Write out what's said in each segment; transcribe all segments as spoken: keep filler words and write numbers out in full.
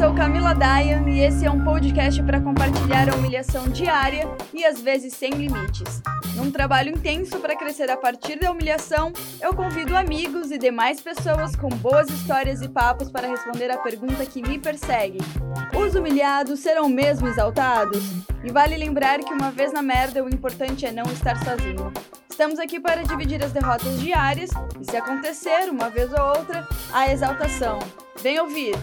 sou Camila Dayan e esse é um podcast para compartilhar a humilhação diária e às vezes sem limites. Num trabalho intenso para crescer a partir da humilhação, eu convido amigos e demais pessoas com boas histórias e papos para responder a pergunta que me persegue. Os humilhados serão mesmo exaltados? E vale lembrar que uma vez na merda o importante é não estar sozinho. Estamos aqui para dividir as derrotas diárias e, se acontecer, uma vez ou outra, a exaltação. Vem ouvir!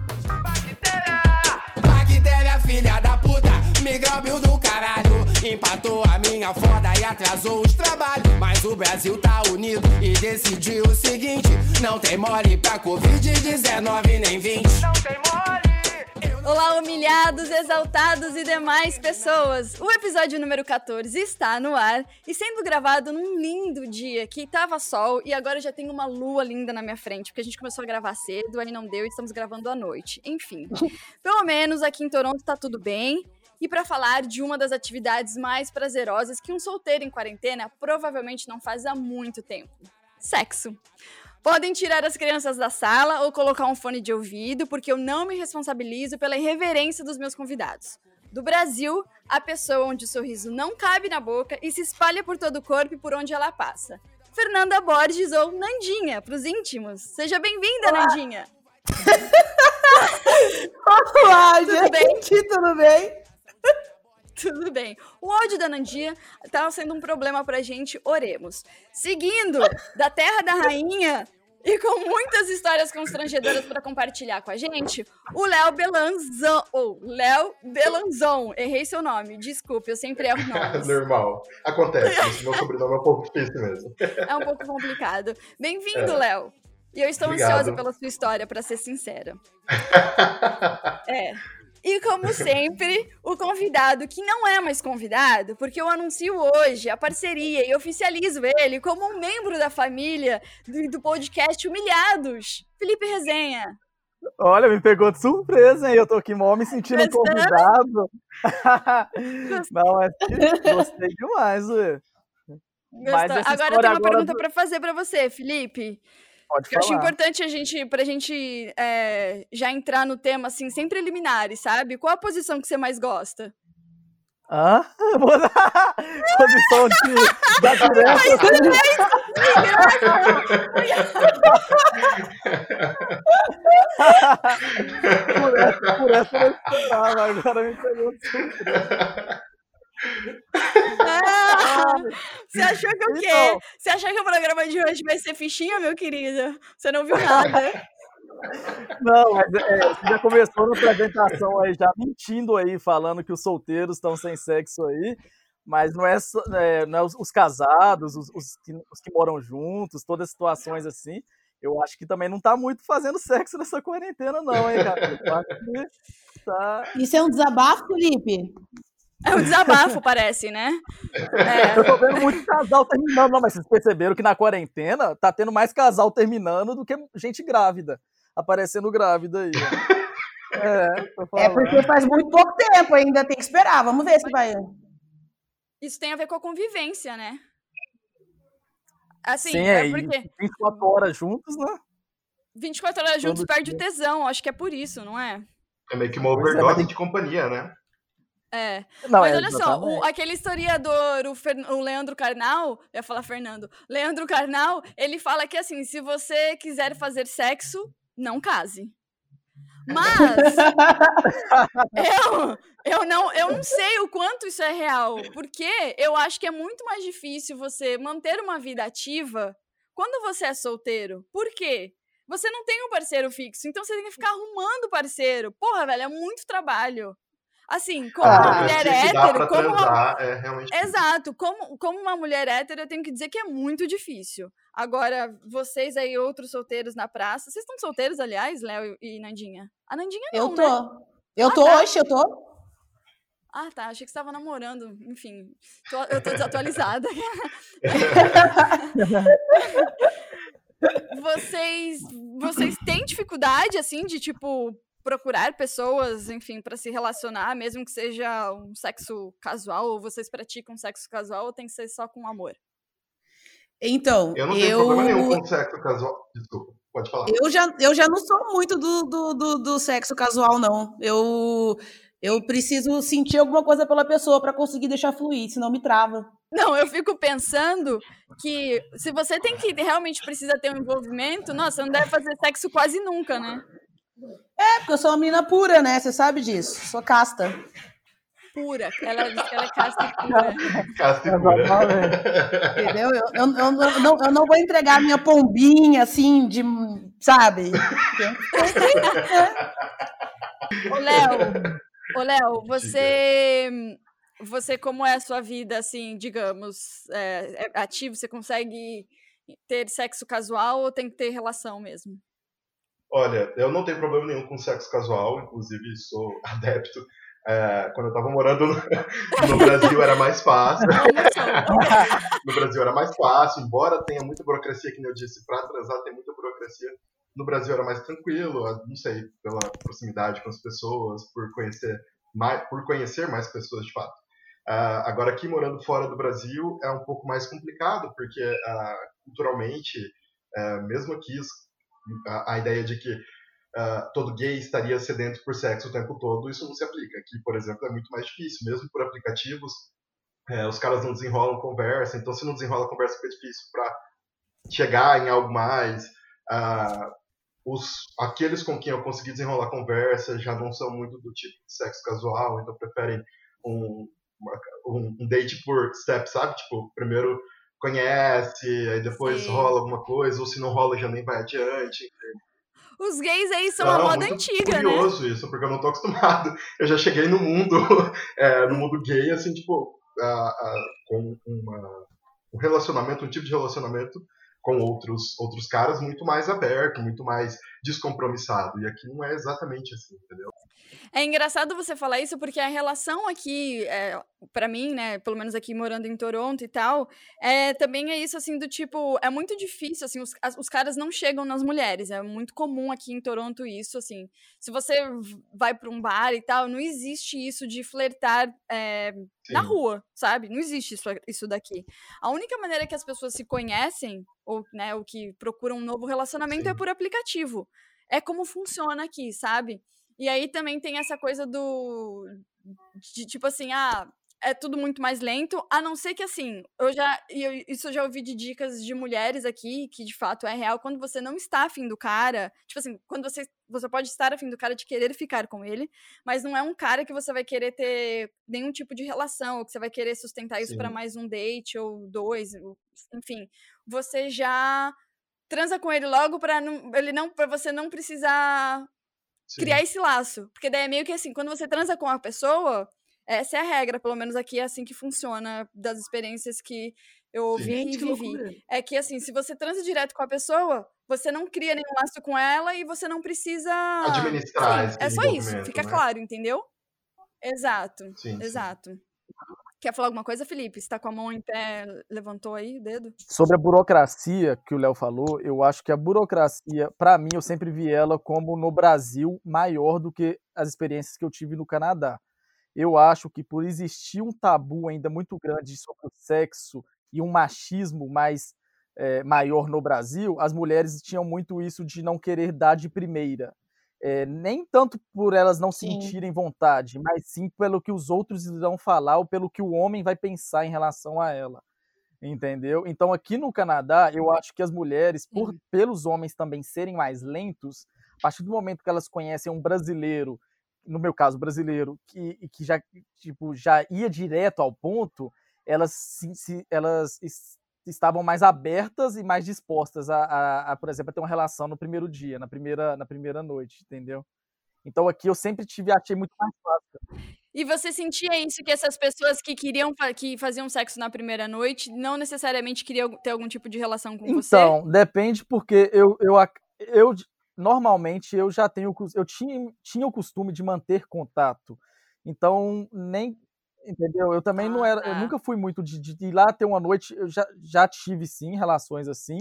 Bactéria, filha da puta, micróbio do caralho, empatou a minha foda e atrasou os trabalhos. Mas o Brasil tá unido e decidiu o seguinte: não tem mole pra covid dezenove nem vinte. Não tem mole! Olá, humilhados, exaltados e demais pessoas! O episódio número catorze está no ar e sendo gravado num lindo dia que tava sol e agora já tem uma lua linda na minha frente, porque a gente começou a gravar cedo, aí não deu e estamos gravando à noite. Enfim, pelo menos aqui em Toronto tá tudo bem. E para falar de uma das atividades mais prazerosas que um solteiro em quarentena provavelmente não faz há muito tempo: sexo. Podem tirar as crianças da sala ou colocar um fone de ouvido, porque eu não me responsabilizo pela irreverência dos meus convidados. Do Brasil, a pessoa onde o sorriso não cabe na boca e se espalha por todo o corpo e por onde ela passa. Fernanda Borges, ou Nandinha, pros íntimos. Seja bem-vinda, Olá. Nandinha! Olá, Tudo gente, bem? tudo bem? Tudo bem. O áudio da Nandinha tá sendo um problema pra gente, oremos. Seguindo, da terra da rainha e com muitas histórias constrangedoras para compartilhar com a gente, o Léo Belanzon, ou Léo Belanzon, errei seu nome, desculpe, eu sempre erro nomes. Normal, acontece, esse meu sobrenome é um pouco difícil mesmo. É um pouco complicado. Bem-vindo, É. Léo. E eu estou Obrigado. ansiosa pela sua história, para ser sincera. É. E como sempre, o convidado que não é mais convidado, porque eu anuncio hoje a parceria e oficializo ele como um membro da família do, do podcast Humilhados, Felipe Resenha. Olha, me pegou de surpresa, hein? Eu tô aqui mó me sentindo Gostou? convidado. Não, mas gostei demais, ué. Mas Gostou? essa Agora eu história tenho uma agora pergunta do- para fazer para você, Felipe. Pode Eu acho falar. importante a gente, pra gente é, já entrar no tema, assim, sem preliminares, sabe? Qual a posição que você mais gosta? Hã? Vou dar posição de da direita. Por essa, por essa eu não esperava, agora me pegou de surpresa. Ah, você achou que o quê? Então. Você achou que o programa de hoje vai ser fichinha, meu querido? Você não viu nada. Não, mas é, você já começou na apresentação aí, já mentindo aí, falando que os solteiros estão sem sexo aí, mas não é, só- é, não é os, os casados, os, os que, os que moram juntos, todas as situações assim. Eu acho que também não tá muito fazendo sexo nessa quarentena, não, hein, cara? Eu acho que tá. Isso é um desabafo, Felipe? É um desabafo, parece, né? É. Eu tô vendo muito casal terminando, não, mas vocês perceberam que na quarentena tá tendo mais casal terminando do que gente grávida, aparecendo grávida aí. ó. É, tô É falando. porque faz muito pouco tempo, ainda tem que esperar. Vamos ver se vai. Isso tem a ver com a convivência, né? Assim, Sim, é é, e porque vinte e quatro horas juntos, né? vinte e quatro horas juntos Todo perde o dia. tesão, acho que é por isso, não é? É meio que uma Pois é, mas overdose tem- de companhia, né? É. Não, Mas é, olha só, o- exatamente. aquele historiador, o, Fer- o Leandro Carnal, eu ia falar Fernando, Leandro Carnal, ele fala que assim, se você quiser fazer sexo, não case. Mas eu, eu, não, eu não sei o quanto isso é real, porque eu acho que é muito mais difícil você manter uma vida ativa quando você é solteiro. Por quê? Você não tem um parceiro fixo, então você tem que ficar arrumando parceiro. Porra, velho, é muito trabalho. Assim, como Ah, uma Pra mulher garantir que dá hétero, pra como uma, transar, é realmente difícil. exato, como, como uma mulher hétero, eu tenho que dizer que é muito difícil. Agora, vocês aí, outros solteiros na praça, vocês estão solteiros, aliás, Léo e Nandinha? A Nandinha não, Eu né? tô. Eu Ah, tô tá. hoje, eu tô. Ah, tá, achei que você estava namorando, enfim, tô- eu tô desatualizada. Vocês, vocês têm dificuldade, assim, de, tipo, procurar pessoas, enfim, pra se relacionar, mesmo que seja um sexo casual, ou vocês praticam sexo casual, ou tem que ser só com amor? Então, Eu não tenho eu. problema nenhum com sexo casual. Desculpa. Pode falar. Eu já, eu já não sou muito do, do, do, do sexo casual, não. Eu, eu preciso sentir alguma coisa pela pessoa para conseguir deixar fluir, senão me trava. Não, eu fico pensando que se você tem que realmente precisa ter um envolvimento, nossa, não deve fazer sexo quase nunca, né? É, porque eu sou uma menina pura, né? Você sabe disso. Sou casta. Pura. Ela diz que ela é casta e pura. Casta e pura. Entendeu? Eu, eu, eu, eu, não, eu não vou entregar minha pombinha assim, de. Sabe? Ô, Léo, ô, Léo, você. Você, como é a sua vida, assim, digamos, é, é ativo? Você consegue ter sexo casual ou tem que ter relação mesmo? Olha, eu não tenho problema nenhum com sexo casual, inclusive sou adepto. É, quando eu tava morando no, no Brasil era mais fácil. No Brasil era mais fácil, embora tenha muita burocracia, que nem eu disse, pra transar tem muita burocracia. No Brasil era mais tranquilo, não sei, pela proximidade com as pessoas, por conhecer mais, por conhecer mais pessoas de fato. Uh, agora aqui morando fora do Brasil é um pouco mais complicado, porque uh, culturalmente, uh, mesmo aqui a, a ideia de que uh, todo gay estaria sedento por sexo o tempo todo, isso não se aplica. Aqui, por exemplo, é muito mais difícil, mesmo por aplicativos, uh, os caras não desenrolam conversa, então se não desenrola conversa fica difícil para chegar em algo mais. Uh, os, aqueles com quem eu consegui desenrolar conversa já não são muito do tipo de sexo casual, então preferem um um date por step, sabe? Tipo, primeiro conhece, aí depois Sim. rola alguma coisa, ou se não rola já nem vai adiante. Os gays aí são então, a moda muito antiga, curioso né? curioso isso, porque eu não tô acostumado. Eu já cheguei no mundo, é, no mundo gay, assim, tipo, a, a, com uma, um relacionamento, um tipo de relacionamento com outros, outros caras muito mais aberto, muito mais descompromissado. E aqui não é exatamente assim, entendeu? É engraçado você falar isso, porque a relação aqui, é, para mim, né, pelo menos aqui morando em Toronto e tal, é, também é isso, assim, do tipo, é muito difícil, assim, os, as, os caras não chegam nas mulheres, é muito comum aqui em Toronto isso, assim, se você vai para um bar e tal, não existe isso de flertar é, na rua, sabe? Não existe isso, isso daqui. A única maneira que as pessoas se conhecem, ou, né, ou que procuram um novo relacionamento Sim. é por aplicativo. É como funciona aqui, sabe? E aí também tem essa coisa do... de tipo assim, ah, é tudo muito mais lento, a não ser que assim, eu já... Eu, isso eu já ouvi de dicas de mulheres aqui, que de fato é real, quando você não está afim do cara, tipo assim, quando você... Você pode estar afim do cara de querer ficar com ele, mas não é um cara que você vai querer ter nenhum tipo de relação, ou que você vai querer sustentar isso para mais um date, ou dois, enfim. Você já transa com ele logo para não, ele não, para você não precisar... Sim. criar esse laço, porque daí é meio que assim, quando você transa com a pessoa, essa é a regra, pelo menos aqui é assim que funciona, das experiências que eu ouvi Sim. e vivi, é que assim, se você transa direto com a pessoa, você não cria nenhum laço com ela e você não precisa... Administrar esse É só isso, fica né? claro, entendeu? Exato, sim, exato. Sim. Quer falar alguma coisa, Felipe? Você tá com a mão em pé, levantou aí o dedo? Sobre a burocracia que o Léo falou, eu acho que a burocracia, para mim, eu sempre vi ela como no Brasil maior do que as experiências que eu tive no Canadá. Eu acho que por existir um tabu ainda muito grande sobre o sexo e um machismo mais é, maior no Brasil, as mulheres tinham muito isso de não querer dar de primeira. É, nem tanto por elas não sim. sentirem vontade, mas sim pelo que os outros irão falar ou pelo que o homem vai pensar em relação a ela, entendeu? Então aqui no Canadá, eu acho que as mulheres, por, pelos homens também serem mais lentos, a partir do momento que elas conhecem um brasileiro, no meu caso brasileiro, que, que já, tipo, já ia direto ao ponto, elas, se, se, elas estavam mais abertas e mais dispostas a, a, a, por exemplo, a ter uma relação no primeiro dia, na primeira, na primeira noite, entendeu? Então aqui eu sempre tive, achei muito mais fácil. E você sentia isso, que essas pessoas que queriam, que faziam sexo na primeira noite, não necessariamente queriam ter algum tipo de relação com então, você? Então, depende, porque eu, eu, eu, normalmente eu já tenho, eu tinha, tinha o costume de manter contato, então nem... Entendeu? Eu também ah, não era, tá. eu nunca fui muito de, de ir lá ter uma noite, eu já, já tive sim relações assim,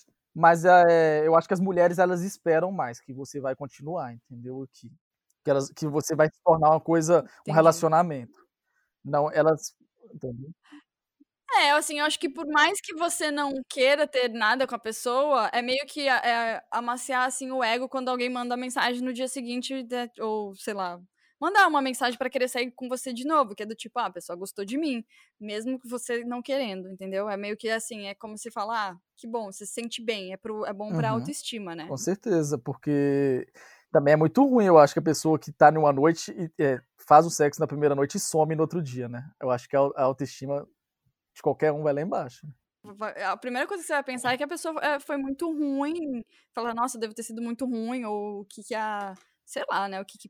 mas é, eu acho que as mulheres elas esperam mais que você vai continuar, entendeu? Que, que, elas, que você vai se tornar uma coisa, Entendi. um relacionamento. Não, elas... Entendeu? É, assim, eu acho que por mais que você não queira ter nada com a pessoa, é meio que é, amaciar, assim, o ego quando alguém manda mensagem no dia seguinte, né, ou, sei lá, mandar uma mensagem pra querer sair com você de novo, que é do tipo, ah, a pessoa gostou de mim, mesmo que você não querendo, entendeu? É meio que, assim, é como se falar, ah, que bom, você se sente bem, é, pro, é bom pra Uhum. autoestima, né? Com certeza, porque também é muito ruim, eu acho, que a pessoa que tá numa noite e é, faz o sexo na primeira noite e some no outro dia, né? Eu acho que a, a autoestima de qualquer um vai lá embaixo. A primeira coisa que você vai pensar é que a pessoa é, foi muito ruim. Falar, nossa, deve ter sido muito ruim, ou o que que a... Sei lá, né? O que que,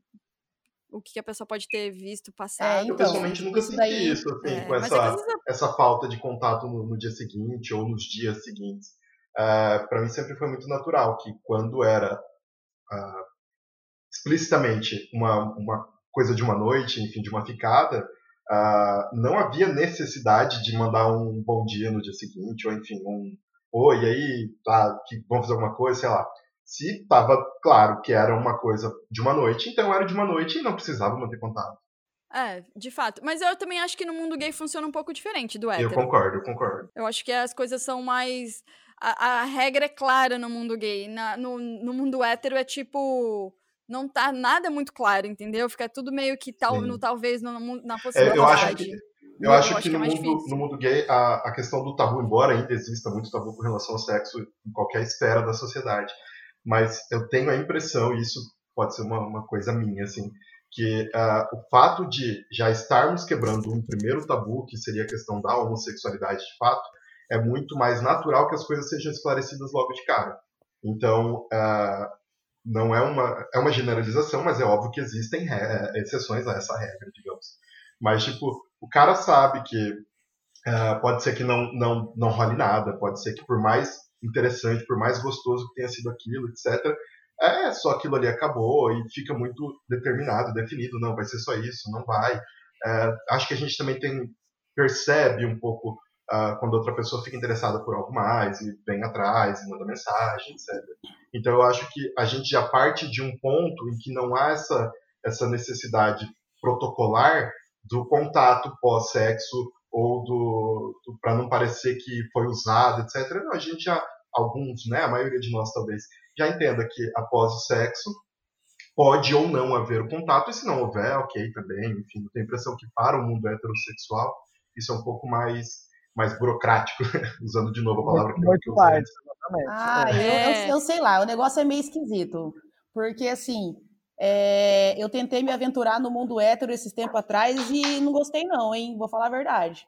o que que a pessoa pode ter visto, passado. É, Eu então, pessoalmente nunca isso senti daí- isso, assim, É, com mas é que às essa, vezes é- essa falta de contato no, no dia seguinte ou nos dias seguintes. Uh, para mim sempre foi muito natural que quando era uh, explicitamente uma, uma coisa de uma noite, enfim, de uma ficada, uh, não havia necessidade de mandar um bom dia no dia seguinte, ou enfim, um oi, e aí, tá, que vamos fazer alguma coisa, sei lá. Se estava claro que era uma coisa de uma noite, então era de uma noite e não precisava manter contato. É, de fato. Mas eu também acho que no mundo gay funciona um pouco diferente do hétero. Eu concordo, eu concordo. Eu acho que as coisas são mais... A, a regra é clara no mundo gay. Na, no, no mundo hétero é tipo... Não tá nada muito claro, entendeu? Fica tudo meio que tal, Sim. no talvez, no, na É, possibilidade. eu acho que, eu acho que, que no, é mais mundo, difícil. no mundo gay a, a questão do tabu, embora ainda exista muito tabu com relação ao sexo em qualquer esfera da sociedade, mas eu tenho a impressão, e isso pode ser uma, uma coisa minha, assim, que uh, o fato de já estarmos quebrando um primeiro tabu, que seria a questão da homossexualidade de fato, é muito mais natural que as coisas sejam esclarecidas logo de cara. Então, uh, não é uma, é uma generalização, mas é óbvio que existem re- exceções a essa regra, digamos. Mas, tipo, o cara sabe que uh, pode ser que não, não, não role nada, pode ser que por mais interessante, por mais gostoso que tenha sido aquilo, etcétera, é só aquilo ali acabou e fica muito determinado, definido, não, vai ser só isso, não vai. É, acho que a gente também tem, percebe um pouco uh, quando outra pessoa fica interessada por algo mais e vem atrás e manda mensagem, etcétera. Então eu acho que a gente já parte de um ponto em que não há essa, essa necessidade protocolar do contato pós-sexo ou do, do para não parecer que foi usado, etcétera. Não, a gente já, alguns, né, a maioria de nós talvez, já entenda que após o sexo pode ou não haver o contato, e se não houver, ok também, enfim, eu tenho a impressão que para o mundo heterossexual isso é um pouco mais, mais burocrático, usando de novo a palavra que eu Muito usei. mais, exatamente. Ah, É. eu, eu, eu sei lá, o negócio é meio esquisito. Porque, assim, é, eu tentei me aventurar no mundo hétero esses tempos atrás e não gostei não, hein? Vou falar a verdade.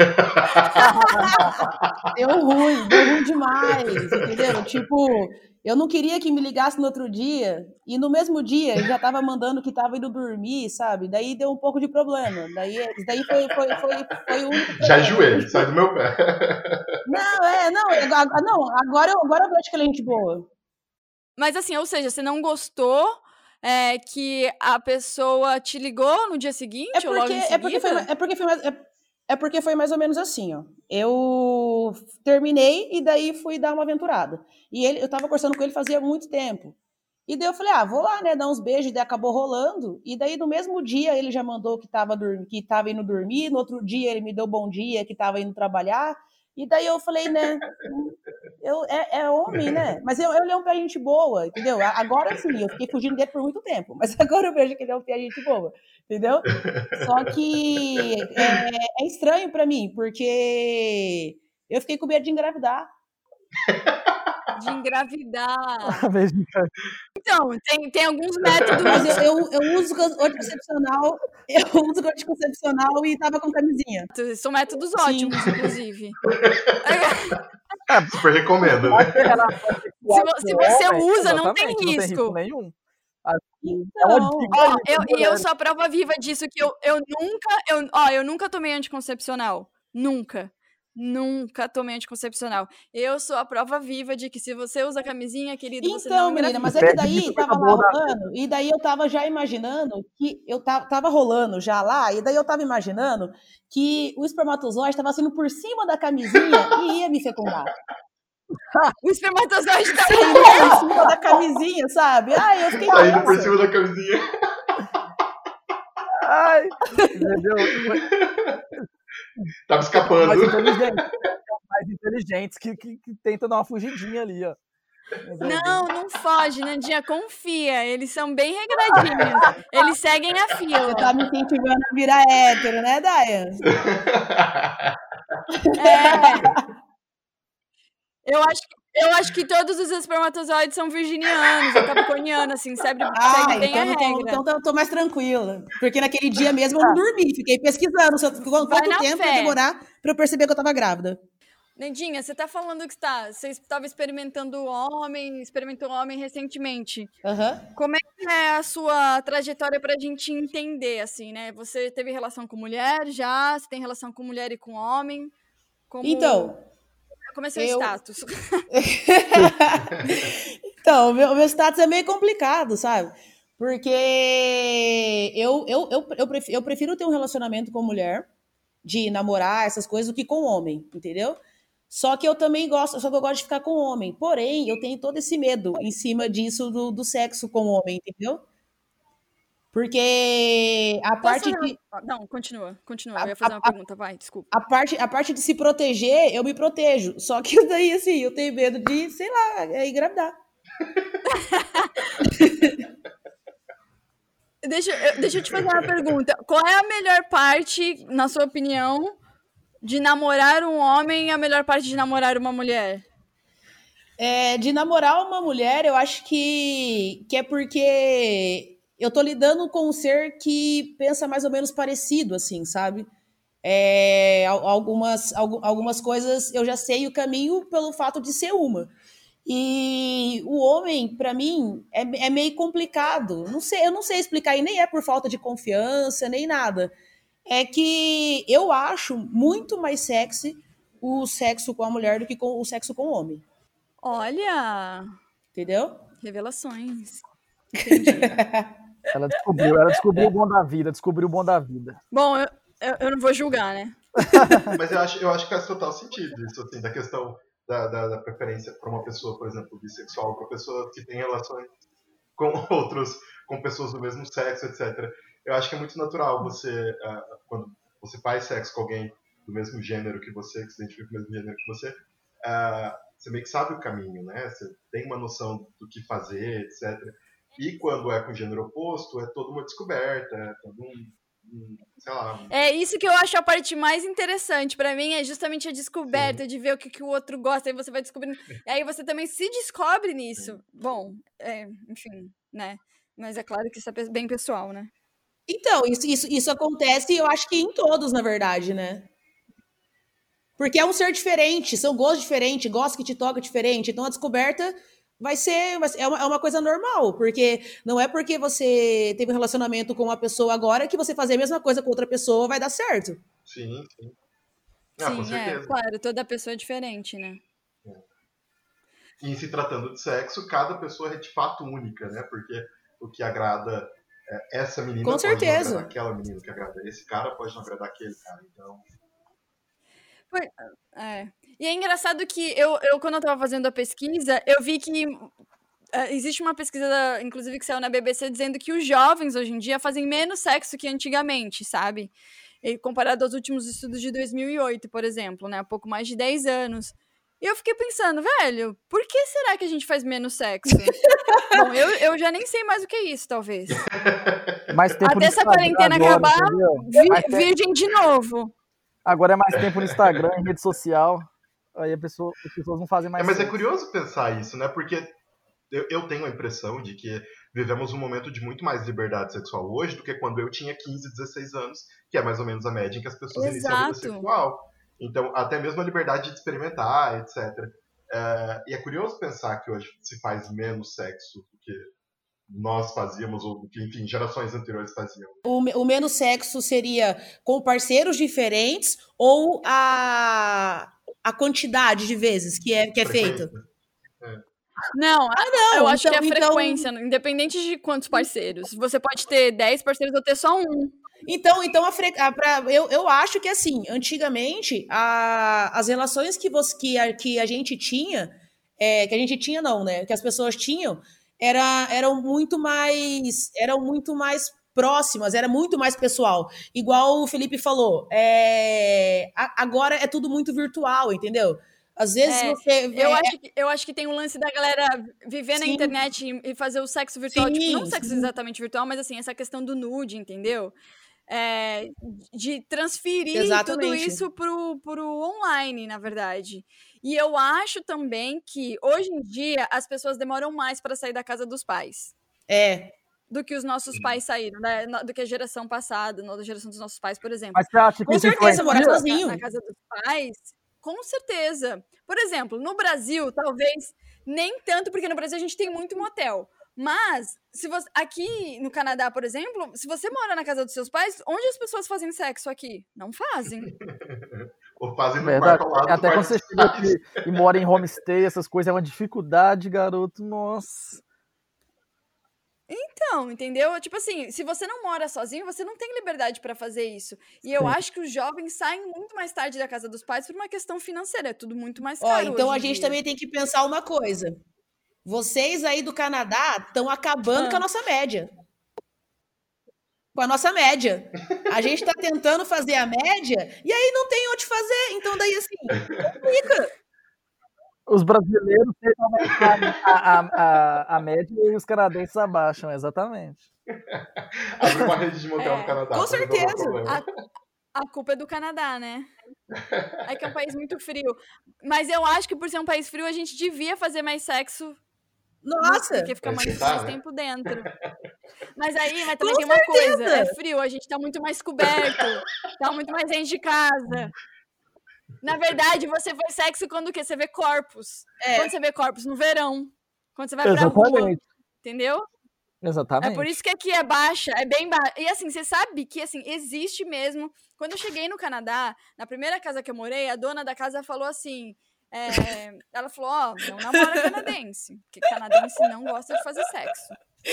Deu ruim, deu ruim demais, entendeu? Tipo, eu não queria que me ligasse no outro dia, e no mesmo dia ele já tava mandando que tava indo dormir, sabe? Daí deu um pouco de problema. Daí, daí foi, foi, foi, foi o único Já problema. enjoei, sai do meu pé. Não, é, não, agora, não, agora, eu, agora eu vejo que ele é gente boa. Mas assim, ou seja, você não gostou é, que a pessoa te ligou no dia seguinte É ou logo porque, em seguida? é porque, foi, é, porque foi mais, é, é porque foi mais ou menos assim, ó. Eu terminei e daí fui dar uma aventurada. E ele, eu tava conversando com ele fazia muito tempo. E daí eu falei, ah, vou lá, né, dar uns beijos, e daí acabou rolando. E daí no mesmo dia ele já mandou que tava, que tava indo dormir, no outro dia ele me deu bom dia, que tava indo trabalhar. E daí eu falei, né, eu, é, é homem, né? Mas eu, ele é um pé gente boa, entendeu? Agora sim, eu fiquei fugindo dele por muito tempo, mas agora eu vejo que ele é um pé gente boa, entendeu? Só que é, é estranho pra mim, porque eu fiquei com medo de engravidar. De engravidar. A vez de- Então, tem, tem alguns métodos. Mas eu, eu, eu uso anticoncepcional, eu uso anticoncepcional e tava com camisinha. São métodos Sim. ótimos, inclusive. Super recomendo, né? Se, vo- se você Homem, usa, não tem exatamente, não tem risco. nenhum. Assim, Então, é uma dica Ó, aí pra eu, e eu mulheres. sou a prova viva disso, que eu, eu nunca, eu, ó, eu nunca tomei anticoncepcional. Nunca. Nunca tomei anticoncepcional. Eu sou a prova viva de que se você usa camisinha, querido, você Então, não menina, engravida. mas é que Perde daí muita coisa tava lá boa da rolando, e daí eu tava já imaginando que eu tava, tava rolando já lá, e daí eu tava imaginando que o espermatozoide tava saindo por cima da camisinha e ia me fecundar. O espermatozoide tá Saindo por cima da camisinha, sabe? Ai, eu fiquei Saindo por tensa. cima da camisinha. Ai, entendeu? Tava escapando. Mais inteligentes, mais inteligentes que, que, que tentam dar uma fugidinha ali, ó. Não, não foge, Nandinha, confia. Eles são bem regradinhos. Eles seguem a fila. Você tá me incentivando a virar hétero, né, Dayan? É. Eu acho que Eu acho que todos os espermatozoides são virginianos ou capricornianos, assim, segue, Ah, segue bem então, a então, regra. então eu tô mais tranquila. Porque naquele dia mesmo eu não dormi. Fiquei pesquisando se eu- quanto Vai na tempo fé. ia demorar pra eu perceber que eu tava grávida. Nandinha, você tá falando que tá, você estava experimentando homem, experimentou homem recentemente. Aham. Como é que é a sua trajetória pra gente entender, assim, né? Você teve relação com mulher já? Você tem relação com mulher e com homem? Como... Então, Como é seu eu- status? então, o meu, o meu status é meio complicado, sabe? Porque eu, eu, eu, eu, prefiro, eu prefiro ter um relacionamento com mulher, de namorar, essas coisas, do que com homem, entendeu? Só que eu também gosto, só que eu gosto de ficar com homem. Porém, eu tenho todo esse medo em cima disso do, do sexo com homem, entendeu? Porque a Posso parte fazer de. uma- Não, continua, continua. A- Eu ia fazer a- uma pergunta, vai, desculpa. A parte, a parte de se proteger, eu me protejo. Só que daí, assim, eu tenho medo de, sei lá, é engravidar. Deixa, eu- deixa eu te fazer uma pergunta. Qual é a melhor parte, na sua opinião, de namorar um homem e a melhor parte de namorar uma mulher? É, de namorar uma mulher, eu acho que, que é porque eu tô lidando com um ser que pensa mais ou menos parecido, assim, sabe? É, al- algumas, algu- algumas coisas eu já sei o caminho pelo fato de ser uma. E o homem, pra mim, é, é meio complicado. Não sei, eu não sei explicar, e nem é por falta de confiança, nem nada. É que eu acho muito mais sexy o sexo com a mulher do que com, o sexo com o homem. Olha, Entendeu? revelações. Ela descobriu, ela descobriu o bom da vida, descobriu o bom da vida. Bom, eu, eu, eu não vou julgar, né? Mas eu acho, eu acho que faz total sentido isso, assim, da questão da, da, da preferência para uma pessoa, por exemplo, bissexual, para pessoa que tem relações com outros, com pessoas do mesmo sexo, etcétera. Eu acho que é muito natural você, uh, quando você faz sexo com alguém do mesmo gênero que você, que se identifica com o mesmo gênero que você, uh, você meio que sabe o caminho, né? Você tem uma noção do que fazer, etcétera. E quando é com o gênero oposto, é toda uma descoberta, é todo um, um sei lá... Um... É isso que eu acho a parte mais interessante pra mim, é justamente a descoberta Sim. de ver o que, que o outro gosta, aí você vai descobrindo, e aí você também se descobre nisso. Sim. Bom, é, enfim, né? Mas é claro que isso é bem pessoal, né? Então, isso, isso, isso acontece, eu acho que em todos, na verdade, né? Porque é um ser diferente, são gostos diferentes, gosto que te toca diferente, então a descoberta vai ser, vai ser é, uma, é uma coisa normal, porque não é porque você teve um relacionamento com uma pessoa agora que você fazer a mesma coisa com outra pessoa vai dar certo. Sim, sim. Ah, sim, com certeza. É, claro, toda pessoa é diferente, né? É. E se tratando de sexo, cada pessoa é de fato única, né? Porque o que agrada é, essa menina com pode certeza. não agradar aquela menina, o que agrada esse cara pode não agradar aquele cara, então... É. E é engraçado que eu, eu, quando eu tava fazendo a pesquisa, eu vi que uh, existe uma pesquisa, da, inclusive, que saiu na B B C, dizendo que os jovens, hoje em dia, fazem menos sexo que antigamente, sabe? E comparado aos últimos estudos de dois mil e oito, por exemplo, né? Há pouco mais de dez anos. E eu fiquei pensando, velho, por que será que a gente faz menos sexo? Bom, eu, eu já nem sei mais o que é isso, talvez. Mais tempo Até essa quarentena agora, acabar, vi, virgem de novo. Agora é mais tempo no Instagram, em rede social. Aí a pessoa, as pessoas não fazem mais. É, mas sexo. É curioso pensar isso, né? Porque eu, eu tenho a impressão de que vivemos um momento de muito mais liberdade sexual hoje do que quando eu tinha quinze, dezesseis anos, que é mais ou menos a média em que as pessoas Exato. iniciam a vida sexual. Então, até mesmo a liberdade de experimentar, etcétera. É, e é curioso pensar que hoje se faz menos sexo do que nós fazíamos, ou que, enfim, gerações anteriores faziam. O, o menos sexo seria com parceiros diferentes ou a, a quantidade de vezes que é, que é feita? É. Não, ah, não, eu acho então, que é a então... frequência, independente de quantos parceiros. Você pode ter dez parceiros ou ter só um. Então, então a fre... a, pra, eu, eu acho que, assim, antigamente, a, as relações que, você, que, a, que a gente tinha, é, que a gente tinha não, né? Que as pessoas tinham, era, eram muito mais, eram muito mais próximas, era muito mais pessoal. Igual o Felipe falou, é, agora é tudo muito virtual, entendeu? Às vezes É, você... Eu, é, acho que, eu acho que tem um lance da galera viver na Sim. internet e e fazer o sexo virtual. Tipo, não Sim, sexo sim. exatamente virtual, mas assim, essa questão do nude, entendeu? É, de transferir tudo Exatamente. isso pro, pro online, na verdade. E eu acho também que, hoje em dia, as pessoas demoram mais para sair da casa dos pais É, do que os nossos pais saíram, né? No- do que a geração passada, no- da geração dos nossos pais, por exemplo. Mas você acha que com isso certeza, morar influencia? Na, sozinho. na casa dos pais, com certeza. Por exemplo, no Brasil, talvez nem tanto, porque no Brasil a gente tem muito motel. Mas, se você, aqui no Canadá, por exemplo, se você mora na casa dos seus pais, onde as pessoas fazem sexo aqui? Não fazem. Ou fazem no Verdade. quarto ao lado do Até quarto quando você dos chega pais. aqui e mora em homestay, essas coisas, é uma dificuldade, garoto. Nossa. Então, entendeu? Tipo assim, se você não mora sozinho, você não tem liberdade pra fazer isso. E eu Sim. acho que os jovens saem muito mais tarde da casa dos pais por uma questão financeira. É tudo muito mais Ó, caro então hoje a em gente dia. também tem que pensar uma coisa. Vocês aí do Canadá estão acabando Ah. com a nossa média. Com a nossa média. A gente está tentando fazer a média e aí não tem onde fazer. Então, daí assim, complica. Os brasileiros tentam aumentar a, a, a, a média e os canadenses abaixam, exatamente. Abre uma rede de motel É, no Canadá. com pra resolver o certeza. problema. A, a culpa é do Canadá, né? É que é um país muito frio. Mas eu acho que por ser um país frio, a gente devia fazer mais sexo. Nossa, Porque fica mais, Excitar, mais né? tempo dentro. Mas aí, mas também Com tem uma coisa. certeza. É frio, a gente tá muito mais coberto. Tá muito mais dentro de casa. Na verdade, você faz sexo quando o quê? Você vê corpos. É. Quando você vê corpos? No verão. Quando você vai pra rua. Exatamente. Entendeu? Exatamente. É por isso que aqui é baixa, é bem baixa. E assim, você sabe que assim, existe mesmo. Quando eu cheguei no Canadá, na primeira casa que eu morei, a dona da casa falou assim. é, ela falou, ó, não namora canadense. Porque canadense não gosta de fazer sexo.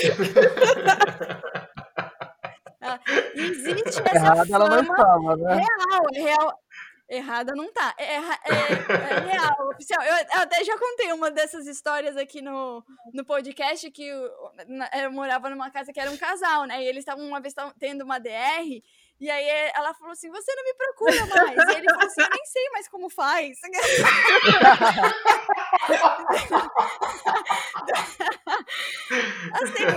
Ela- existe essa Errada ela não fama estava, né? real, é real. Errada não tá. É, é- é- é real, oficial. Eu, eu até já contei uma dessas histórias aqui no, no podcast, que eu, na- eu morava numa casa que era um casal, né? E eles estavam uma vez tavam tendo uma D R, e aí ela falou assim, você não me procura mais. E ele falou assim, eu nem sei mais como faz. Assim,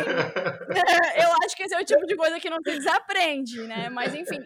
eu acho que esse é o tipo de coisa que não se desaprende, né? Mas enfim.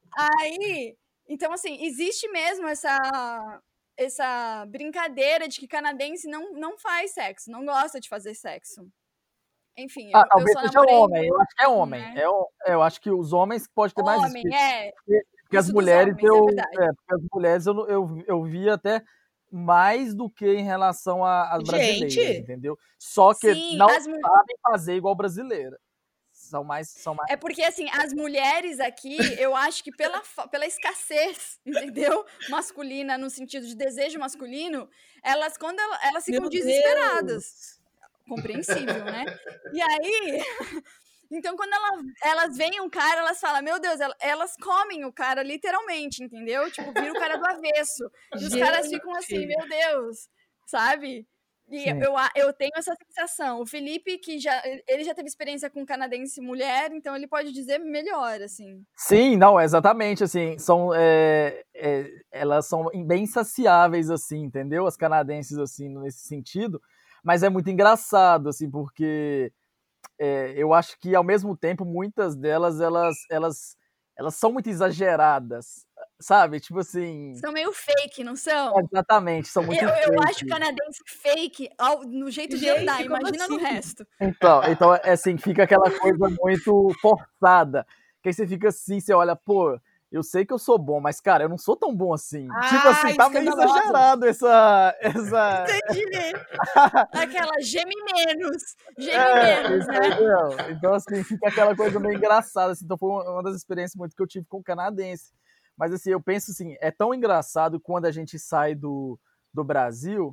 Aí, então assim, existe mesmo essa essa brincadeira de que canadense não, não faz sexo, não gosta de fazer sexo. Enfim, eu, Ah, eu talvez só seja namorei homem, eu acho que é homem. né? É, o- é, eu acho que os homens podem ter mais isso. Homem, Porque, é. porque as Isso dos mulheres, homens, é eu, verdade. é, porque as mulheres eu, não- eu, eu vi até mais do que em relação a- às brasileiras, Gente. entendeu? Só que Sim, não as mu- sabem fazer igual brasileira. São mais, são mais É porque, assim, as mulheres aqui, eu acho que pela, fa- pela escassez, entendeu? Masculina, no sentido de desejo masculino, elas, quando ela- elas ficam Meu desesperadas. Compreensível, né? E aí, então, quando ela- elas veem um cara, elas falam, meu Deus, el- elas comem o cara literalmente, entendeu? Tipo, vira o cara do avesso. E os caras ficam assim, meu Deus, sabe? E Sim. eu, a- eu tenho essa sensação. O Felipe, que já, ele já teve experiência com canadense mulher, então ele pode dizer melhor, assim. Sim, não, exatamente, assim, são, é, é, elas são bem insaciáveis, assim, entendeu? As canadenses, assim, nesse sentido, mas é muito engraçado, assim, porque é, eu acho que, ao mesmo tempo, muitas delas, elas, elas, elas são muito exageradas, sabe? Tipo assim, São meio fake, não são? exatamente, são muito Eu, eu fake. acho canadense fake ao- no jeito de Gente, andar, como imagina no assim? resto. Então, então, é assim, fica aquela coisa muito forçada, que aí você fica assim, você olha, pô, eu sei que eu sou bom, mas, cara, eu não sou tão bom assim. Tipo assim, Ai, tá meio escandalosos. exagerado essa... essa... Entendi. Aquela geme menos, geme É, menos, né? entendeu? Então, assim, fica aquela coisa meio engraçada, assim, então foi uma uma das experiências muito que eu tive com o canadense. Mas, assim, eu penso assim, é tão engraçado quando a gente sai do, do Brasil,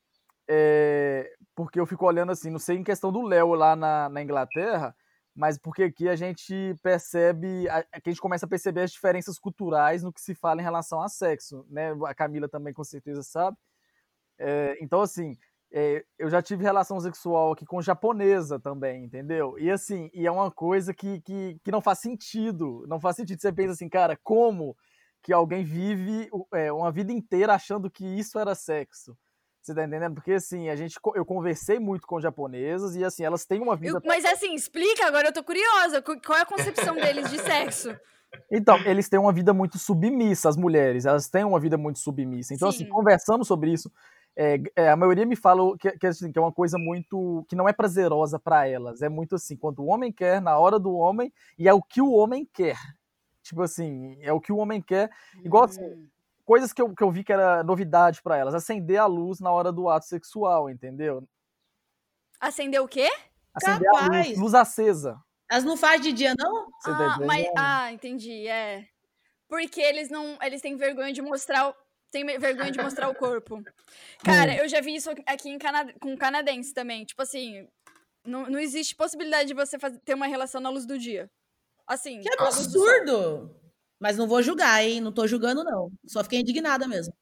é, porque eu fico olhando assim, não sei em questão do Léo lá na, na Inglaterra, mas porque aqui a gente percebe, a, que a gente começa a perceber as diferenças culturais no que se fala em relação a sexo, né? A Camila também com certeza sabe. É, então, assim, é, eu já tive relação sexual aqui com japonesa também, entendeu? E assim, e é uma coisa que, que, que não faz sentido. Não faz sentido. Você pensa assim, cara, como que alguém vive é, uma vida inteira achando que isso era sexo? Você tá entendendo? Porque assim, a gente, eu conversei muito com japonesas e assim, elas têm uma vida... Eu, mas assim, explica, agora eu tô curiosa. Qual é a concepção deles de sexo? Então, eles têm uma vida muito submissa, as mulheres, elas têm uma vida muito submissa. Então, Sim. assim, conversando sobre isso, é, é, a maioria me fala que, que, assim, que é uma coisa muito... que não é prazerosa para elas. É muito assim, quando o homem quer, na hora do homem, e é o que o homem quer. Tipo assim, é o que o homem quer. Igual assim, Hum. coisas que eu, que eu vi que era novidade para elas. Acender a luz na hora do ato sexual, entendeu? Acender o quê? Acender a luz, Capaz. luz acesa. Elas não fazem de dia, não? Você tá Ah, mas, entendendo? ah, entendi, é. Porque eles não, eles têm vergonha de mostrar, o, têm me- vergonha de mostrar o corpo. Cara, eu já vi isso aqui em Cana, com canadense também. Tipo assim, não, não existe possibilidade de você fazer, ter uma relação na luz do dia. Assim, Que à luz do sol. absurdo! Mas não vou julgar, hein? Não tô julgando, não. Só fiquei indignada mesmo.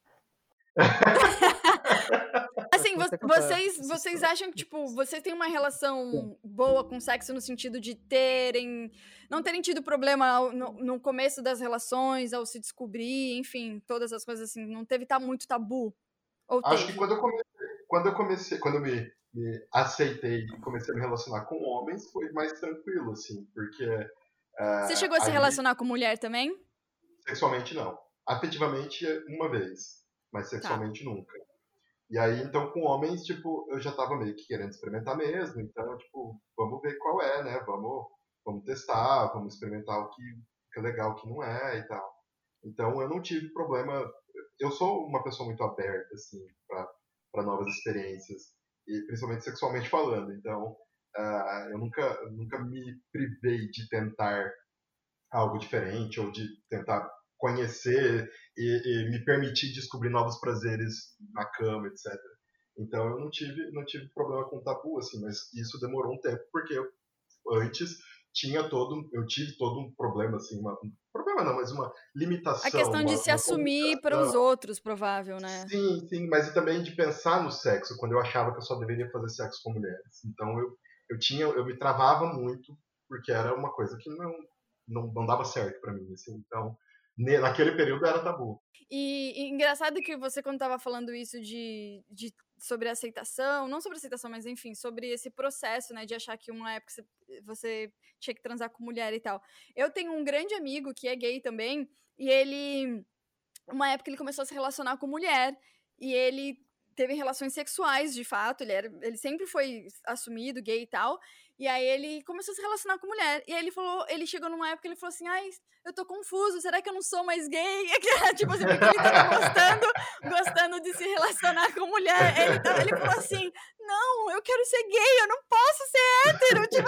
Assim, vo- Isso acontece. vocês, vocês acham que, tipo, vocês têm uma relação boa com sexo no sentido de terem... Não terem tido problema ao- no, no começo das relações, ao se descobrir, enfim, todas as coisas assim. Não teve tá muito tabu? Ou Acho teve? que quando eu comecei, quando eu comecei, quando eu me, me aceitei e comecei a me relacionar com homens, foi mais tranquilo, assim, porque Você é, chegou a se ali, relacionar com mulher também? sexualmente não. Afetivamente uma vez, mas Tá. sexualmente nunca. E aí, então, com homens, tipo, eu já tava meio que querendo experimentar mesmo, então, tipo, vamos ver qual é, né? Vamos, vamos testar, vamos experimentar o que, que é legal, o que não é e tal. Então, eu não tive problema. Eu sou uma pessoa muito aberta, assim, para novas experiências, e principalmente sexualmente falando. Então, uh, eu nunca, nunca me privei de tentar algo diferente ou de tentar conhecer e, e me permitir descobrir novos prazeres na cama, etcétera. Então, eu não tive, não tive problema com tabu, assim, mas isso demorou um tempo, porque eu, antes tinha todo, eu tive todo um problema, assim, uma, um problema não, mas uma limitação. A questão de uma, se uma assumir para os outros, provável, né? Sim, sim, mas e também de pensar no sexo, quando eu achava que eu só deveria fazer sexo com mulheres. Então, eu, eu tinha, eu me travava muito, porque era uma coisa que não, não, não dava certo pra mim, assim. Então, ne, naquele período era tabu. E, e engraçado que você, quando tava falando isso de, de sobre aceitação, não sobre aceitação, mas enfim, sobre esse processo, né, de achar que uma época você, você tinha que transar com mulher e tal. Eu tenho um grande amigo que é gay também, e ele, uma época ele começou a se relacionar com mulher, e ele teve relações sexuais, de fato, ele, era, ele sempre foi assumido, gay e tal, e aí ele começou a se relacionar com mulher, e aí ele falou, ele chegou numa época, ele falou assim, ai, eu tô confuso, será que eu não sou mais gay? Tipo assim, porque ele tava gostando, gostando de se relacionar com mulher, ele, tava, ele falou assim, não, eu quero ser gay, eu não posso ser hétero, tipo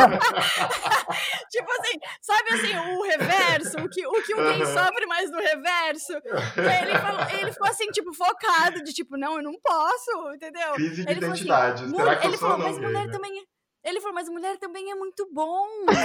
assim, tipo assim, sabe assim, o reverso, o que o, que o gay sofre mais no reverso, e aí ele, falou, ele ficou assim, tipo, focado, de tipo, não, eu não posso, entendeu? Crise de ele identidade, assim, será que eu ele sou falou, ou não mas gay, mulher né? também é... Ele falou, mas mulher também é muito bom.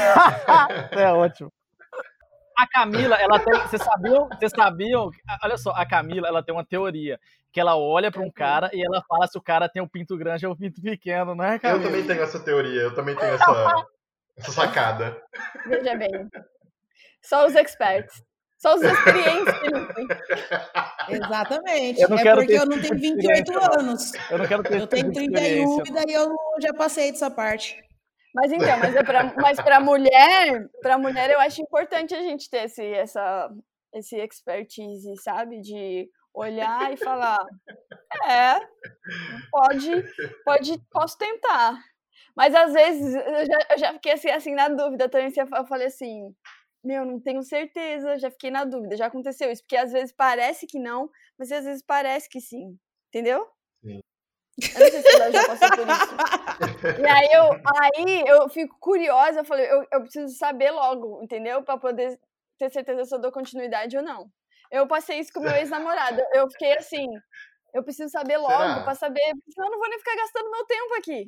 É ótimo. A Camila, ela tem. Vocês sabiam, vocês sabiam? Olha só, a Camila, ela tem uma teoria. Que ela olha pra um cara e ela fala se o cara tem um pinto grande ou um pinto pequeno, não é, Camila? Eu também tenho essa teoria, eu também tenho essa, essa sacada. Veja bem. Só os experts. Só os experientes, Felipe. Exatamente. Eu não é quero porque ter eu não esse tenho tipo de vinte e oito experiência, não. anos. Eu não quero ter Eu esse tenho tipo de trinta e um experiência, e daí eu já passei dessa parte. Mas então, mas, é pra, mas pra mulher, pra mulher eu acho importante a gente ter esse, essa, esse expertise, sabe? De olhar e falar, é, pode, pode, posso tentar. Mas às vezes eu já, eu já fiquei assim, assim na dúvida também. Eu falei assim, meu, não tenho certeza, já fiquei na dúvida, já aconteceu isso, porque às vezes parece que não, mas às vezes parece que sim, entendeu? Sim. Eu não sei se ela já passou por isso. E aí eu, aí eu fico curiosa, eu falei, eu, eu preciso saber logo, entendeu? Pra poder ter certeza se eu dou continuidade ou não. Eu passei isso com o meu ex-namorado, eu fiquei assim, eu preciso saber logo, Será? pra saber, senão eu não vou nem ficar gastando meu tempo aqui.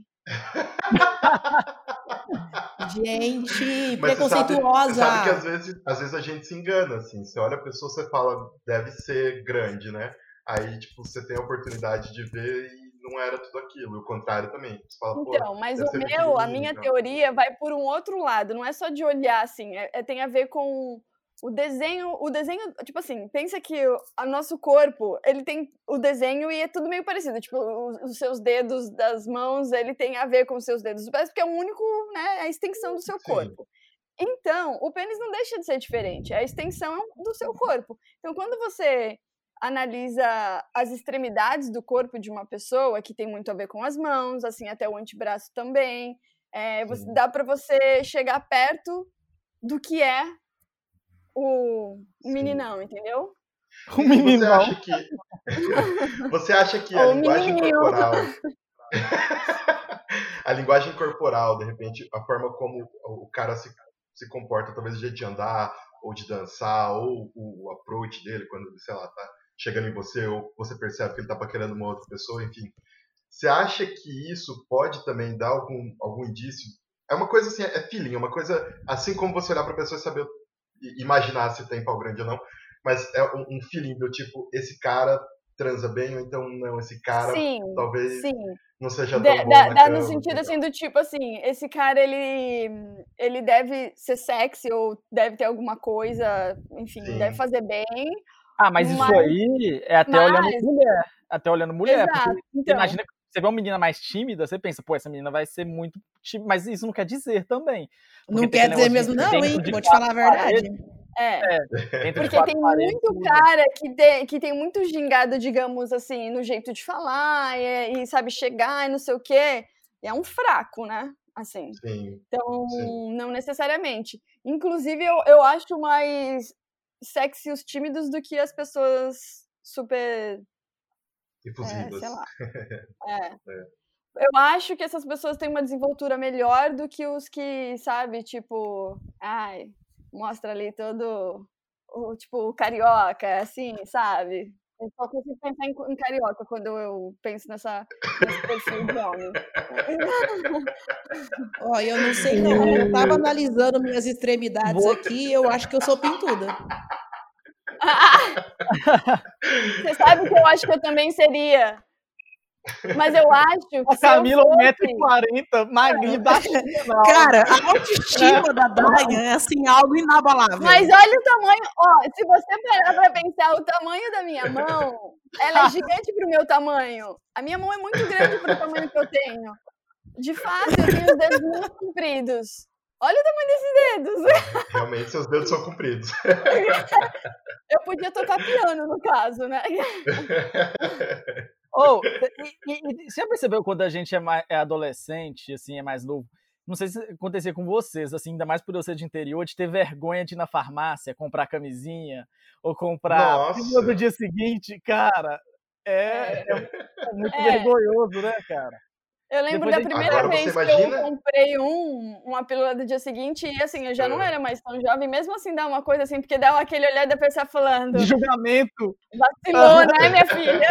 Gente, Mas você sabe, preconceituosa. você sabe que às vezes, às vezes a gente se engana, assim. Você olha a pessoa, você fala, deve ser grande, né? Aí, tipo, você tem a oportunidade de ver e não era tudo aquilo. E o contrário também. Você fala, pô, Então, mas deve o ser meu, a pequenininho, minha então. teoria vai por um outro lado. Não é só de olhar, assim. É, é- tem a ver com o desenho. O desenho, tipo assim, pensa que o a nosso corpo, ele tem o desenho e é tudo meio parecido. Tipo, os, os seus dedos das mãos, ele tem a ver com os seus dedos dos pés, porque é o único, né, é a extensão do seu Sim. corpo. Então, o pênis não deixa de ser diferente, é a extensão do seu corpo. Então, quando você analisa as extremidades do corpo de uma pessoa, que tem muito a ver com as mãos, assim, até o antebraço também, é, você- Sim. dá para você chegar perto do que é o Sim. meninão, entendeu? O Você meninão. acha que. Você acha que a Ou o linguagem menininho. corporal. A linguagem corporal, de repente, a forma como o cara se, se comporta, talvez o jeito de andar, ou de dançar, ou o approach dele, quando, sei lá, tá chegando em você, ou você percebe que ele tá paquerando uma outra pessoa, enfim. Você acha que isso pode também dar algum, algum indício? É uma coisa assim, é feeling, é uma coisa assim como você olhar pra pessoa e saber, i- imaginar se tem pau grande ou não, mas é um, um feeling do tipo, esse cara transa bem, ou então não, esse cara Sim, talvez sim. não seja Dá, tão bom dá- na dá no cama. sentido Legal. assim do tipo assim, esse cara ele ele deve ser sexy ou deve ter alguma coisa, enfim, deve Sim, fazer bem, Ah, mas isso mas aí é até olhando mas mulher. Até olhando mulher, porque exato. Então, imagina que você vê uma menina mais tímida, você pensa, pô, essa menina vai ser muito tímida, mas isso não quer dizer também. Porque Não tem quer aquele dizer negócio de mesmo, não, hein? dentro de Vou te quatro falar a paredes, verdade. é, é, dentro de porque quatro tem paredes muito muda. cara que tem, que tem muito gingado, digamos assim, no jeito de falar e, e sabe chegar e não sei o quê. E é um fraco, né? Assim. sim, Então, sim. não necessariamente. Inclusive, eu, eu acho mais sexy os tímidos do que as pessoas super, é, Efusivas. sei lá. É. É. Eu acho que essas pessoas têm uma desenvoltura melhor do que os que, sabe, tipo, ai, mostra ali todo o, tipo, o carioca, assim, sabe? Eu só consigo pensar em, em carioca quando eu penso nessa, nesse perfil de homem. Ó, eu não sei não. Eu tava analisando minhas extremidades Vou- aqui e eu acho que eu sou pintuda. Você sabe que eu acho que eu também seria. Mas eu acho que A se eu Camila, um metro e fosse. quarenta, magrinha, baixinha na aula. Cara, a autoestima da Dayan é assim, algo inabalável. Mas olha o tamanho, ó, se você parar pra pensar o tamanho da minha mão, ela é gigante pro meu tamanho. A minha mão é muito grande pro tamanho que eu tenho. De fato, eu tenho os dedos muito compridos. Olha o tamanho desses dedos. Realmente, seus dedos são compridos. Eu podia tocar piano, no caso, né? Oh, e, e- e você já percebeu quando a gente é, mais, é adolescente, assim, é mais novo? Não sei se acontecia com vocês, assim, ainda mais por eu ser de interior, de ter vergonha de ir na farmácia, comprar camisinha, ou comprar Nossa. pílula do dia seguinte, cara, é, é, é muito É. vergonhoso, né, cara? Eu lembro Depois da a gente- primeira Agora você vez imagina- que eu comprei um, uma pílula do dia seguinte, e assim, eu já não É. era mais tão jovem, mesmo assim dá uma coisa assim, porque dá aquele olhar da pessoa falando, De julgamento. vacilou, né, minha filha?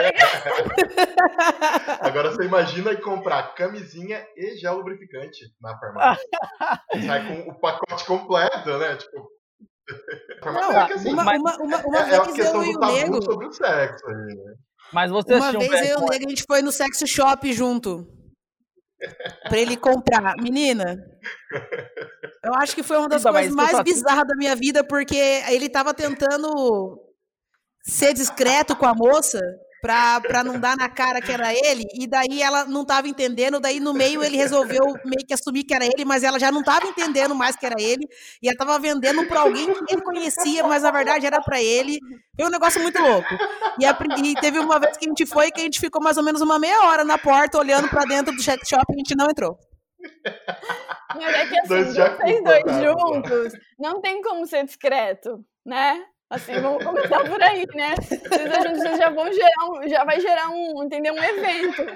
Agora você imagina comprar camisinha e gel lubrificante na farmácia. Sai com o pacote completo, né? Tipo. Não, é que, assim, uma, mas- uma, uma, uma é, é a vez questão eu e do o tabu Nego, sobre o sexo aí, né? Mas vocês uma tinham vez eu e o vergonha. Nego, a gente foi no sex shop junto. Pra ele comprar. Menina, eu acho que foi uma das Então, mas coisas isso que eu mais falo- bizarras da minha vida, porque ele tava tentando ser discreto com a moça pra, pra não dar na cara que era ele, e daí ela não tava entendendo, daí no meio ele resolveu meio que assumir que era ele, mas ela já não tava entendendo mais que era ele, e ela tava vendendo pra alguém que ele conhecia, mas na verdade era pra ele. Foi um negócio muito louco. E, a, e teve uma vez que a gente foi, que a gente ficou mais ou menos uma meia hora na porta, olhando pra dentro do sex shop, e a gente não entrou. Mas é que assim, Dois vocês Jacu dois quadrados lá. juntos, não tem como ser discreto, né? Assim, vamos começar por aí, né? Vocês dois juntos, vocês já vão gerar um, já vai gerar um, entendeu? Um evento.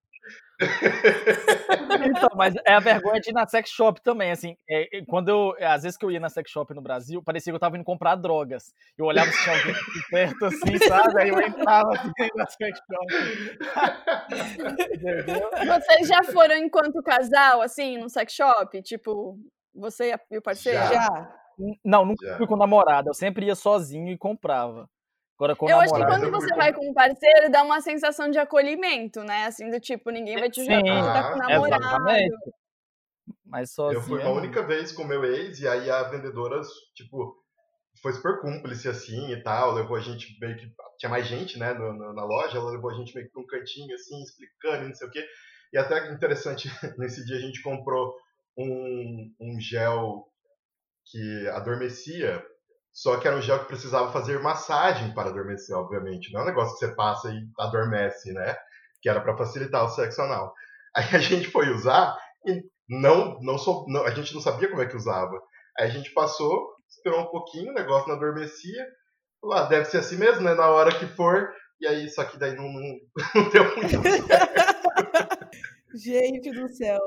Então, mas é a vergonha de ir na sex shop também, assim, é, é, quando eu, às vezes que eu ia na sex shop no Brasil, parecia que eu tava indo comprar drogas, eu olhava se tinha alguém aqui perto, assim, sabe, aí eu entrava assim na sex shop. Entendeu? Vocês já foram enquanto casal, assim, num sex shop? Tipo, você e o parceiro? Já. Já. Não, nunca Já. fui com namorada, eu sempre ia sozinho e comprava. Agora, com Eu acho que namorado... quando você vai com um parceiro, dá uma sensação de acolhimento, né? Assim, do tipo, ninguém vai te julgar porque você tá com um namorado. Exatamente. Mas sozinho... Eu fui uma única vez com o meu ex, e aí a vendedora, tipo, foi super cúmplice, assim, e tal, levou a gente meio que... Tinha mais gente, né, no, no, na loja, ela levou a gente meio que pra um cantinho, assim, explicando, e não sei o quê. E até interessante, nesse dia a gente comprou um, um gel que adormecia, só que era um gel que precisava fazer massagem para adormecer, obviamente. Não é um negócio que você passa e adormece, né? Que era para facilitar o sexo anal. Aí a gente foi usar e não, não, sou, não, a gente não sabia como é que usava. Aí a gente passou, esperou um pouquinho, o negócio não adormecia. Falou, ah, deve ser assim mesmo, né? Na hora que for. E aí, só que daí não, não, não deu muito certo. Gente do céu.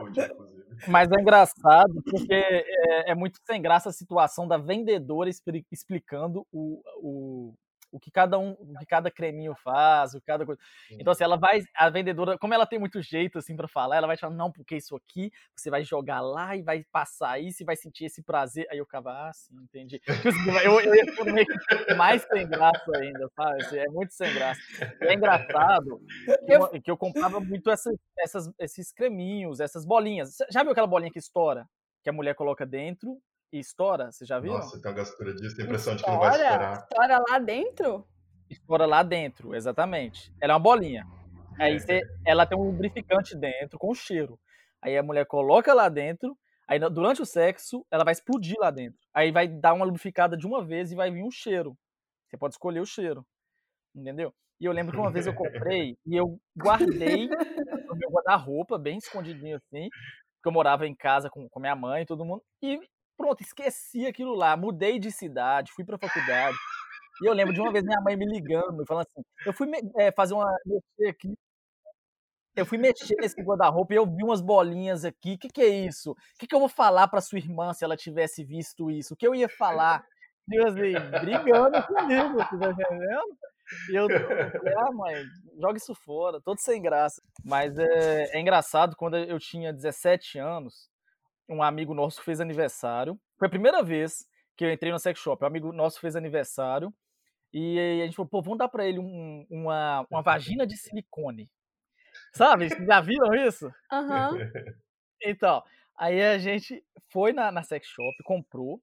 Mas é engraçado porque é, é muito sem graça a situação da vendedora expli- explicando o, o, o que cada um, o que cada creminho faz, o que cada coisa. Então assim, ela vai, a vendedora, como ela tem muito jeito assim para falar, ela vai te falar, não, porque isso aqui você vai jogar lá e vai passar isso e vai sentir esse prazer. Aí eu ficava, ah, sim, entendi. Eu, eu ia ficando meio que mais sem graça ainda, sabe? Assim, é muito sem graça. E é engraçado que eu, que eu comprava muito essas, essas, esses creminhos, essas bolinhas. Já viu aquela bolinha que estoura? Que a mulher coloca dentro e estoura? Você já viu? Nossa, tem uma gastura disso, tem a impressão de que não vai estourar. Estoura lá dentro? Estoura lá dentro, exatamente. Ela é uma bolinha. Aí você, ela tem um lubrificante dentro com cheiro. Aí a mulher coloca lá dentro, aí durante o sexo ela vai explodir lá dentro. Aí vai dar uma lubrificada de uma vez e vai vir um cheiro. Você pode escolher o cheiro. Entendeu? E eu lembro que uma vez eu comprei e eu guardei no meu guarda-roupa, bem escondidinho assim, porque eu morava em casa com, com minha mãe e todo mundo. E pronto, esqueci aquilo lá. Mudei de cidade, fui pra faculdade. E eu lembro de uma vez minha mãe me ligando e falando assim, eu fui é, fazer uma... mexer aqui. Eu fui mexer nesse guarda-roupa e eu vi umas bolinhas aqui. O que, que é isso? O que, que eu vou falar pra sua irmã se ela tivesse visto isso? O que eu ia falar? E eu assim, brigando comigo, você tá entendendo? E eu falei, ah, mãe, joga isso fora, todo sem graça. Mas é, é engraçado, quando eu tinha dezessete anos, um amigo nosso fez aniversário. Foi a primeira vez que eu entrei no sex shop. Um amigo nosso fez aniversário e a gente falou, pô, vamos dar pra ele um, uma, uma vagina de silicone. Sabe? Vocês já viram isso? Aham. Uhum. Então, aí a gente foi na, na sex shop, comprou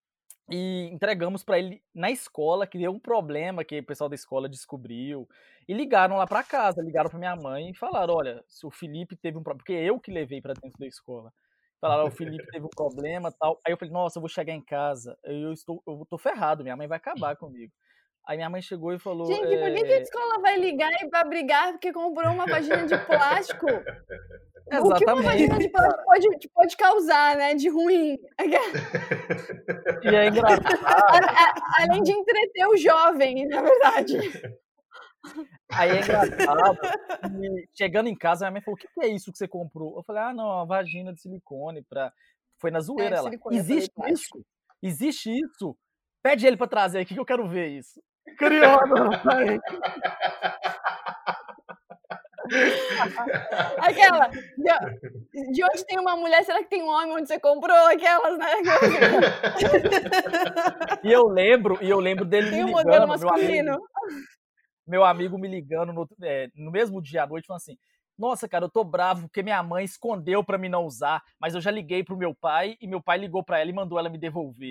e entregamos pra ele na escola, que deu um problema que o pessoal da escola descobriu. E ligaram lá pra casa, ligaram pra minha mãe e falaram, olha, se o Felipe teve um problema, porque eu que levei pra dentro da escola. Falaram, o Felipe teve um problema e tal. Aí eu falei, nossa, eu vou chegar em casa, eu estou, eu tô ferrado, minha mãe vai acabar comigo. Aí minha mãe chegou e falou... Gente, por que, é... que a escola vai ligar e vai brigar porque comprou uma vagina de plástico? Exatamente. O que uma vagina de plástico pode, pode causar, né, de ruim? E é engraçado. Além de entreter o jovem, na verdade. Aí é engraçado. E chegando em casa, minha mãe falou, o que é isso que você comprou? Eu falei, ah, não, uma vagina de silicone. Pra... Foi na zoeira é, ela. Existe isso? Existe isso? Pede ele pra trazer aqui que eu quero ver isso. Curioso, pai. Aquela, de, de onde tem uma mulher, será que tem um homem onde você comprou? Aquelas, né? E eu lembro, e eu lembro dele tem me um ligando. Modelo masculino. Meu amigo, meu amigo me ligando no, é, no mesmo dia à noite, falando assim, nossa, cara, eu tô bravo porque minha mãe escondeu pra mim não usar, mas eu já liguei pro meu pai, e meu pai ligou pra ela e mandou ela me devolver.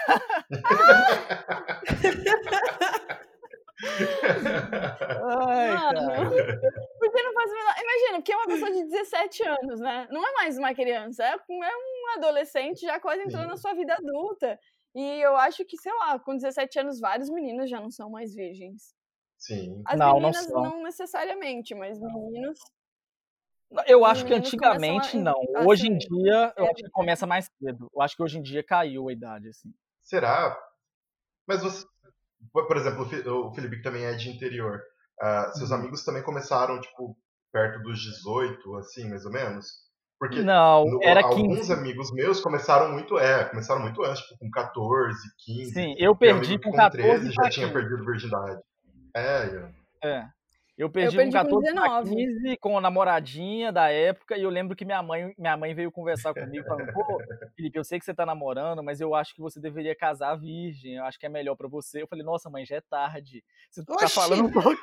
Ai, mano, porque não faz menor... Imagina, porque é uma pessoa de dezessete anos, né? Não é mais uma criança, é um adolescente já quase entrando Sim. na sua vida adulta. E eu acho que, sei lá, com dezessete anos, vários meninos já não são mais virgens. Sim. As não, meninas não, não necessariamente, mas meninos... Eu acho que antigamente a... não. Assim, hoje em dia, eu é, acho que começa mais cedo. Eu acho que hoje em dia caiu a idade, assim. Será? Mas você... Por exemplo, o Felipe, que também é de interior, uh, seus uhum. amigos também começaram, tipo, perto dos dezoito, assim, mais ou menos? Porque não, no, era alguns quinze. amigos meus começaram muito, é, começaram muito antes, tipo, com catorze, quinze. Sim, eu perdi com, com catorze treze, já tinha perdido virgindade. É, é. Eu perdi, Eu perdi com com catorze pra dezenove. quinze com a namoradinha da época, e eu lembro que minha mãe, minha mãe veio conversar comigo, falando, pô, Felipe, eu sei que você tá namorando, mas eu acho que você deveria casar virgem, eu acho que é melhor pra você. Eu falei, nossa, mãe, já é tarde. Você tá Oxi! falando um pouquinho.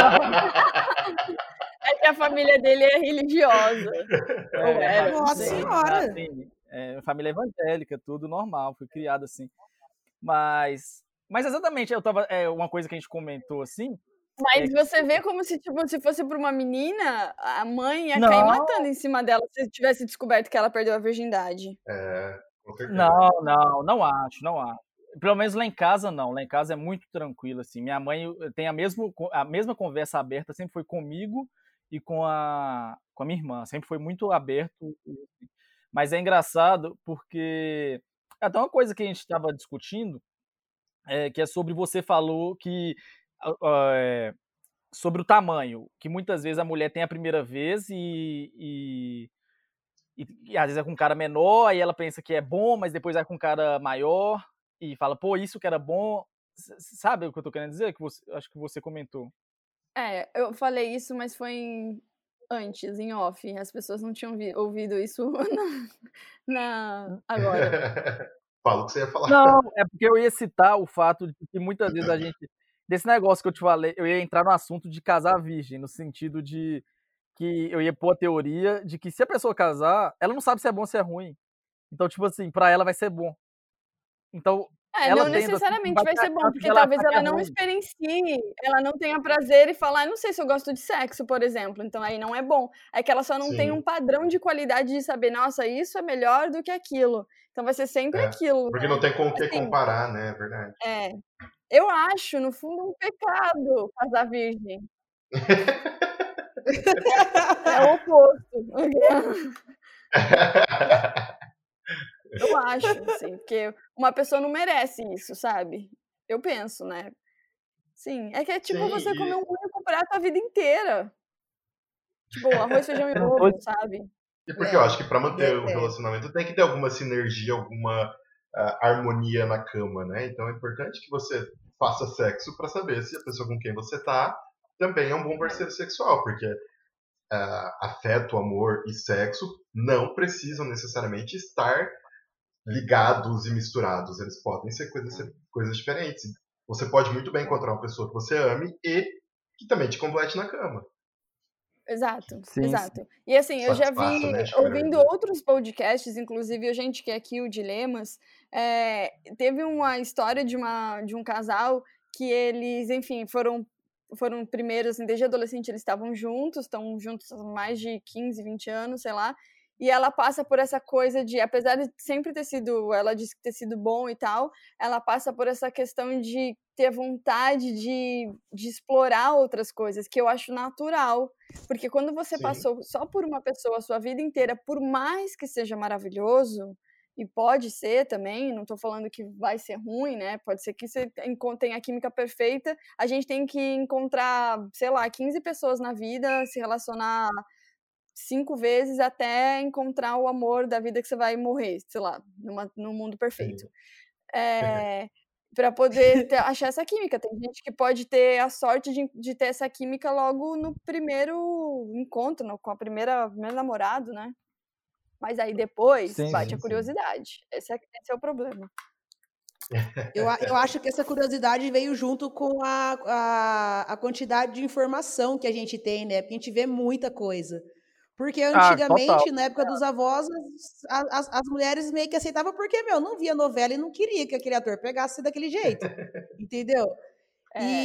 É que a família dele é religiosa. Ou É, era, Nossa não sei. Senhora! assim, é, família evangélica, tudo normal, fui criado assim. Mas, mas exatamente, eu tava, é, uma coisa que a gente comentou assim. Mas é, você vê como se, tipo, se fosse pra uma menina, a mãe ia cair Não. matando em cima dela se tivesse descoberto que ela perdeu a virgindade. É, com certeza. Não, não, não acho, não acho. Pelo menos lá em casa, não. Lá em casa é muito tranquilo, assim. Minha mãe tem a, mesmo, a mesma conversa aberta, sempre foi comigo e com a, com a minha irmã. Sempre foi muito aberto. Mas é engraçado porque até uma coisa que a gente estava discutindo, é, que é sobre você falou que é, sobre o tamanho, que muitas vezes a mulher tem a primeira vez e, e, e, e às vezes é com um cara menor, aí ela pensa que é bom, mas depois é com um cara maior e fala, pô, isso que era bom. S- Sabe o que eu tô querendo dizer? Que você, acho que você comentou. É, eu falei isso, mas foi em- antes, em off. As pessoas não tinham vi- ouvido isso na, na- agora. Fala o que você ia falar. Não, é porque eu ia citar o fato de que muitas vezes a gente. Desse negócio que eu te falei, eu ia entrar no assunto de casar virgem, no sentido de que eu ia pôr a teoria de que se a pessoa casar, ela não sabe se é bom ou se é ruim. Então, tipo assim, pra ela vai ser bom. Então, É, ela não tendo assim, necessariamente vai vai ter a ser bom, chance porque dela talvez achar que ela é não ruim. experiencie, ela não tenha prazer e falar, não sei se eu gosto de sexo, por exemplo, então aí não é bom. É que ela só não tem um Sim. padrão de qualidade de saber, nossa, isso é melhor do que aquilo. Então vai ser sempre É, aquilo, porque né? não tem com o que Assim, comparar, né? É verdade. é, eu acho, no fundo, um pecado casar virgem. É o oposto. Eu acho, assim, porque uma pessoa não merece isso, sabe? Eu penso, né? Sim, é que é tipo Sim, você comer um e, único prato a vida inteira. Tipo, arroz, feijão e Eu não tô- ovo, sabe? e porque eu É, acho que para manter o é, relacionamento tem que ter alguma sinergia, alguma ah, harmonia na cama, né? Então é importante que você faça sexo para saber se a pessoa com quem você tá também é um bom parceiro sexual, porque ah, afeto, amor e sexo não precisam necessariamente estar ligados e misturados. Eles podem ser coisas, ser coisas diferentes. Você pode muito bem encontrar uma pessoa que você ame e que também te complete na cama. Exato, Sim, sim. exato. E assim, eu já vi, Satisfaça, né? Acho que é melhor ouvindo dizer. outros podcasts, inclusive a gente que é aqui, o Dilemas, é, teve uma história de, uma, de um casal que eles, enfim, foram, foram primeiros, assim, desde adolescente eles estavam juntos, estão juntos há mais de quinze, vinte anos, sei lá, e ela passa por essa coisa de, apesar de sempre ter sido, ela disse que ter sido bom e tal, ela passa por essa questão de ter vontade de, de explorar outras coisas, que eu acho natural. Porque quando você Sim. passou só por uma pessoa a sua vida inteira, por mais que seja maravilhoso, e pode ser também, não estou falando que vai ser ruim, né? Pode ser que você tenha a química perfeita. A gente tem que encontrar, sei lá, quinze pessoas na vida, se relacionar cinco vezes até encontrar o amor da vida que você vai morrer, sei lá, numa, num mundo perfeito. Sim. É, para poder ter- achar essa química. Tem gente que pode ter a sorte de, de ter essa química logo no primeiro encontro, no, com a primeira primeiro namorado, né? Mas aí depois Sim, bate sim, a sim. curiosidade. Esse é, esse é o problema. Eu, a- eu acho que essa curiosidade veio junto com a, a, a quantidade de informação que a gente tem, né? Porque a gente vê muita coisa. Porque Ah, total. antigamente, na época dos avós, as, as, as mulheres meio que aceitavam porque, meu, não via novela e não queria que aquele ator pegasse daquele jeito. Entendeu? É,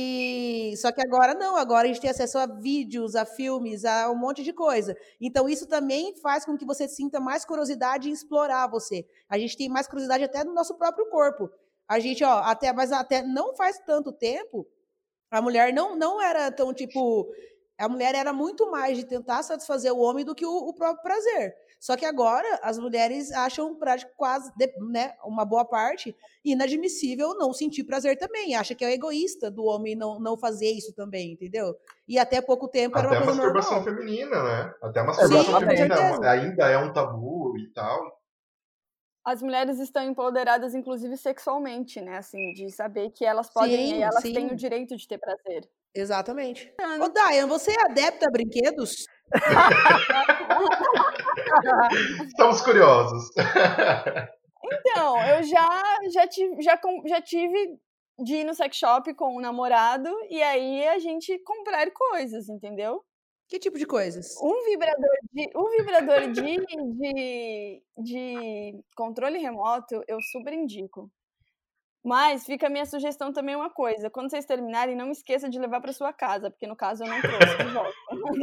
E só que agora não, agora a gente tem acesso a vídeos, a filmes, a um monte de coisa. Então isso também faz com que você sinta mais curiosidade em explorar você. A gente tem mais curiosidade até no nosso próprio corpo. A gente, ó, até, mas até não faz tanto tempo, a mulher não, não era tão tipo. A mulher era muito mais de tentar satisfazer o homem do que o, o próprio prazer. Só que agora as mulheres acham prático quase, né, uma boa parte, inadmissível não sentir prazer também. Acha que é egoísta do homem não, não fazer isso também, entendeu? E até pouco tempo era Até uma a coisa masturbação normal. feminina, né? Até a masturbação Sim, com feminina é uma- certeza. ainda é um tabu e tal. as mulheres estão empoderadas, inclusive sexualmente, né? Assim, de saber que elas podem, Sim, elas têm o sim. direito de ter prazer. Exatamente. Ô, Dayan, você é adepta a brinquedos? Estamos curiosos. Então, eu já, já, tive, já, já tive de ir no sex shop com um namorado e aí a gente comprar coisas, entendeu? Que tipo de coisas? Um vibrador de, um vibrador de, de, de controle remoto eu super indico. Mas fica a minha sugestão também uma coisa. Quando vocês terminarem, não esqueça de levar para sua casa, porque no caso eu não trouxe de volta.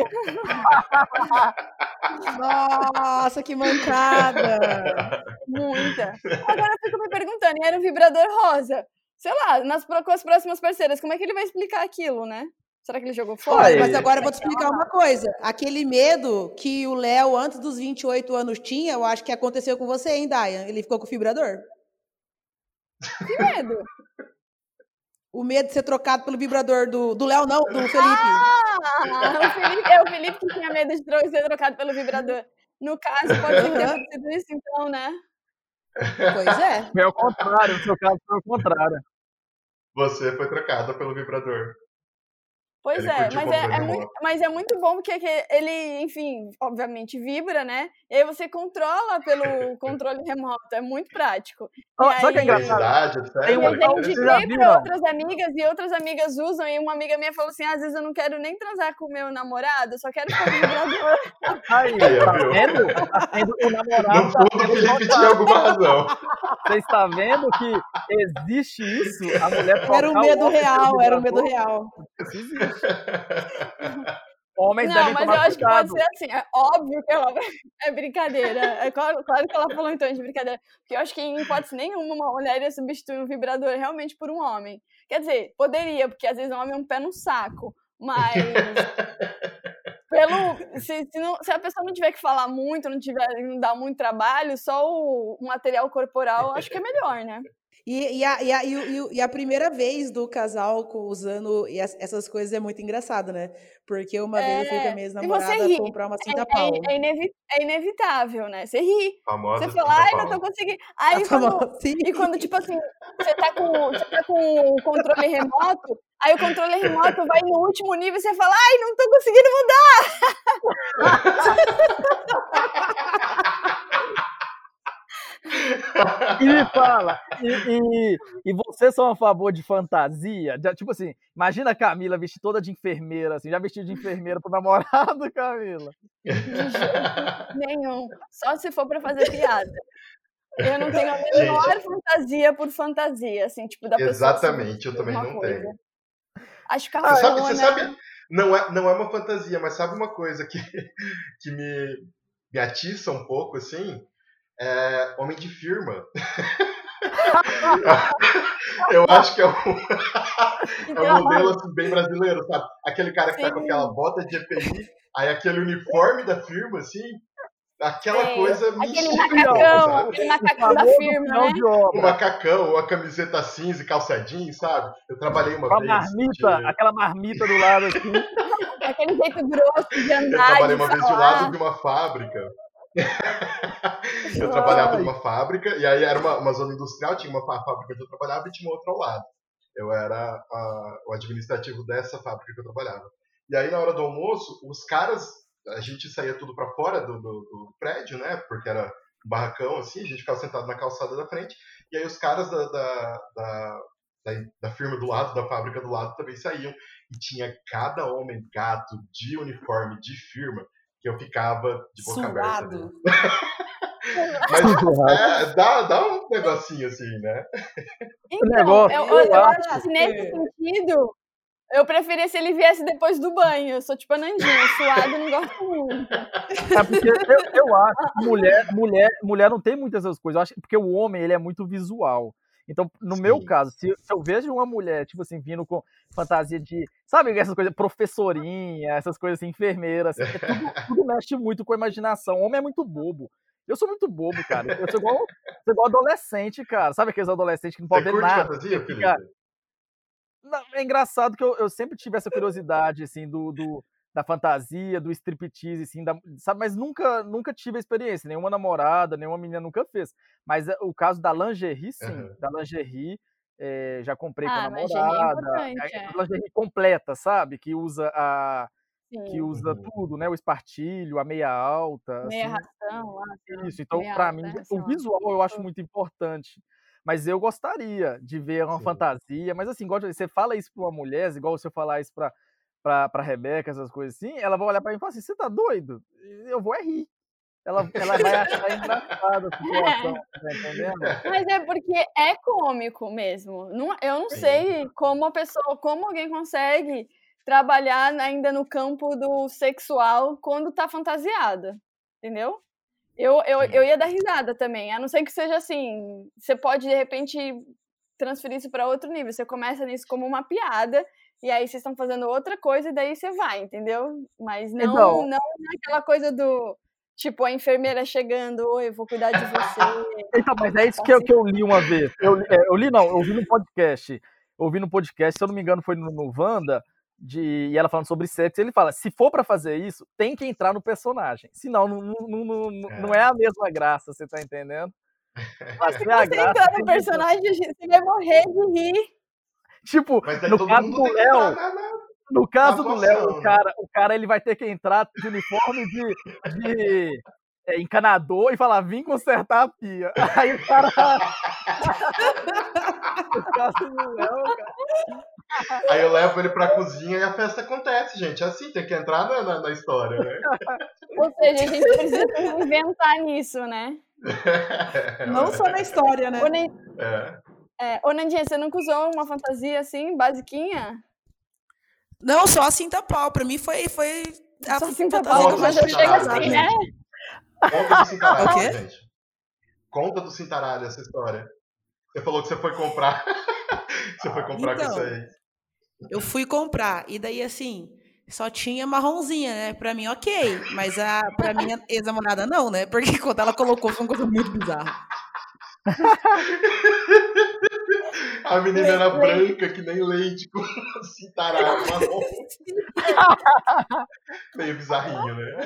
Nossa, que mancada! Muita. Agora eu fico me perguntando, e era um vibrador rosa? Sei lá, nas, com as próximas parceiras, como é que ele vai explicar aquilo, né? Será que ele jogou fora? Olha, mas agora eu vou te explicar uma coisa. Aquele medo que o Léo, antes dos vinte e oito anos, tinha, eu acho que aconteceu com você, hein, Dayan? Ele ficou com o vibrador? Que medo? O medo de ser trocado pelo vibrador do, do Léo, não, do Felipe. Ah, o Felipe, é o Felipe que tinha medo de tro- ser trocado pelo vibrador. No caso, pode ser que tenha acontecido isso, então, né? Pois é. Foi ao contrário, no seu caso foi ao contrário. Você foi trocada pelo vibrador. Pois Ele é, curtiu o mas é, controle é muito, remoto. mas é muito bom porque que ele, enfim, obviamente vibra, né? E aí você controla pelo controle remoto, é muito prático. Ó, E sabe o que é aí- engraçado? Velocidade, etcétera. Tem E uma- aí eu Vocês já indiquei viram? para outras amigas e outras amigas usam, e uma amiga minha falou assim, às vezes eu não quero nem transar com o meu namorado, eu só quero ficar com o vibrador. Aí, Aí, ó, tá viu? vendo? Tá vendo? O namorado No tá fundo, o sendo Felipe notado. tinha alguma razão. Você está vendo que existe isso? A mulher Era um trocar medo o homem pelo real, era um medo vibrador? real. Isso existe. Homens Não, devem mas tomar eu acho que cuidado. pode ser assim, é óbvio que ela é brincadeira, é claro, claro que ela falou então de brincadeira, porque eu acho que em hipótese nenhuma uma mulher ia substituir um vibrador realmente por um homem. Quer dizer, poderia, porque às vezes o homem é um pé no saco, mas pelo, se, se, não, se a pessoa não tiver que falar muito, não tiver, não dar muito trabalho, só o material corporal, acho que é melhor, né? E, e, a, e, a, e, o- e a primeira vez do casal co- usando e as- essas coisas é muito engraçado, né? Porque uma vez eu fui com a minha E você ex-namorada ri, comprar uma é, cinta é, pau. é inevi- é inevitável, né? Você ri. Famosa Você fala, ai, não tô cinta-pau. conseguindo. A Aí quando, famosa- Sim. e quando, tipo assim, você tá, com, você tá com o controle remoto, aí o controle remoto vai no último nível e você fala, ai, não tô conseguindo mudar. E me fala, e, e, e vocês são a favor de fantasia? Já, tipo assim, imagina a Camila vestir toda de enfermeira, assim, já vestiu de enfermeira pro namorado, Camila. De jeito nenhum. Só se for pra fazer piada. Eu não tenho a menor Gente. fantasia por fantasia, assim, tipo, da pessoa. Exatamente, eu substituir também alguma não coisa. tenho. Acho Ah, Você sabe, cafona. você sabe não, é, não é uma fantasia, mas sabe uma coisa que, que me, me atiça um pouco, assim? É homem de firma. Eu acho que é um, é um modelo assim, bem brasileiro, sabe? Aquele cara que tá com Sim. aquela bota de E P I, aí aquele uniforme da firma, assim, aquela Sei. coisa me Aquele instiga, macacão, sabe? aquele O macacão da famoso firma, final né? de O obra. macacão, a camiseta cinza e calça jeans, sabe? Eu trabalhei uma Com a vez. marmita, de- aquela marmita do lado, assim. Aquele jeito grosso de Eu andar, trabalhei de uma vez do falar. lado de uma fábrica. Eu trabalhava Ai. numa fábrica, e aí era uma, uma zona industrial, tinha uma fá- fábrica que eu trabalhava e tinha uma outra ao lado. Eu era a- o administrativo dessa fábrica que eu trabalhava. E aí, na hora do almoço, os caras, a gente saía tudo pra fora do, do- do prédio, né? Porque era um barracão, assim, a gente ficava sentado na calçada da frente, e aí os caras da, da, da, da, da firma do lado, da fábrica do lado, também saíam. E tinha cada homem gato de uniforme de firma que eu ficava de boca aberta. né? Suado. Mas é, dá, dá um negocinho assim, né? Então, negócio, eu, eu eu, eu acho acho que nesse sentido, eu preferia se ele viesse depois do banho. Eu sou tipo a Nandinha, suado eu não gosto muito. É porque eu, eu acho que mulher, mulher, mulher não tem muitas essas coisas. Eu acho que porque o homem ele é muito visual. Então, no Sim. meu caso, se, se eu vejo uma mulher, tipo assim, vindo com fantasia de, sabe, essas coisas, professorinha, essas coisas assim, enfermeira, assim, é tudo, tudo mexe muito com a imaginação. O homem é muito bobo. Eu sou muito bobo, cara. Eu sou igual, sou igual adolescente, cara. Sabe aqueles adolescentes que não Você podem ver curte nada? fantasia, Felipe? Fica- Não, é engraçado que eu, eu sempre tive essa curiosidade, assim, do, do- da fantasia, do striptease, assim, da- sabe? Mas nunca, nunca tive a experiência. Nenhuma namorada, nenhuma menina nunca fez. Mas é, o caso da lingerie, sim. Aham. Da lingerie, É, já comprei Ah, com a mas lingerie é namorada. importante, É, é. lingerie completa, sabe? Que usa a que Sim, usa Uhum. tudo, né? O espartilho, a meia alta, meia assim. ração lá, sei lá, Isso. Então, meia pra alta, mim, né, o sei lá. visual eu acho muito importante. Mas eu gostaria de ver uma Sim. fantasia. Mas assim, igual eu- você fala isso pra uma mulher, igual se eu falar isso pra, pra, pra Rebeca, essas coisas assim, ela vai olhar pra mim e falar assim: você tá doido? Eu vou é rir. Ela, ela vai achar engraçada a situação, tá entendendo? Mas é porque é cômico mesmo. Não, eu não Sim. sei como a pessoa, como alguém consegue trabalhar ainda no campo do sexual quando tá fantasiada, entendeu? Eu, eu, Sim. eu ia dar risada também, a não ser que seja assim, você pode de repente transferir isso para outro nível, você começa nisso como uma piada, e aí vocês estão fazendo outra coisa e daí você vai, entendeu? Mas não, Então, não aquela coisa do, tipo, a enfermeira chegando, oi, eu vou cuidar de você. então, mas é isso que eu, que eu li uma vez. Eu, li- é, eu li, não, eu ouvi no podcast. Eu ouvi no podcast, se eu não me engano, foi no, no Wanda, de, e ela falando sobre sexo. Ele fala: se for pra fazer isso, tem que entrar no personagem. Senão, não, não, não, não, não é a mesma graça, você tá entendendo? Mas se Fazer a você graça entrar tem no que entrar. personagem, você vai morrer de rir. Tipo, Mas daí no todo caso mundo do tem que entrar Léo, na, na, no na caso do Léo, o atuação, né? cara, o cara ele vai ter que entrar de uniforme de, de é, encanador e falar: vim consertar a pia. Aí o cara. No caso do Léo, cara. Aí eu levo ele pra cozinha e a festa acontece, gente. É assim, tem que entrar na, na, na história, né? Ou seja, a gente precisa se inventar nisso, né? Não só na história, né? Ô, Nan- É. é, ô, Nandinha, você nunca usou uma fantasia assim, basiquinha? Não, só a cinta pau. Pra mim foi, foi a Só cinta fantasia pau, que eu mas mais já fui chega Caralho, assim, usar, né? gente. Conta do cintaralho, O quê? gente. Conta do cintaralho essa história. Você falou que você foi comprar. Você foi comprar com isso Então, aí. eu fui comprar, e daí assim, só tinha marronzinha, né? Pra mim, ok. Mas a, pra minha ex-namorada, não, né? Porque quando ela colocou, foi uma coisa muito bizarra. A menina Le- era le- branca, que nem leite, com cintaralho marrom. Meio bizarrinho, né?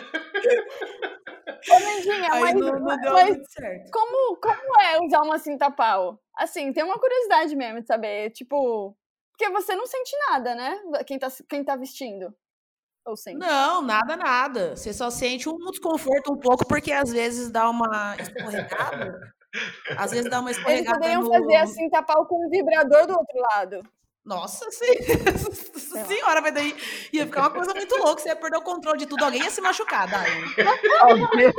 Ô, Nandinha, Aí mas, não, não deu mas muito certo. como, como é usar uma cinta pau? Assim, tem uma curiosidade mesmo de saber, tipo... Porque você não sente nada, né? Quem tá, quem tá vestindo. Ou sente? Não, nada, nada. Você só sente um desconforto um pouco, porque às vezes dá uma escorregada. Às vezes dá uma Eles escorregada poderiam fazer a no... cinta pau com um vibrador do outro lado. Nossa sim. Senhora, mas daí ia ficar uma coisa muito louca. Você ia perder o controle de tudo. Alguém ia se machucar, Daiane. Alguém-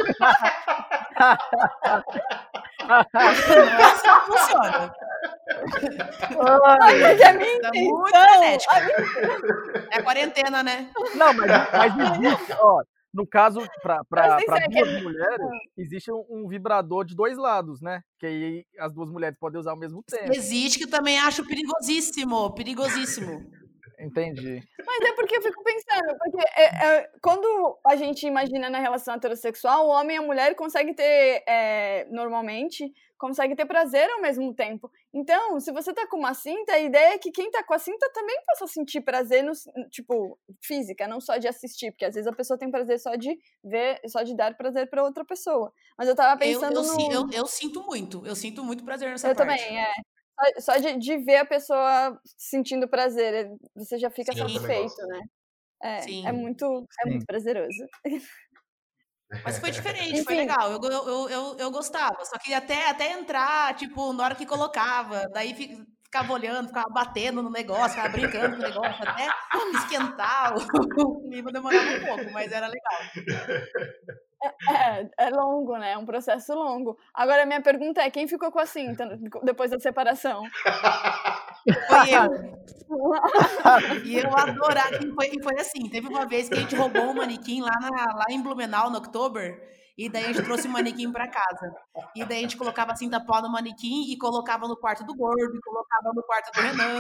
Não é assim que funciona. Ai, Mas é minha Tá muito intenção. frenética. É a quarentena, né? não, mas, mas existe, ó, no caso, para Presta atenção, duas aquele- mulheres, existe um, um vibrador de dois lados, né? Que aí as duas mulheres podem usar ao mesmo tempo. Existe, que eu também acho perigosíssimo. Perigosíssimo. Entendi. Mas é porque eu fico pensando, porque é, é, quando a gente imagina na relação heterossexual, o homem e a mulher conseguem ter, é, normalmente, conseguem ter prazer ao mesmo tempo. Então, se você tá com uma cinta, a ideia é que quem tá com a cinta também possa sentir prazer, no, tipo, física, não só de assistir, porque às vezes a pessoa tem prazer só de ver, só de dar prazer pra outra pessoa. Mas eu tava Eu, pensando eu, no... si- eu, eu sinto muito. Eu sinto muito prazer nessa Eu parte. também, é. Só- Só de, de ver a pessoa sentindo prazer, é- você já fica Sim. Eu também satisfeito, gosto. né? É, Sim. é muito, é Sim. muito prazeroso. Mas foi diferente, foi Enfim. legal. Eu, eu, eu, eu, eu gostava. Só que até, até entrar, tipo, na hora que colocava, daí fi- ficava olhando, ficava batendo no negócio, ficava brincando com o negócio, até esquentar o clima demorava um pouco, mas era legal. É, é longo, né? É um processo longo. Agora, a minha pergunta é, quem ficou com a cinta depois da separação? Foi eu. E eu adorava. E foi, e foi assim: teve uma vez que a gente roubou um manequim lá, na, lá em Blumenau, no Oktober, e daí a gente trouxe o manequim pra casa. E daí a gente colocava a cinta pau no manequim e colocava no quarto do Gordo, e colocava no quarto do Renan.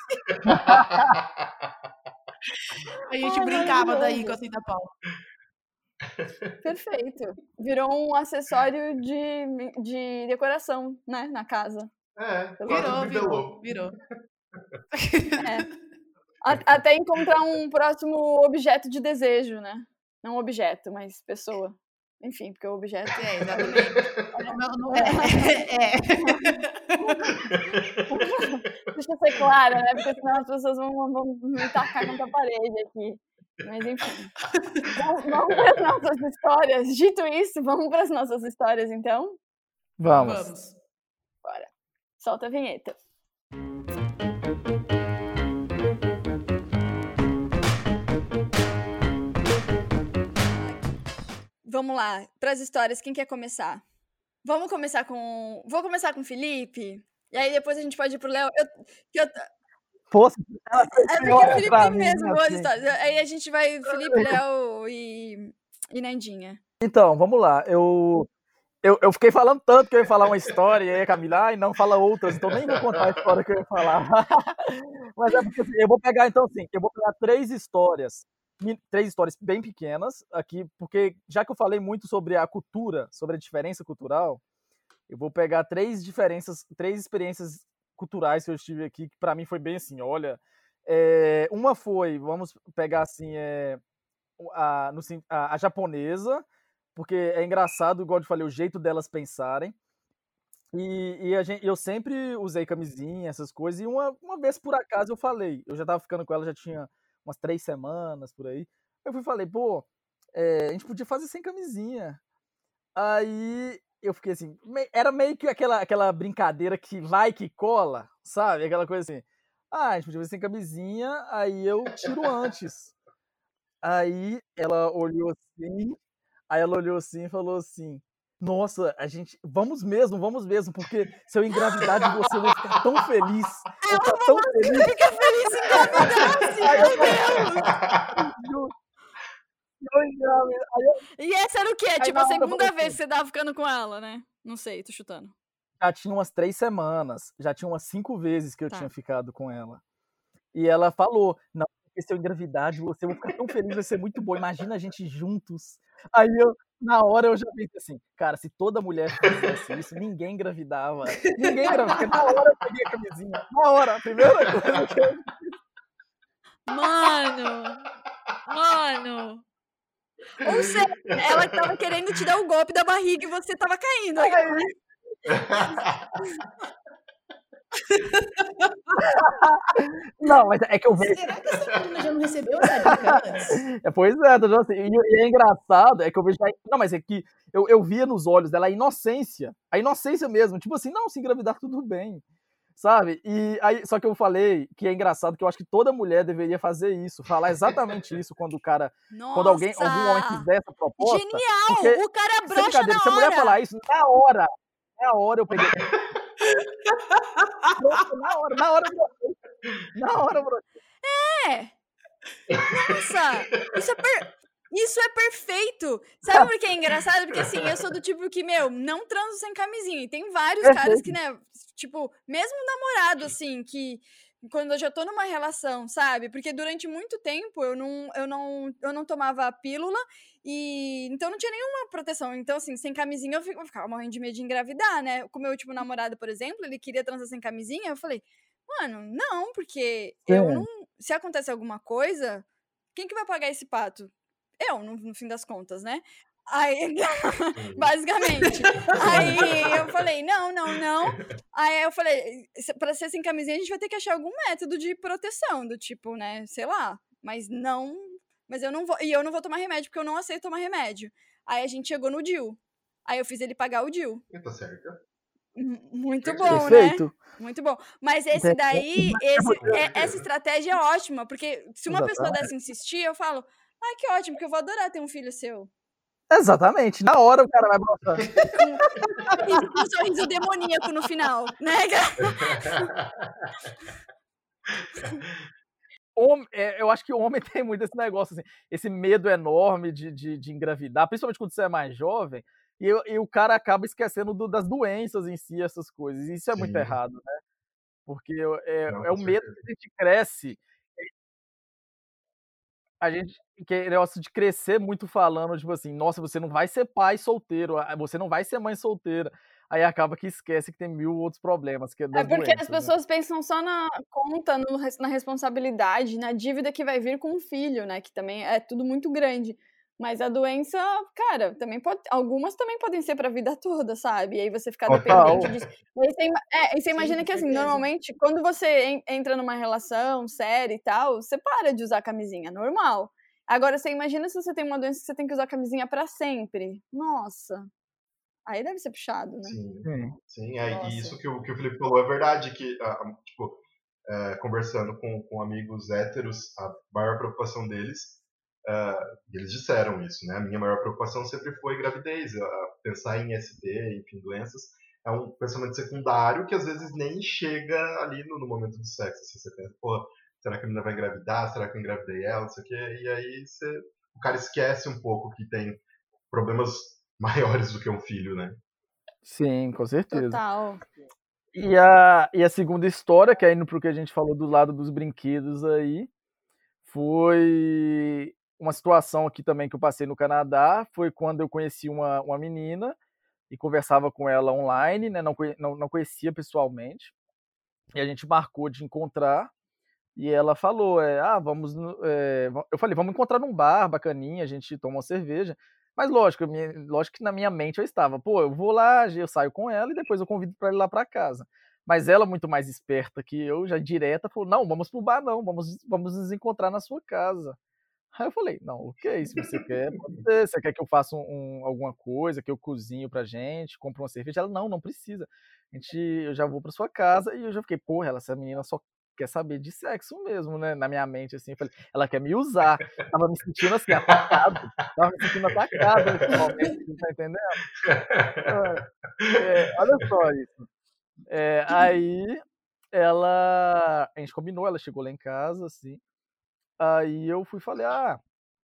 A gente Ai, brincava daí maravilhoso. com a cinta pau. Perfeito. Virou um acessório de, de decoração, né? Na casa. É, Virou, quase Virou, bibelô. virou, virou. A- Até encontrar um próximo objeto de desejo, né? Não objeto, mas pessoa. Enfim, porque o objeto... É, exatamente. Não, não, é, é. deixa eu ser clara, né? Porque senão as pessoas vão, vão me tacar contra a parede aqui. Mas enfim. Vamos, vamos para as nossas histórias. Dito isso, vamos para as nossas histórias, então? Vamos. Vamos. Bora. Solta a vinheta. Vamos lá, para as histórias, quem quer começar? Vamos começar com... Vou começar com o Felipe, e aí depois a gente pode ir pro Léo. Eu... Eu... Fosse, é porque o Felipe tem mim, mesmo boas assim. histórias. Aí a gente vai Felipe, Léo e... e Nandinha. Então, vamos lá. Eu, eu, eu fiquei falando tanto que eu ia falar uma história, e aí a Camila, ai, não fala outras, então nem vou contar a história que eu ia falar. Mas é porque assim, eu vou pegar, então, assim, eu vou pegar três histórias, três histórias bem pequenas aqui, porque já que eu falei muito sobre a cultura, sobre a diferença cultural, eu vou pegar três diferenças, três experiências culturais que eu tive aqui, que para mim foi bem assim, olha, é, uma foi, vamos pegar assim, é, a, no, a, a japonesa, porque é engraçado, igual eu falei, o jeito delas pensarem, e, e a gente, eu sempre usei camisinha, essas coisas, e uma, uma vez por acaso eu falei, eu já tava ficando com ela, já tinha umas três semanas, por aí, eu fui falei, pô, é, a gente podia fazer sem camisinha. Aí eu fiquei assim, era meio que aquela, aquela brincadeira que vai que cola, sabe? Aquela coisa assim, ah, a gente podia fazer sem camisinha, aí eu tiro antes. Aí ela olhou assim, aí ela olhou assim e falou assim, nossa, a gente, vamos mesmo, vamos mesmo, porque se eu engravidar de você, eu vou ficar tão feliz, eu vou ficar tão feliz. Fica feliz em engravidar, assim, meu Deus! Eu engravidei. Aí eu... E essa era o quê? Aí Tipo, na a hora eu segunda falei vez assim, que você tava ficando com ela, né? Não sei, tô chutando. já tinha umas três semanas, já tinha umas cinco vezes que eu Tá. tinha ficado com ela. E ela falou, não, porque se eu engravidar de você, eu vou ficar tão feliz, vai ser muito bom, imagina a gente juntos. Aí eu, na hora eu já pensei assim, cara, se toda mulher fizesse isso, ninguém engravidava. Ninguém engravidava, na hora eu peguei a camisinha, na hora, a primeira coisa que eu... Mano! Mano! Ou seja, ela tava querendo te dar o golpe da barriga e você tava caindo. Não, mas é que eu vejo... Será que essa menina já não recebeu essa dica antes? É, pois é, tô assim, e, e é engraçado, é que eu vejo... Não, mas é que eu, eu via nos olhos dela a inocência, a inocência mesmo, tipo assim, não, se engravidar tudo bem, sabe? E aí, só que eu falei que é engraçado, que eu acho que toda mulher deveria fazer isso, falar exatamente isso quando o cara, Nossa! quando alguém, algum homem fizer essa proposta. Genial! Porque, o cara sem brocha brincadeira, na se a mulher hora! falar isso, na hora, na hora eu peguei... na hora, na hora, na hora, bro. É! Nossa! Isso é, per... isso é perfeito! Sabe por que é engraçado? Porque assim, eu sou do tipo que, meu, não transo sem camisinha. E tem vários Perfeito. caras que, né, tipo, mesmo namorado, assim, que quando eu já tô numa relação, sabe? Porque durante muito tempo eu não, eu não, eu não tomava pílula e então não tinha nenhuma proteção. Então, assim, sem camisinha eu ficava, eu ficava morrendo de medo de engravidar, né? Com o meu último namorado, por exemplo, ele queria transar sem camisinha, eu falei, mano, não, porque eu não. Se acontece alguma coisa, quem que vai pagar esse pato? Eu, no, no fim das contas, né? Aí, basicamente. Aí eu falei, não, não, não. Aí eu falei, pra ser sem camisinha, a gente vai ter que achar algum método de proteção, do tipo, né, sei lá. Mas não, mas eu não vou, e eu não vou tomar remédio, porque eu não aceito tomar remédio. Aí a gente chegou no D I U. Aí eu fiz ele pagar o D I U. Tá certo. Muito bom, Perfeito. né? Muito bom. Mas esse daí, esse, é, essa estratégia é ótima, porque se uma pessoa dessa insistir, eu falo, ah, que ótimo, porque eu vou adorar ter um filho seu. Exatamente, na hora o cara vai brotar. Com um sorriso demoníaco no final, né? Homem, é, eu acho que o homem tem muito esse negócio, assim, esse medo enorme de, de, de engravidar, principalmente quando você é mais jovem, e, e o cara acaba esquecendo do, das doenças em si, essas coisas. E isso é Sim. muito errado, né? Porque é, Não, é o medo que a gente cresce. A gente que negócio de crescer muito falando, tipo assim, nossa, você não vai ser pai solteiro, você não vai ser mãe solteira. Aí acaba que esquece que tem mil outros problemas. Que é, é porque doenças, as pessoas né? pensam só na conta, no, na responsabilidade, na dívida que vai vir com o filho, né? Que também é tudo muito grande. Mas a doença, cara, também pode. Algumas também podem ser pra vida toda, sabe? E aí você ficar Total. dependente disso. E aí você, é, e você Sim, imagina com que, assim, certeza. normalmente, quando você en- entra numa relação séria e tal, você para de usar camisinha, normal. Agora, você imagina se você tem uma doença que você tem que usar camisinha pra sempre. Nossa. Aí deve ser puxado, né? Sim, Sim. sim. É, Nossa. e isso que o, que o Felipe falou é verdade, que, ah, tipo, é, conversando com, com amigos héteros, a maior preocupação deles, ah, e eles disseram isso, né? A minha maior preocupação sempre foi gravidez, ah, pensar em S T, enfim, doenças, é um pensamento secundário que às vezes nem chega ali no, no momento do sexo, assim, você pensa, pô, será que a menina vai engravidar? Será que eu engravidei ela? Não sei o quê, e aí você, o cara esquece um pouco que tem problemas maiores do que um filho, né? Sim, com certeza. Total. E a, e a segunda história, que é indo pro que a gente falou do lado dos brinquedos aí, foi uma situação aqui também que eu passei no Canadá, foi quando eu conheci uma, uma menina e conversava com ela online, né? Não, conhe- não, não conhecia pessoalmente, e a gente marcou de encontrar, e ela falou, é, ah, vamos, no- é, va- eu falei, vamos encontrar num bar bacaninha, a gente toma uma cerveja, mas lógico, a minha- lógico que na minha mente eu estava, pô, eu vou lá, eu saio com ela e depois eu convido para ir lá para casa. Mas ela, muito mais esperta que eu, já direta, falou, não, vamos pro bar não, vamos, vamos nos encontrar na sua casa. Aí eu falei, não, ok, se você quer, pode ser. Você quer que eu faça um, um- alguma coisa, que eu cozinho pra gente, compre uma cerveja? Ela, não, não precisa. A gente, eu já vou pra sua casa e eu já fiquei, porra, ela, essa menina só quer saber de sexo mesmo, né? Na minha mente, assim, eu falei, ela quer me usar. Tava me sentindo assim, atacado. Tava me sentindo atacado nesse momento, você tá entendendo? É, olha só isso. É, aí ela, a gente combinou, ela chegou lá em casa, assim. Aí eu fui e falei, ah,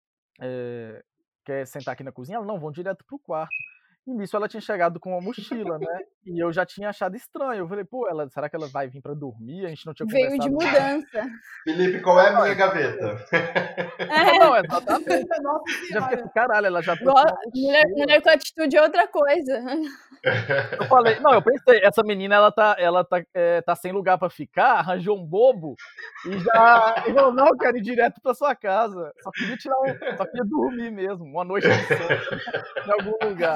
é, quer sentar aqui na cozinha? Ela, não, vão direto pro quarto. E nisso ela tinha chegado com uma mochila, né? E eu já tinha achado estranho. Eu falei, pô, ela, será que ela vai vir pra dormir? A gente não tinha Veio de conversado nada. mudança. Felipe, qual é a minha gaveta? É, Não, exatamente. Nossa Já fiquei senhora. assim, caralho, ela já trouxe igual- uma mulher, mochila. mulher com atitude é outra coisa. Eu falei, não, eu pensei, essa menina, ela tá, ela tá, é, tá sem lugar pra ficar, arranjou um bobo e já. E falou, não, eu quero ir direto pra sua casa. Só queria tirar um. Só queria dormir mesmo, uma noite de sono em algum lugar.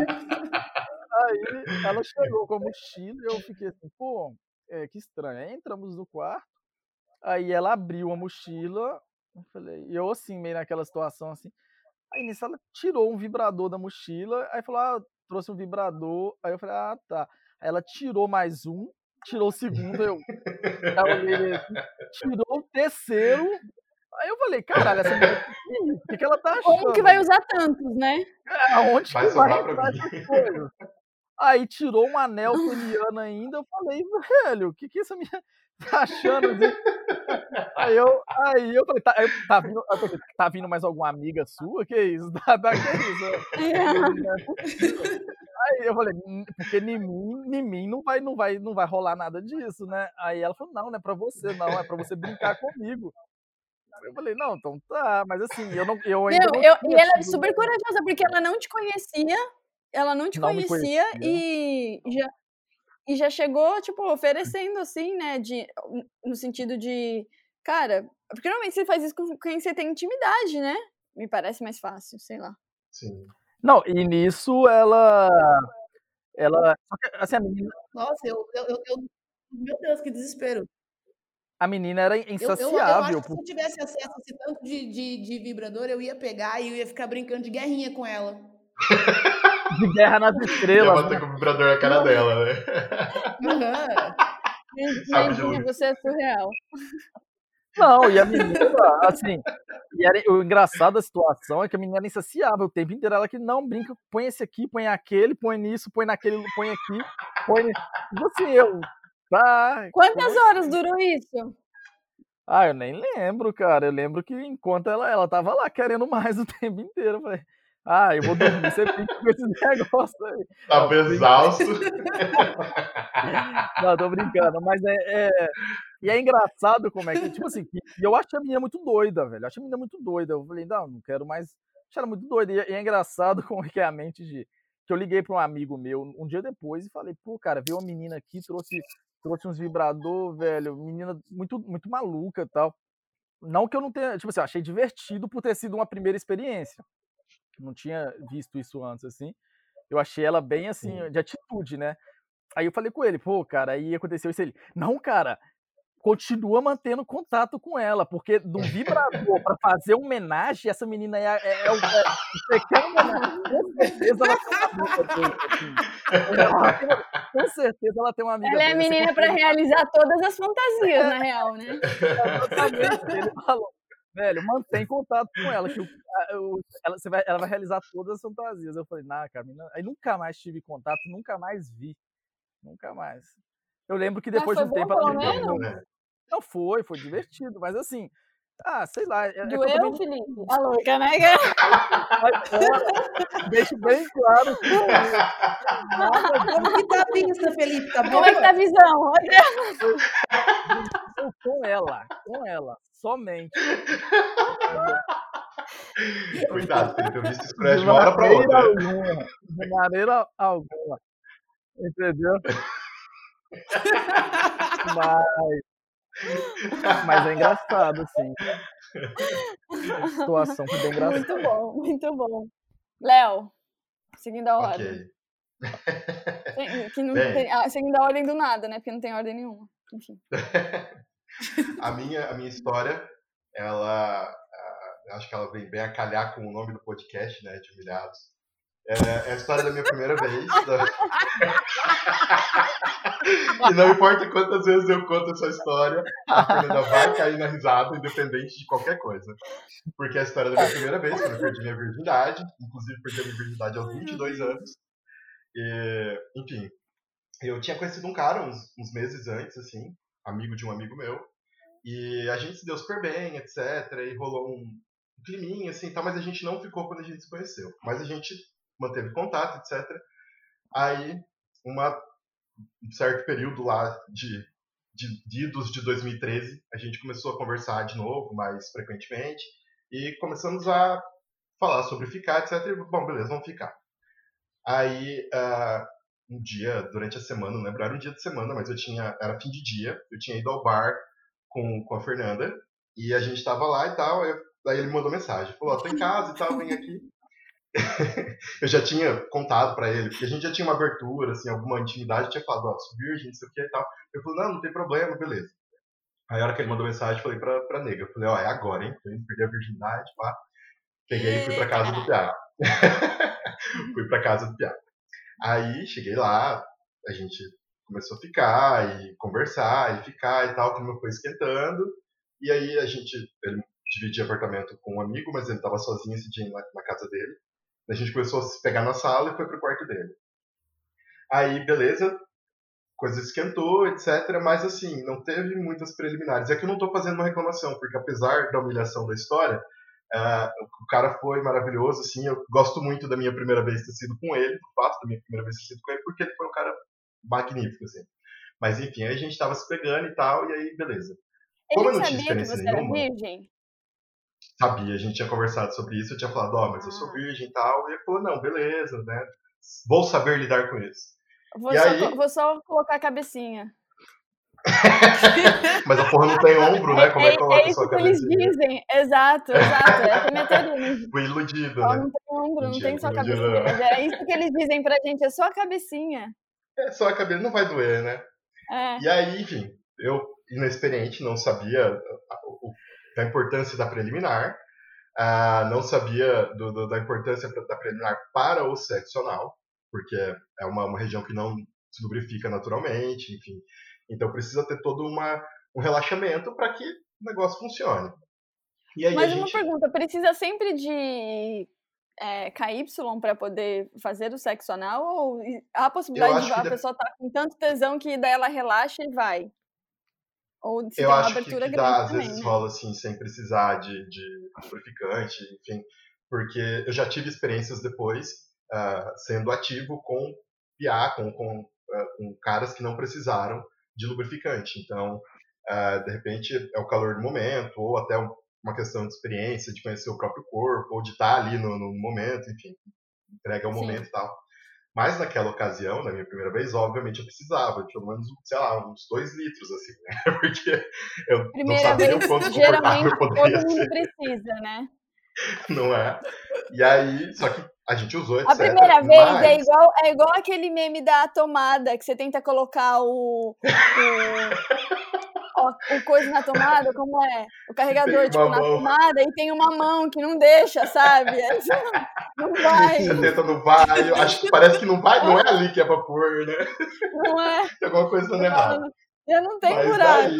Aí ela chegou com a mochila e eu fiquei assim, pô, é, que estranho. Aí entramos no quarto, aí ela abriu a mochila, eu falei, e eu assim, meio naquela situação assim. Aí nisso ela tirou um vibrador da mochila, aí falou, ah, trouxe um vibrador. Aí eu falei, ah, tá. Aí ela tirou mais um, tirou o segundo, eu já olhei assim, tirou o terceiro. Aí eu falei, caralho, essa menina, que é isso? O que, que ela tá achando? Como que vai usar tantos, né? Aonde Vai que vai sobrar pra entrar mim. essas coisas? Aí tirou um anel toniano ainda, eu falei, velho, o que que essa menina tá achando? Assim? Aí eu, aí eu falei, tá, eu, tá, vindo, eu pensei, tá vindo mais alguma amiga sua? Que isso? Tá, tá, que isso? Aí eu falei, "Hum, porque em mim, em mim não vai, não vai, não vai rolar nada disso, né? Aí ela falou, não, não é pra você, não, é pra você brincar comigo. Eu falei, não, então tá, mas assim, eu, não, eu ainda Meu, não eu, e tinha ela é tido, super corajosa, porque ela não te conhecia, ela não te não me conhecia conhecia. e já, e já chegou, tipo, oferecendo assim, né, de, no sentido de, cara, porque normalmente você faz isso com quem você tem intimidade, né? Me parece mais fácil, sei lá. Sim. Não, e nisso ela, ela, só que, assim, a menina, Nossa, eu, eu, eu, eu- Meu Deus, que desespero. a menina era Eu, eu, eu insaciável, acho que se eu tivesse acesso a esse tanto de, de, de vibrador, eu ia pegar e eu ia ficar brincando de guerrinha com ela. de Guerra nas Ia Estrelas, bater né? com o vibrador na cara Não. dela, né? Aham. Sabe de Imagina, luz. você é surreal. Não, e a menina, assim, e era, o engraçado da situação é que a menina era insaciável o tempo inteiro. Ela que não brinca, põe esse aqui, põe aquele, põe nisso, põe naquele, põe aqui, põe. ni- Tipo assim, eu. Tá. Quantas como horas assim? durou isso? Ah, eu nem lembro, cara. Eu lembro que enquanto ela, ela tava lá querendo mais o tempo inteiro. Eu falei, ah, eu vou dormir, você fica com esse negócio aí. Tava Não, tô exausto. Não, tô brincando, mas é, é- E é engraçado como é que, tipo assim, que- e eu acho a menina muito doida, velho. Eu acho a menina muito doida. Eu falei, não, não quero mais. Acho ela muito doida. E é e é engraçado como é que é a mente de. Que eu liguei pra um amigo meu um dia depois e falei, pô, cara, veio uma menina aqui, trouxe, trouxe uns vibrador, velho. Menina muito, muito maluca e tal. Não que eu não tenha. Tipo assim, eu achei divertido por ter sido uma primeira experiência. não tinha visto isso antes, assim. Eu achei ela bem, assim, Sim. de atitude, né? Aí eu falei com ele, pô, cara, aí aconteceu isso. Ele, não, cara, continua mantendo contato com ela, porque do vibrador pra fazer uma homenagem, essa menina é, é, é, o- é você quer uma homenagem, com certeza ela tem uma amiga dele, assim. Ela tem uma- com certeza ela tem uma amiga Ela é a dele. Você menina pra consegue- realizar todas as fantasias, na real, né? Exatamente. Ele falou, velho, mantém contato com ela, que o- a- o- ela, você vai, ela vai realizar todas as fantasias. Eu falei, nah, cara, menina... Aí nunca mais tive contato, nunca mais vi. Nunca mais. Eu lembro que Mas depois foi de um bom, tempo ela pelo me menos? perguntou. né? Não foi, foi divertido, mas assim, ah, sei lá. É, é que eu Doeu, também não Felipe? A louca, né? mas fora, deixo bem claro que não é nada Como que tá a pista, Felipe? Tá Como boa? é que tá a visão? Olha. disso com ela, com ela, somente. Cuidado, Felipe, eu vi isso escurecer De de uma hora pra maneira outra. alguma. De maneira alguma. Entendeu? Mas, mas é engraçado, assim. A situação foi bem engraçada. Muito bom, muito bom. Léo, seguindo a ordem. Ok. Sem- que não Bem. tem, ah, seguindo a ordem do nada, né? Porque não tem ordem nenhuma. Enfim. A minha, a minha história, ela, ah, eu acho que ela vem bem a calhar com o nome do podcast, né, de Humilhados. É, é a história da minha primeira vez. da- E não importa quantas vezes eu conto essa história, a Fernanda vai cair na risada, independente de qualquer coisa. Porque é a história da minha primeira vez, quando eu perdi minha virgindade, inclusive perdi a minha virgindade aos vinte e dois anos. E, enfim, eu tinha conhecido um cara uns, uns meses antes, assim, amigo de um amigo meu, e a gente se deu super bem, etcétera. E rolou um climinha, assim, tá, mas a gente não ficou quando a gente se conheceu. Mas a gente manteve contato, etcétera. Aí, uma, um certo período lá de, de, de idos de dois mil e treze, a gente começou a conversar de novo, mais frequentemente, e começamos a falar sobre ficar, etcétera. E, bom, beleza, vamos ficar. Aí, ah, um dia, durante a semana, não lembro, era um dia de semana, mas eu tinha, era fim de dia, eu tinha ido ao bar com, com a Fernanda, e a gente tava lá e tal, eu, daí ele me mandou mensagem, falou, ó, tô em casa e tal, vem aqui. Eu já tinha contado pra ele, porque a gente já tinha uma abertura, assim, alguma intimidade, eu tinha falado, ó, sou virgem, não sei o que e tal. Eu falei, não, não tem problema, beleza. Aí a hora que ele mandou mensagem, eu falei pra, pra nega, eu falei, ó, é agora, hein, tô indo perder a virgindade, pá. Peguei e fui pra casa do Piá. Fui pra casa do Piá. Aí cheguei lá, a gente começou a ficar e conversar e ficar e tal, o clima foi esquentando. E aí a gente, ele dividia apartamento com um amigo, mas ele tava sozinho esse dia na, na casa dele. A gente começou a se pegar na sala e foi pro quarto dele. Aí, beleza, coisa esquentou, etcétera. Mas assim, não teve muitas preliminares. É que eu não tô fazendo uma reclamação, porque apesar da humilhação da história, Uh, o cara foi maravilhoso, assim, eu gosto muito da minha primeira vez ter sido com ele, do fato da minha primeira vez ter sido com ele, porque ele foi um cara magnífico, assim. Mas enfim, aí a gente tava se pegando e tal, e aí beleza. Como Ele eu não tinha sabia que experiência você era nenhuma, virgem? sabia, a gente tinha conversado sobre isso, eu tinha falado, ó, oh, mas eu sou virgem e tal, e ele falou, não, beleza, né, vou saber lidar com isso. Vou, E só, aí- vou só colocar a cabecinha. Mas a porra não tem ombro, né, como é que coloca é a sua isso que eles cabecinha? dizem. Exato, exato. Essa é a minha teoria. Fui iludido, Só né. não tem ombro, não Mentira, tem só não iludido, cabecinha. não. Mas é isso que eles dizem pra gente, é só a cabecinha. É só a cabeça, não vai doer, né. É. E aí, enfim, eu, inexperiente, não sabia a- o- da importância da preliminar, ah, não sabia do- do- da importância da preliminar para o sexo anal, porque é uma, uma região que não se lubrifica naturalmente, enfim. Então precisa ter todo uma, um relaxamento para que o negócio funcione. E aí Mas a uma gente... pergunta, precisa sempre de é, K Y pra poder fazer o sexo anal? Ou há a possibilidade Eu de acho que a deve- pessoa estar com tanto tesão que daí ela relaxa e vai? Ou se Eu tem uma acho que, abertura que grande dá, às também, vezes né? rola assim, sem precisar de, de lubrificante, enfim. Porque eu já tive experiências depois, ah, sendo ativo com P A, com, com, ah, com caras que não precisaram de lubrificante. Então, ah, de repente, é o calor do momento, ou até um- uma questão de experiência, de conhecer o próprio corpo, ou de estar ali no, no momento, enfim. Entrega ao Sim. momento e tal. Mas naquela ocasião, na minha primeira vez, obviamente eu precisava de pelo menos, sei lá, uns dois litros, assim, né? Porque eu não Primeira sabia vez, o quanto geralmente confortável poderia todo mundo ser. precisa, né? Não é? E aí, só que a gente usou, etcétera. A primeira vez mas... é, igual, é igual aquele meme da tomada, que você tenta colocar o... o... o coisa na tomada, como é? O carregador, tipo, na mão. tomada, e tem uma mão que não deixa, sabe? Aí você não vai. Você tenta, não vai. Acho que parece que não vai, não é ali que é pra pôr, né? Não é. Tem alguma coisa dando errado. Eu não tenho Mas buraco. daí...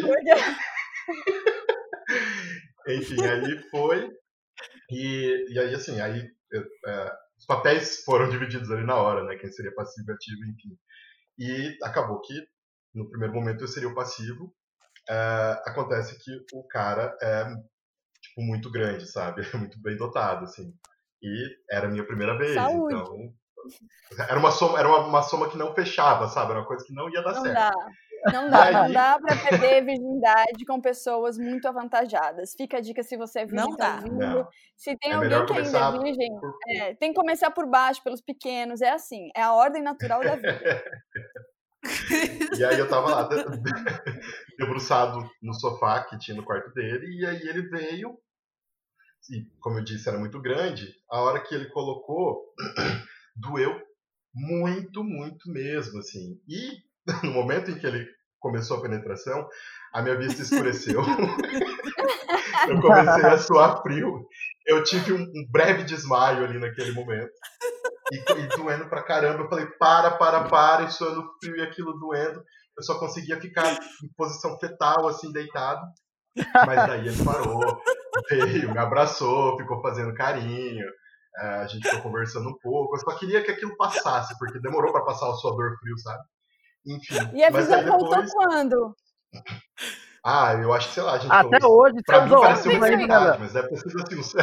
Porque... Enfim, aí foi. E, e aí, assim, aí é, os papéis foram divididos ali na hora, né? Quem seria passivo e ativo, enfim. E acabou que, no primeiro momento, eu seria o passivo. É, acontece que o cara é, tipo, muito grande, sabe? É muito bem dotado, assim. E era a minha primeira vez, Saúde. Então... Era uma soma, era uma, uma soma que não fechava, sabe? Era uma coisa que não ia dar não certo. Dá. Não dá, aí... não dá pra perder virgindade com pessoas muito avantajadas. Fica a dica se você é virgem, Não tá dá. ouvindo. Não. Se tem É alguém melhor que ainda começar é virgem, por- é, tem que começar por baixo, pelos pequenos. É assim, é a ordem natural da vida. E aí eu tava lá, de- debruçado no sofá que tinha no quarto dele, e aí ele veio, e como eu disse, era muito grande, a hora que ele colocou, doeu muito, muito mesmo, assim. E no momento em que ele começou a penetração, a minha vista escureceu. Eu comecei a suar frio. Eu tive um, um breve desmaio ali naquele momento. E, e doendo pra caramba. Eu falei, para, para, para. E suando frio e aquilo doendo. Eu só conseguia ficar em posição fetal, assim, deitado. Mas daí ele parou, veio, me abraçou, ficou fazendo carinho. É, a gente ficou conversando um pouco. Eu só queria que aquilo passasse, porque demorou pra passar o suador frio, sabe? Enfim. E a mas visão aí voltou depois... quando? Ah, eu acho que, sei lá, a gente Até falou hoje, isso. Pra mim você parece usou uma ainda, eternidade, né? mas deve ter sido assim, não sei.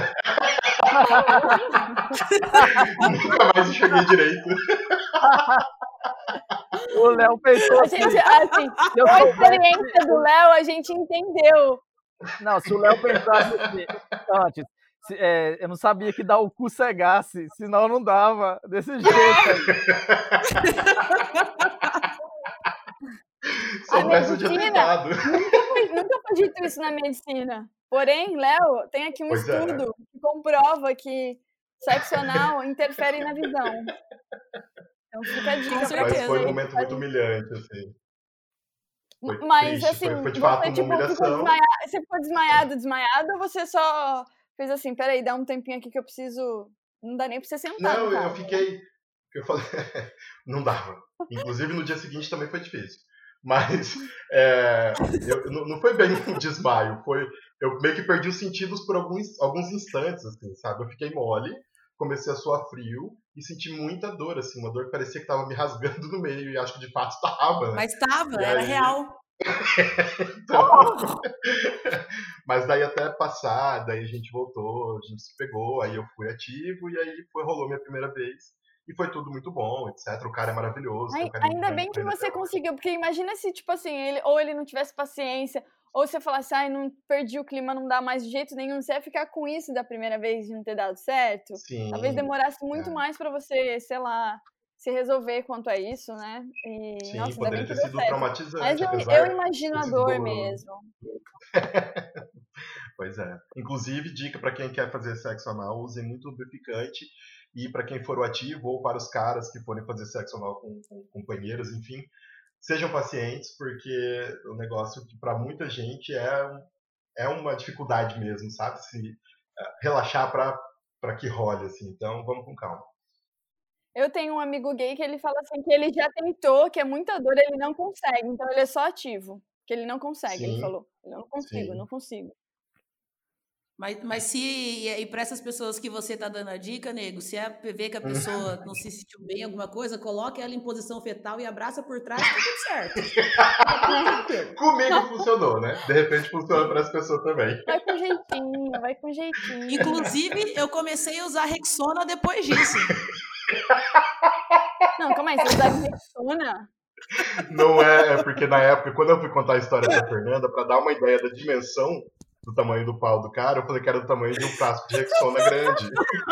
Nunca mais enxerguei direito. O Léo pensou A assim. gente, assim, eu com a soubesse- experiência do Léo, a gente entendeu. Não, se o Léo pensasse assim, antes, se- é, eu não sabia que dar o cu cegasse, senão não dava desse jeito. Só A peço de medicina- atentado. Nunca foi, nunca foi dito isso na medicina. Porém, Léo, tem aqui um Pois é. estudo que comprova que sexo anal interfere na visão. Então fica a dica Com pra certeza. Mas foi um vocês. momento muito humilhante, assim. Foi Mas triste, assim, foi, foi de fato você, uma tipo, ficou humilhação. desmaiado, você ficou desmaiado, desmaiado, ou você só fez assim, peraí, dá um tempinho aqui que eu preciso. Não dá nem pra você sentar. Não, no eu caso. fiquei. Eu falei, não dava. Inclusive no dia seguinte também foi difícil. Mas é, eu, não, não foi bem um desmaio, foi. Eu meio que perdi os sentidos por alguns, alguns instantes, assim, sabe? Eu fiquei mole, comecei a suar frio e senti muita dor, assim, uma dor que parecia que tava me rasgando no meio, e acho que de fato tava, né? Mas tava, E era aí? real. Então, mas daí até passar, daí a gente voltou, a gente se pegou, aí eu fui ativo e aí foi, rolou minha primeira vez. E foi tudo muito bom, etcétera. O cara é maravilhoso. tem Ai, um carinho ainda grande bem por que ele você até hoje. conseguiu, porque imagina se, tipo assim, ele, ou ele não tivesse paciência, ou você falasse, ai, não perdi o clima, não dá mais de jeito nenhum, você ia ficar com isso da primeira vez de não ter dado certo. Sim. Talvez demorasse muito é. mais pra você, sei lá, se resolver quanto a isso, né? E, Sim, nossa, ainda poderia bem que ter deu sido certo. traumatizante. Mas eu, apesar eu de imagino ter a sido dor doloroso. mesmo. Pois é. Inclusive, dica para quem quer fazer sexo anal, use muito lubrificante. E para quem for o ativo, ou para os caras que forem fazer sexo anal com, com companheiros, enfim, sejam pacientes, porque o negócio que para muita gente é, um- é uma dificuldade mesmo, sabe? Se eh, relaxar para que role, assim. Então, vamos com calma. Eu tenho um amigo gay que ele fala assim que ele já tentou, que é muita dor, ele não consegue, então ele é só ativo. Que ele não consegue, ele Sim, falou. Eu não consigo, sim. não consigo. Mas, mas se. E para essas pessoas que você tá dando a dica, nego, se é ver que a pessoa não se sentiu bem em alguma coisa, coloque ela em posição fetal e abraça por trás, tá tudo certo. Comigo funcionou, né? De repente funciona para as pessoas também. Vai com jeitinho, vai com jeitinho. Inclusive, eu comecei a usar Rexona depois disso. Não, calma aí, você usaram Rexona? Não é, é porque na época, quando eu fui contar a história da Fernanda, para dar uma ideia da dimensão do tamanho do pau do cara, eu falei que era do tamanho de um frasco de Rexona grande.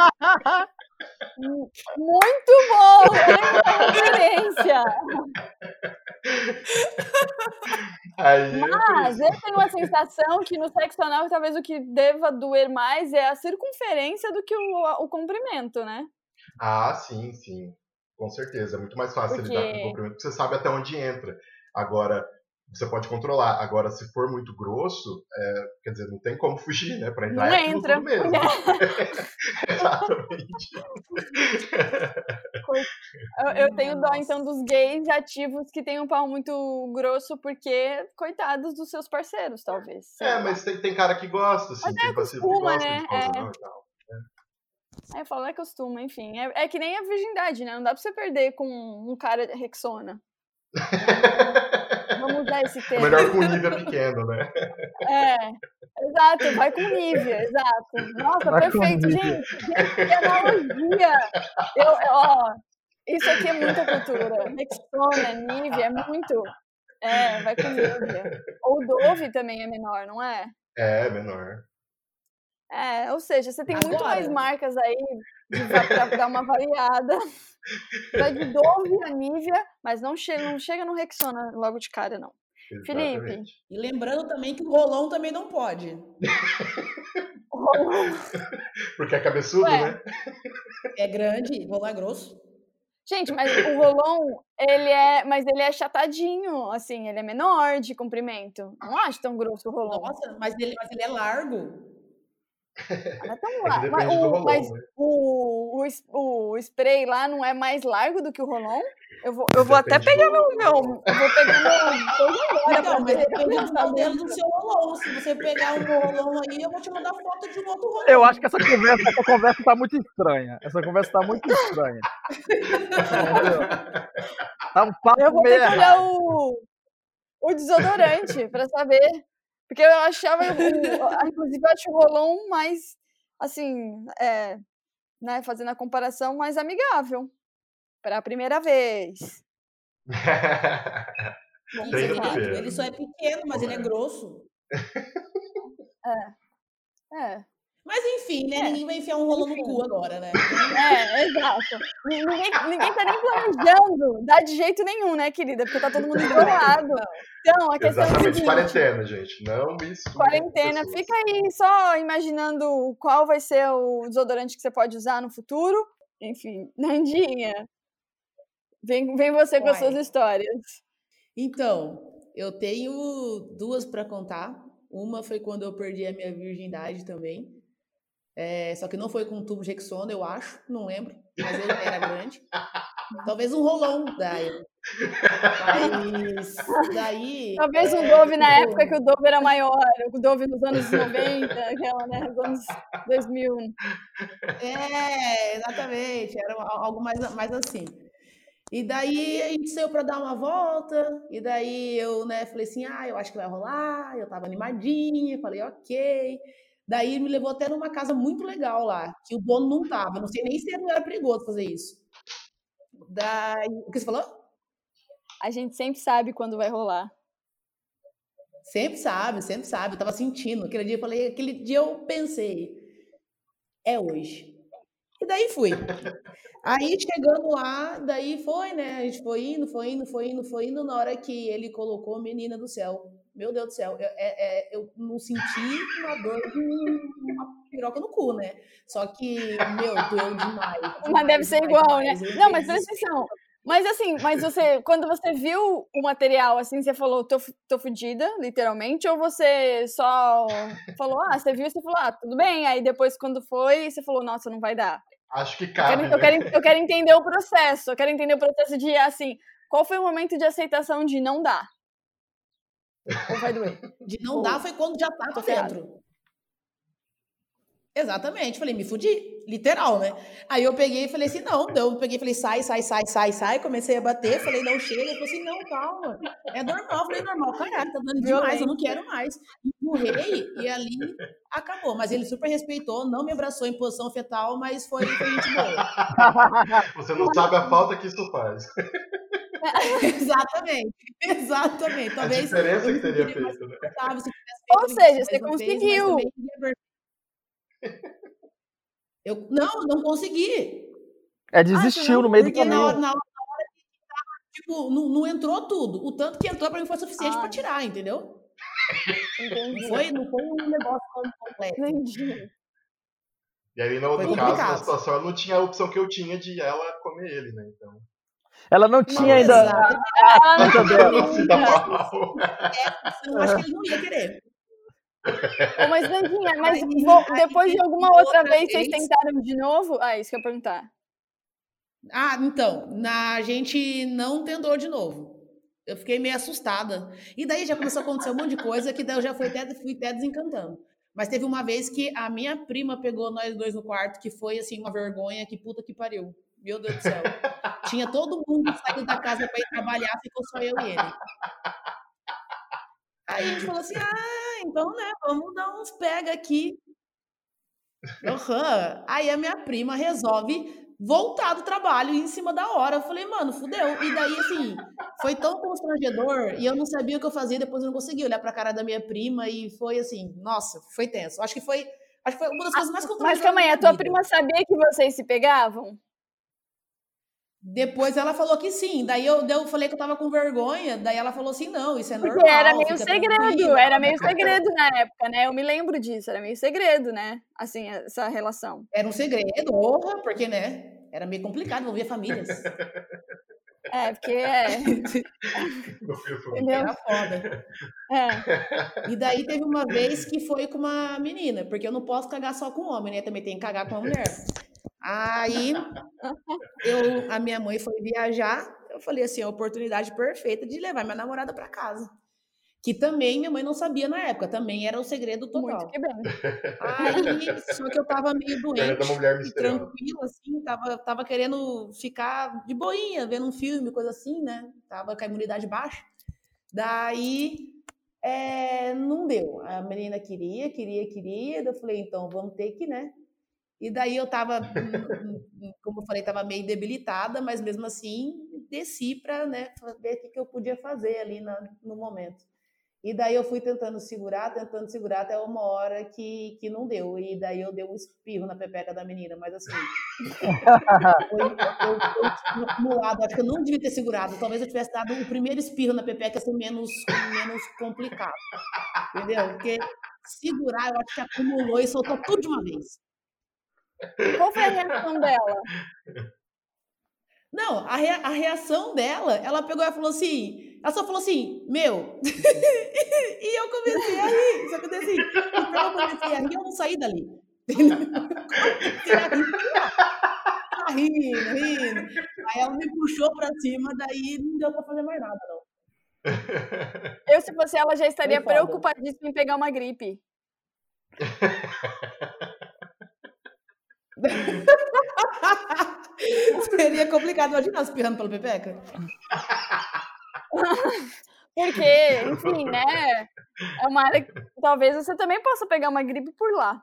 Muito bom! Olha essa referência! Aí, é por Mas isso. eu tenho a sensação que no sexo anal talvez o que deva doer mais é a circunferência do que o, o comprimento, né? Ah, sim, sim. Com certeza. É muito mais fácil lidar com o Porque comprimento, porque você sabe até onde entra. Agora, você pode controlar. Agora, se for muito grosso, é, quer dizer, não tem como fugir, né? Pra entrar não é aquilo entra. tudo mesmo. Exatamente. Eu, eu tenho dó, então, dos gays ativos que têm um pau muito grosso, porque, coitados dos seus parceiros, talvez. sei É, lá. mas tem, tem cara que gosta, assim. Mas Tem é passivo que costuma, gosta né? de pausão e tal. Aí eu falo, é costume, enfim. É, é que nem a virgindade, né? Não dá pra você perder com um cara Rexona. Vamos usar esse É termo. melhor com nível pequeno, né? É, exato, vai com Nívea, exato. Nossa, Vai com perfeito, Nívea. gente. Gente, que analogia. Eu, eu- ó, isso aqui é muita cultura. Rexona, Nívea, é muito. É, vai com Nívea. Ou Dove também é menor, não é? É, menor. É, ou seja, você tem muito mais Agora. marcas aí de, va- pra dar uma variada. Vai de Dove a Nívea, mas não chega, não chega no Rexona logo de cara, não. Felipe, Exatamente. E lembrando também que o rolão também não pode. rolão. Porque é cabeçudo, Ué. né? É grande, rolão é grosso. Gente, mas o rolon, ele é, mas ele é achatadinho, assim, ele é menor de comprimento. Não acho tão grosso o rolon. Nossa, mas ele, mas ele é largo. Não é tão É que largo. Mas, depende do o, rolão, mas né? o, o, es- o spray lá não é mais largo do que o rolon? Eu vou, eu vou até Depende pegar do- meu, meu. Eu vou pegar meu. coisa agora Então, pra mas ver, depende pra do saber. modelo do seu rolão. Se você pegar um rolão aí, eu vou te mandar foto de um outro rolão. Eu acho que essa conversa, essa conversa tá muito estranha. Essa conversa tá muito estranha. Tá um papo Eu vou meio ter que errado. olhar o, o desodorante pra saber. Porque eu achava, o, inclusive, eu acho o rolon mais, assim, é, né, fazendo a comparação, mais amigável. Para a primeira vez. Vamos Treino tentar. primeiro. Ele só é pequeno, mas ele é Correto. grosso. É, Mas enfim, né? É, Ninguém vai enfiar um rolão no enfim. cu agora, né? é, exato. Ninguém, ninguém tá nem planejando dar de jeito nenhum, né, querida? Porque tá todo mundo isolado. Então, a questão é a Exatamente, seguinte. quarentena, gente. Não misture Quarentena, pessoas. fica aí só imaginando qual vai ser o desodorante que você pode usar no futuro. Enfim, Nandinha, vem, vem você com as Uai. suas histórias. Então, eu tenho duas para contar. Uma foi quando eu perdi a minha virgindade também. É, só que não foi com um tubo de Rexona, eu acho. Não lembro. Mas ele era grande. Talvez um rolão daí. Mas daí... Talvez um é, Dove na eu- época que o Dove era maior, o Dove nos anos noventa, aquela, né, nos anos dois mil. É, exatamente. Era algo mais, mais assim. E daí a gente saiu para dar uma volta, e daí eu, né, falei assim, ah, eu acho que vai rolar, eu tava animadinha, falei, ok. Daí me levou até numa casa muito legal lá, que o dono não tava, não sei nem se não era perigoso fazer isso. Daí, o que você falou? A gente sempre sabe quando vai rolar. Sempre sabe, sempre sabe, eu tava sentindo. Aquele dia eu falei, aquele dia eu pensei, é hoje. E daí fui. Aí chegando lá, daí foi, né? A gente foi indo, foi indo, foi indo, foi indo. Na hora que ele colocou Menina do Céu. Meu Deus do céu, eu, é, é, eu não senti uma dor de uma piroca no cu, né? Só que, meu, doeu demais. Mas demais, deve ser demais, igual, demais. né? Eu Não, mas fiquei presta atenção. Mas assim, mas você, quando você viu o material, assim, você falou, tô, tô fudida, literalmente, ou você só falou, ah, você viu e você falou, ah, tudo bem, aí depois quando foi, você falou, nossa, não vai dar. Acho que Eu cabe, quero, eu, né? quero, eu quero entender o processo, eu quero entender o processo de, assim, qual foi o momento de aceitação de não dar? Ou vai doer? De não Ou- dar foi quando já tava Tô ferrada. dentro. Exatamente, falei, me fudi, literal, né? Aí eu peguei e falei assim, não, eu peguei e falei, sai, sai, sai, sai, sai, comecei a bater, falei, não, chega, eu falei assim, não, calma, é normal, falei, normal, caralho, tá dando demais, eu não quero mais. Empurrei e ali acabou, mas ele super respeitou, não me abraçou em posição fetal, mas foi, foi gente boa. Você não sabe a falta que isso faz. Exatamente, exatamente, talvez... A diferença eu que me teria sentiria mais feito, né? confortável se tivesse Ou feito seja, isso, você mas não fez, mas conseguiu. também queria ver. Eu, não, não consegui. É, desistiu no meio do Porque na caminho. hora, na hora tipo, não, não entrou tudo. O tanto que entrou pra mim foi suficiente Ah. pra tirar, entendeu? Entendi. Não foi, não foi um negócio completo. Entendi. E aí, no, Foi no caso, na complicado. situação, ela não tinha a opção que eu tinha de ela comer ele, né? Então. Ela não tinha ainda Exato. a conta dela. Se dá Não. mal. É, eu acho que ele não ia querer. Ô, mas, Nandinha, mas Aí- vo- aí depois de teve alguma uma outra outra vez, vocês vez- tentaram de novo? Ah, isso que eu ia perguntar. Ah, então, na, a gente não tentou de novo. Eu fiquei meio assustada. E daí já começou a acontecer um monte de coisa que daí eu já fui até, fui até desencantando. Mas teve uma vez que a minha prima pegou nós dois no quarto, que foi assim, uma vergonha, que puta que pariu. Meu Deus do céu. Tinha todo mundo saindo da casa para ir trabalhar, ficou só eu e ele. Aí a gente falou assim: ah, então, né, vamos dar uns pega aqui. Uhum. Aí a minha prima resolve voltar do trabalho em cima da hora. Eu falei, mano, fudeu. E daí, assim, foi tão constrangedor e eu não sabia o que eu fazia. Depois eu não conseguia olhar pra cara da minha prima e foi assim, nossa, foi tenso. Acho que foi, acho que foi uma das coisas mais constrangedoras. Mas calma aí, da a tua minha vida. prima sabia que vocês se pegavam? Depois ela falou que sim. Daí eu, daí eu falei que eu tava com vergonha. Daí ela falou assim: não, isso é normal. Porque era meio fica segredo, tranquila. era meio segredo na época, né? Eu me lembro disso, era meio segredo, né? Assim, essa relação. Era um segredo, honra, porque, né? Era meio complicado envolver famílias. É, porque é. Entendeu? Era foda. É. E daí teve uma vez que foi com uma menina, porque eu não posso cagar só com homem, né? Também tem que cagar com uma mulher. Aí eu, a minha mãe foi viajar, eu falei assim, a oportunidade perfeita de levar minha namorada para casa. Que também minha mãe não sabia na época, também era um segredo total. Muito que bem. Aí, só que eu tava meio Ela é doente uma mulher e misteriosa. tranquila, assim, tava, tava querendo ficar de boinha, vendo um filme, coisa assim, né? Tava com a imunidade baixa. Daí, é, não deu. A menina queria, queria, queria. Eu falei, então, vamos ter que, né? E daí eu tava, como eu falei, tava meio debilitada, mas mesmo assim, desci pra, né, ver o que, que eu podia fazer ali na, no momento. E daí eu fui tentando segurar, tentando segurar até uma hora que, que não deu. E daí eu dei um espirro na pepeca da menina, mas assim, foi, eu, eu tinha acumulado, acho que eu não devia ter segurado. Talvez eu tivesse dado o primeiro espirro na pepeca, ia ser menos, menos complicado. Entendeu? Porque segurar, eu acho que acumulou e soltou tudo de uma vez. Qual foi a reação dela? Não, a, rea, a reação dela, ela pegou e falou assim, ela só falou assim, meu, e eu comecei a rir, só que assim, então eu comecei a rir, eu não saí dali. Comecei a rir, tá rindo, rindo. Aí ela me puxou pra cima, daí não deu pra fazer mais nada, não. Eu, se fosse ela, já estaria Foi foda. preocupadíssima em pegar uma gripe. Seria complicado, imagina espirrando pela pepeca. Porque, enfim, né? É uma área que talvez você também possa pegar uma gripe por lá.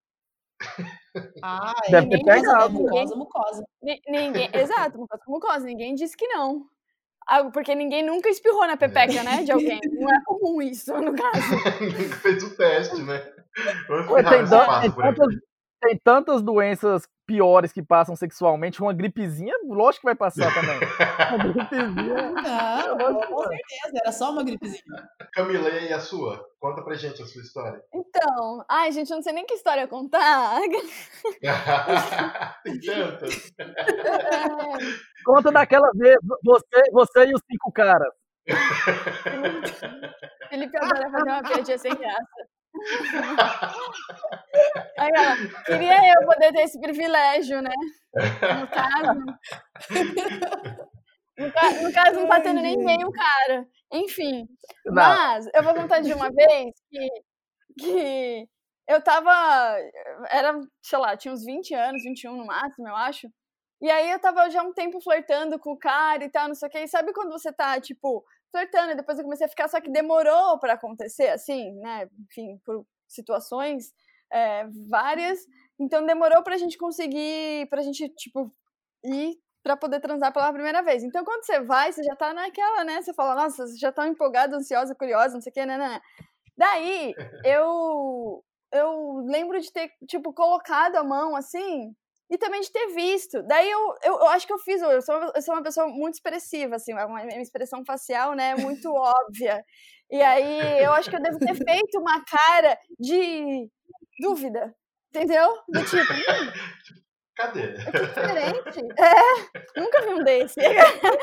Ah, Deve é ter mucosa, pegado. né? Mucosa, mucosa. Ni- Ninguém, exato, mucosa com mucosa. Ninguém disse que não. Ah, porque ninguém nunca espirrou na pepeca, né? De alguém. Não é comum isso, no caso. Nunca fez o teste, né? Vamos Ué, espirrar tem, nesse dan- espaço tem por aqui. tantas, tem tantas doenças piores que passam sexualmente. Uma gripezinha, lógico que vai passar também. Uma gripezinha. Não, com certeza, era só uma gripezinha. Camila, e aí a sua? Conta pra gente a sua história. Então, ai, gente, eu não sei nem que história contar. Tem tantas. Conta daquela vez, você, você e os cinco caras. Felipe adora fazer uma piadinha sem graça. Aí ela, queria eu poder ter esse privilégio, né? No caso. No, ca- no caso, não tá tendo nem meio cara. Enfim. Não. Mas eu vou contar de uma vez que, que eu tava. Era, sei lá, tinha uns vinte anos, vinte e um no máximo, eu acho. E aí eu tava já um tempo flertando com o cara e tal, não sei o que. E sabe quando você tá, tipo, flertando e depois eu comecei a ficar, só que demorou pra acontecer, assim, né? Enfim, por situações é, várias. Então demorou pra gente conseguir, pra gente, tipo, ir pra poder transar pela primeira vez. Então quando você vai, você já tá naquela, né? Você fala, nossa, você já tá empolgada, ansiosa, curiosa, não sei o que, né, né? Daí, eu, eu lembro de ter, tipo, colocado a mão, assim, e também de ter visto. Daí eu, eu, eu acho que eu fiz, eu sou, eu sou uma pessoa muito expressiva, assim, uma, uma expressão facial, né, muito óbvia. E aí eu acho que eu devo ter feito uma cara de dúvida, entendeu? Do tipo, hum, Cadê? que diferente. É, nunca vi um desse. Aí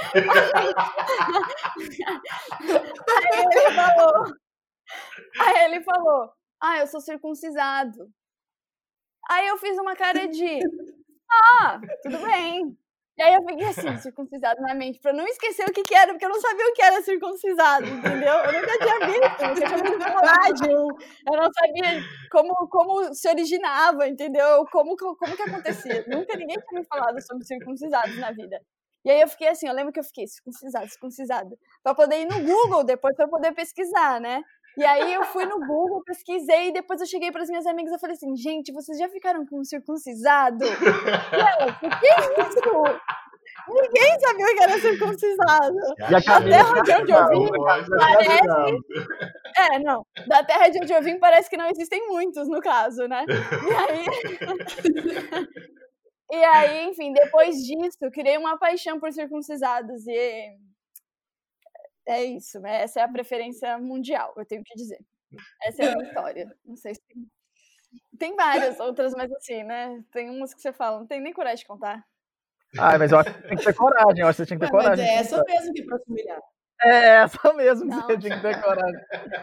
ele falou, aí ele falou, ah, eu sou circuncisado. Aí eu fiz uma cara de, ah, tudo bem. E aí eu fiquei assim, circuncisado na mente, pra não esquecer o que que era, porque eu não sabia o que era circuncisado, entendeu? Eu nunca tinha visto, eu tinha visto falar, eu não sabia como, como se originava, entendeu? Como, como que acontecia. Nunca ninguém tinha me falado sobre circuncisados na vida. E aí eu fiquei assim, eu lembro que eu fiquei circuncisado, circuncisado, pra poder ir no Google depois, pra poder pesquisar, né? E aí eu fui no Google, pesquisei, e depois eu cheguei para as minhas amigas e falei assim, gente, vocês já ficaram com um circuncisado? E elas, o que é isso? Ninguém sabia o que era circuncisado. E a da terra de onde eu vim, parece... É, não. Da terra de onde eu vim, parece que não existem muitos, no caso, né? E aí... e aí, enfim, depois disso, eu criei uma paixão por circuncisados e... É isso, né? Essa é a preferência mundial, eu tenho que dizer. Essa é a minha história. Não sei se tem... Tem várias outras, mas assim, né? Tem umas que você fala, não tem nem coragem de contar. Ah, mas eu acho que tem que ter coragem, eu acho que você tinha que ter Mas coragem. é essa mesmo que pra se humilhar. É essa mesmo que Não. você tinha que ter coragem.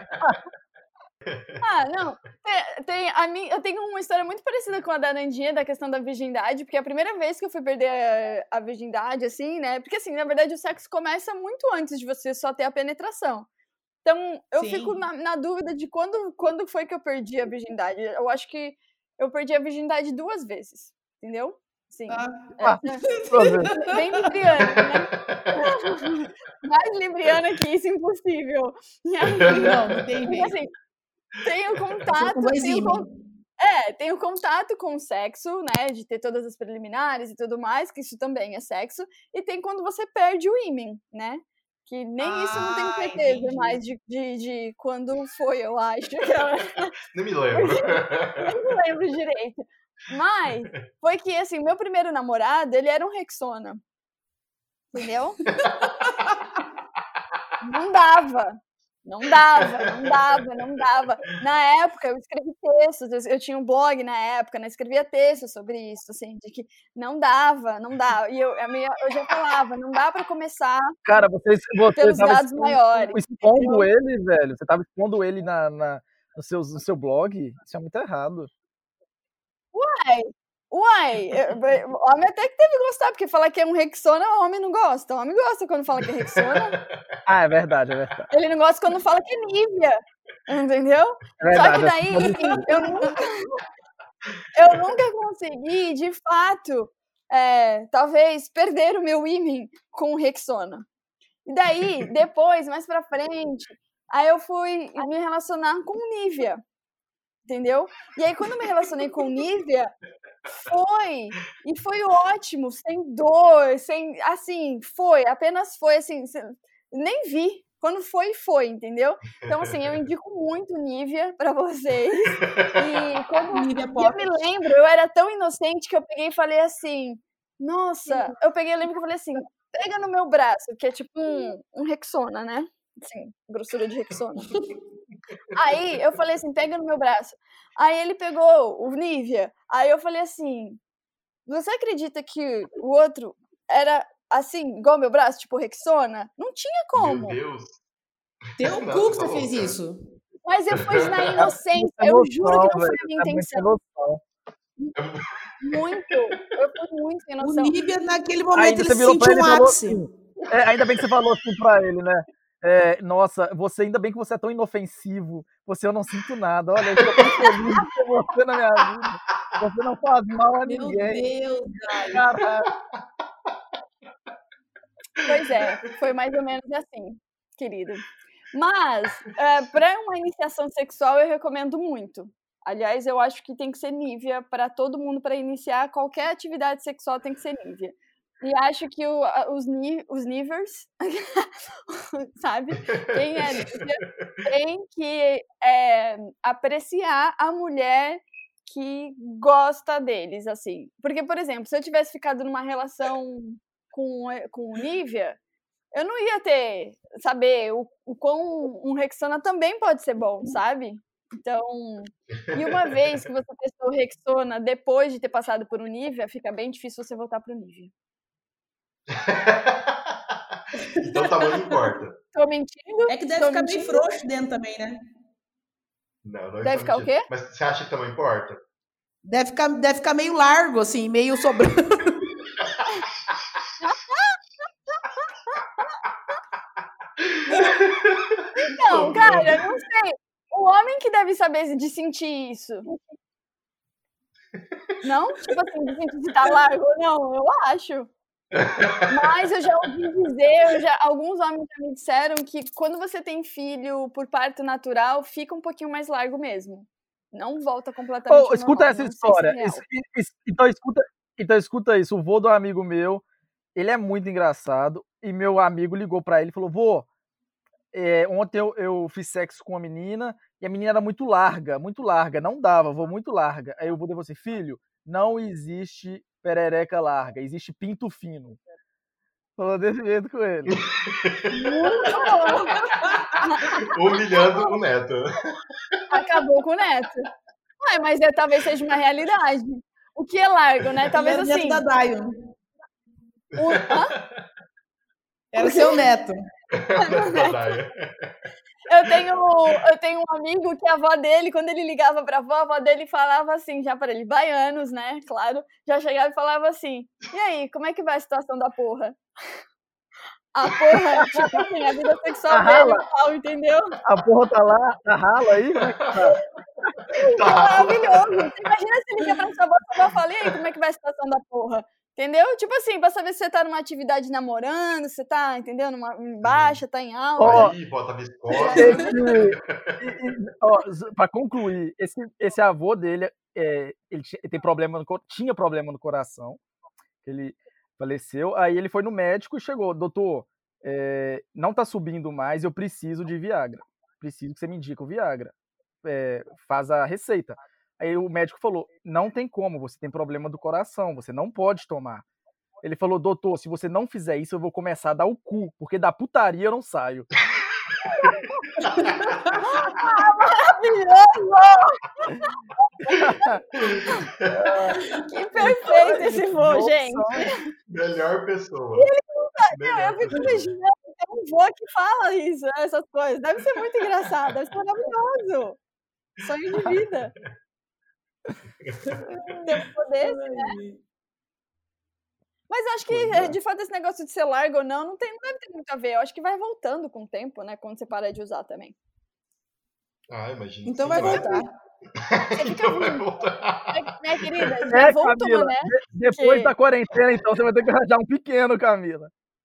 Ah, não. Tem, tem, a mim, eu tenho uma história muito parecida com a da Nandinha, da questão da virgindade, porque a primeira vez que eu fui perder a, a virgindade, assim, né? Porque, assim, na verdade, o sexo começa muito antes de você só ter a penetração. Então, eu Sim. fico na, na dúvida de quando, quando foi que eu perdi a virgindade. Eu acho que eu perdi a virgindade duas vezes, entendeu? Sim. Ah, Ah, É, bem libriana, né? Mais libriana que isso, impossível. E aí, não, não tem porque, jeito. assim, tenho Sou contato, com voz tenho, ímã. con- é, tenho contato com o sexo, né, de ter todas as preliminares e tudo mais, que isso também é sexo, e tem quando você perde o ímen, né, que nem isso eu não tenho Ah, certeza entendi. mais de, de, de quando foi, eu acho, Nem me lembro. nem me lembro direito, mas foi que, assim, meu primeiro namorado, ele era um Rexona, entendeu? Não dava. Não dava, não dava, não dava. Na época, eu escrevi textos, eu, eu tinha um blog na época, né? Escrevia textos sobre isso, assim, de que não dava, não dava. E eu, a minha, eu já falava, não dá pra começar Cara, você, você pelos tava dados expondo, maiores. expondo ele, velho. Você tava expondo ele na, na, no, seu, no seu blog. Isso é muito errado. Uai, uai, eu- eu- o homem até que deve gostar, porque falar que é um Rexona, o homem não gosta. O homem gosta quando fala que é Rexona. Ah, é verdade, é verdade. Ele não gosta quando fala que é Nivea, entendeu? É Só que verdade. daí, enfim, eu nunca, eu nunca consegui, de fato, é, talvez, perder o meu ímen com o Rexona. E daí, depois, mais pra frente, aí eu fui me relacionar com o Nivea, entendeu? E aí, quando eu me relacionei com o Nivea, foi, e foi ótimo, sem dor, sem, assim, foi, apenas foi, assim, cê- nem vi, quando foi, foi, entendeu? Então, assim, eu indico muito Nivea pra vocês, e como, Nivea e eu Pocket. me lembro, eu era tão inocente que eu peguei e falei assim, nossa, eu peguei, eu lembro que eu falei assim, pega no meu braço, que é tipo um, um Rexona, né? Assim, grossura de Rexona. Aí eu falei assim, pega no meu braço. Aí ele pegou o Nivea. Aí eu falei assim, você acredita que o outro era assim, igual meu braço, tipo Rexona? Não tinha Meu como. Deus. Teu Não, cu que tá você fez louca. isso. Mas eu fui na inocência, Sem eu noção, juro que não foi velho. a minha Tá muito sem intenção. noção. Muito. Eu fui muito sem O noção. Nívia, naquele momento, Ainda ele você virou pra sentiu ele um e falou ápice. assim. É, ainda bem que você falou assim pra ele, né? É, nossa, você ainda bem que você é tão inofensivo. Você eu não sinto nada. Olha, eu tô tão feliz de ter você na minha vida. Você não faz mal a Meu ninguém. Deus, Caralho. Pois é, foi mais ou menos assim, querido. Mas, é, para uma iniciação sexual, eu recomendo muito. Aliás, eu acho que tem que ser Nivea para todo mundo, para iniciar qualquer atividade sexual tem que ser Nivea. E acho que o, a- os, ni, os Nivers, sabe? Quem é Nivea tem que é, apreciar a mulher que gosta deles, assim. Porque, por exemplo, se eu tivesse ficado numa relação com, com o Nivea, eu não ia ter, saber o, o quão um Rexona também pode ser bom, sabe? Então, e uma vez que você testou o Rexona depois de ter passado por um Nivea, fica bem difícil você voltar pro Nivea. Então o tamanho importa. Tô mentindo? É que deve Tô ficar mentindo? meio frouxo dentro também, né? Não, não Deve ficar o quê? Mas você acha que tamanho importa? Deve ficar, deve ficar meio largo, assim, meio sobrando. Não, cara, eu não sei. O homem que deve saber de sentir isso. Não? Tipo assim, de sentir se tá largo ou não, eu acho. Mas eu já ouvi dizer, eu já, alguns homens já me disseram que quando você tem filho por parto natural, fica um pouquinho mais largo mesmo. Não volta completamente Oh, escuta normal, essa não sei se história. é real. Isso- isso- então, escuta, então escuta isso. O vô do amigo meu, ele é muito engraçado. E meu amigo ligou pra ele e falou: vô, é, ontem eu, eu fiz sexo com uma menina e a menina era muito larga, muito larga. Não dava, vô, muito larga. Aí o vô falou assim: filho, não existe perereca larga, existe pinto fino. Falou desse jeito com ele. Humilhando o neto. Acabou com o neto. Ué, mas é, talvez seja uma realidade. O que é largo, né? Talvez Ele era assim. neto da Dion. o- hã? Era o seu neto. Neto da Daya. Eu tenho, eu tenho um amigo que a avó dele, quando ele ligava pra avó, a avó dele falava assim, já pra ele, baianos, né? Claro, já chegava e falava assim: e aí, como é que vai a situação da porra? A porra, tipo assim, a vida sexual A dele rala. e tal, entendeu? A porra tá lá, tá rala aí? Como é que tá? É maravilhoso. Você imagina se liga pra sua avó, sua avó fala: e aí, como é que vai a situação da porra? Entendeu? Tipo assim, pra saber se você tá numa atividade namorando, se você tá, entendeu? Numa, em baixa, tá em alta. Ó, Aí, bota viscosa. Esse, e- e- ó, z- pra concluir, esse, esse avô dele, é, ele ti- tem problema no, co- tinha problema no coração, ele faleceu, aí ele foi no médico e chegou: doutor, é, não tá subindo mais, eu preciso de Viagra, preciso que você me indique o Viagra, é, faz a receita. Aí o médico falou: não tem como, você tem problema do coração, você não pode tomar. Ele falou: doutor, se você não fizer isso, eu vou começar a dar o cu, porque da putaria eu não saio. Que perfeito esse vô, Nossa. gente. Melhor pessoa. Não, Melhor eu fico pessoa. imaginando ter um vô que fala isso, né, essas coisas. Deve ser muito engraçado, deve ser maravilhoso. Sonho de vida. Ter um vô desse, né? Mas eu acho que, Pois é. de fato, esse negócio de ser largo ou não, não, tem, não deve ter muito a ver. Eu acho que vai voltando com o tempo, né? Quando você para de usar também. Ah, imagina. Então que vai sim. voltar. Você fica Vai ruim. voltar. Minha querida, já É, voltou, Camila, né? de- depois Que- da quarentena, então, você vai ter que arranjar um pequeno, Camila.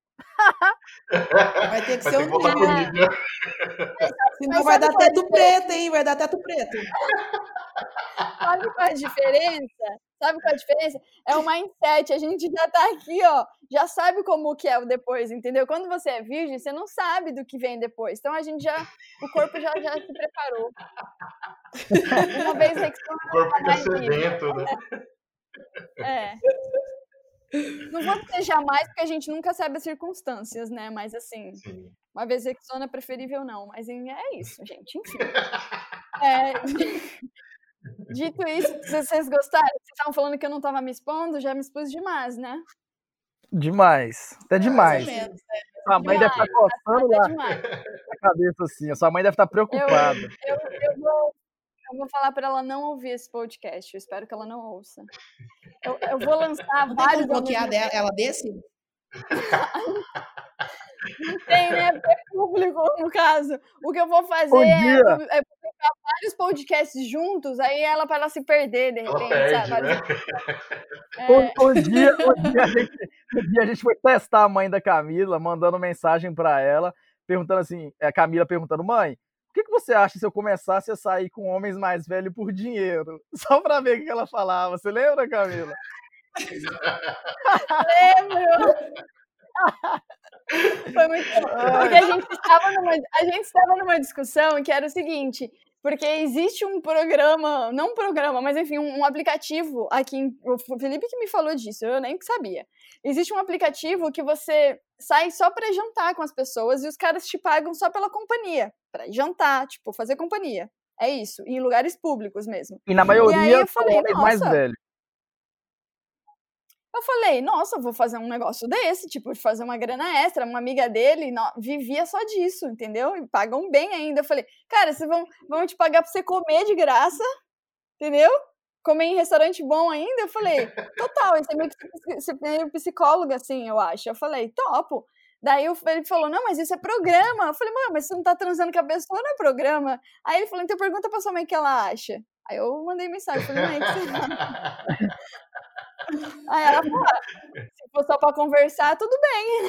Vai ter que Vai ser ter que um voltar dia. comida. Senão Mas vai sabe dar qual é a teto preto, hein? Vai dar teto preto. Sabe qual é a diferença? Sabe qual é a diferença? É o mindset. A gente já tá aqui, ó. Já sabe como que é o depois, entendeu? Quando você é virgem, você não sabe do que vem depois. Então a gente já. O corpo já, já se preparou. Uma vez Rexona, O corpo nunca fica mais vive. sedento, né? É. Não vou dizer jamais, porque a gente nunca sabe as circunstâncias, né? Mas assim, Sim. uma vez Rexona é preferível não. Mas em- é isso, gente. Enfim. É, dito isso, vocês vocês gostaram? Vocês estavam falando que eu não tava me expondo, já me expus demais, né? Demais. Até demais. Mais ou menos. Sua mãe deve estar Demais, coçando até lá demais. a cabeça assim. A sua mãe deve estar Eu, preocupada. eu, eu, vou, eu vou falar pra ela não ouvir esse podcast. Eu espero que ela não ouça. Eu, eu vou lançar Não tem vários como ao bloquear mesmo dela- ela desse? Não tem, né? Porque é público, no caso. O que eu vou fazer Bom é, dia. pu- é publicar vários podcasts juntos, aí ela para ela se perder, de Ela repente, sabe? perde, né? É, Um, um dia, um, dia a gente, um dia a gente foi testar a mãe da Camila, mandando mensagem pra ela, perguntando assim, a Camila perguntando: mãe, o que, que você acha se eu começasse a sair com homens mais velhos por dinheiro? Só pra ver o que ela falava. Você lembra, Camila? lembro! Foi muito bom. Porque a gente, estava numa, a gente estava numa discussão que era o seguinte: Porque existe um programa, não um programa, mas enfim, um, um aplicativo aqui, em, o Felipe que me falou disso, eu nem sabia. Existe um aplicativo que você sai só pra jantar com as pessoas e os caras te pagam só pela companhia, pra jantar, tipo, fazer companhia. É isso, em lugares públicos mesmo. E na maioria, e aí eu falei, são mais velhos. Eu falei, nossa, vou fazer um negócio desse, tipo, fazer uma grana extra. Uma amiga dele não, vivia só disso, entendeu? E pagam bem ainda. Eu falei, cara, vocês vão, vão te pagar pra você comer de graça, entendeu? Comer em restaurante bom ainda. Eu falei, total, você é meio, você é meio psicóloga, assim, eu acho. Eu falei, topo. Daí ele falou, não, mas isso é programa. Eu falei, mano, mas você não tá transando com a pessoa, não é programa? Aí ele falou, então pergunta pra sua mãe o que ela acha. Aí eu mandei mensagem, falei, mãe, o que você acha? Aí ela falou, ah, se for só pra conversar, tudo bem.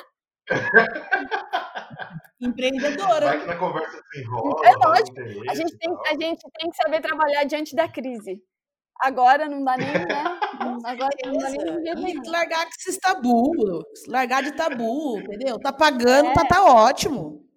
Empreendedora. Vai que na conversa desenrola. É lógico, a gente, tem, a gente tem que saber trabalhar diante da crise. Agora não dá nem, né? Agora não dá nem de jeito nenhum. E largar com esses tabu, largar de tabu, entendeu? Tá pagando, é. tá, tá ótimo.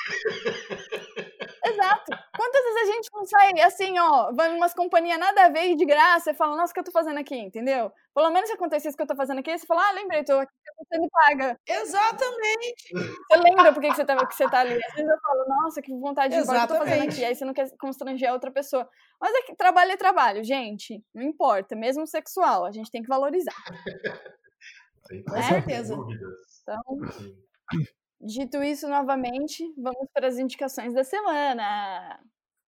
Exato. Quantas vezes a gente não sai assim, ó, vai em umas companhias nada a ver de graça e fala, nossa, o que eu tô fazendo aqui, entendeu? Pelo menos se acontecer isso que eu tô fazendo aqui, você fala, ah, lembrei, tô aqui, você me paga. Exatamente. Você lembra por que você tá, que você tá ali? Às vezes eu falo, nossa, que vontade de ir embora que eu tô fazendo aqui. Aí você não quer constranger a outra pessoa. Mas é que trabalho é trabalho, gente. Não importa, mesmo sexual, a gente tem que valorizar. Com certeza. Então... Dito isso, novamente, vamos para as indicações da semana.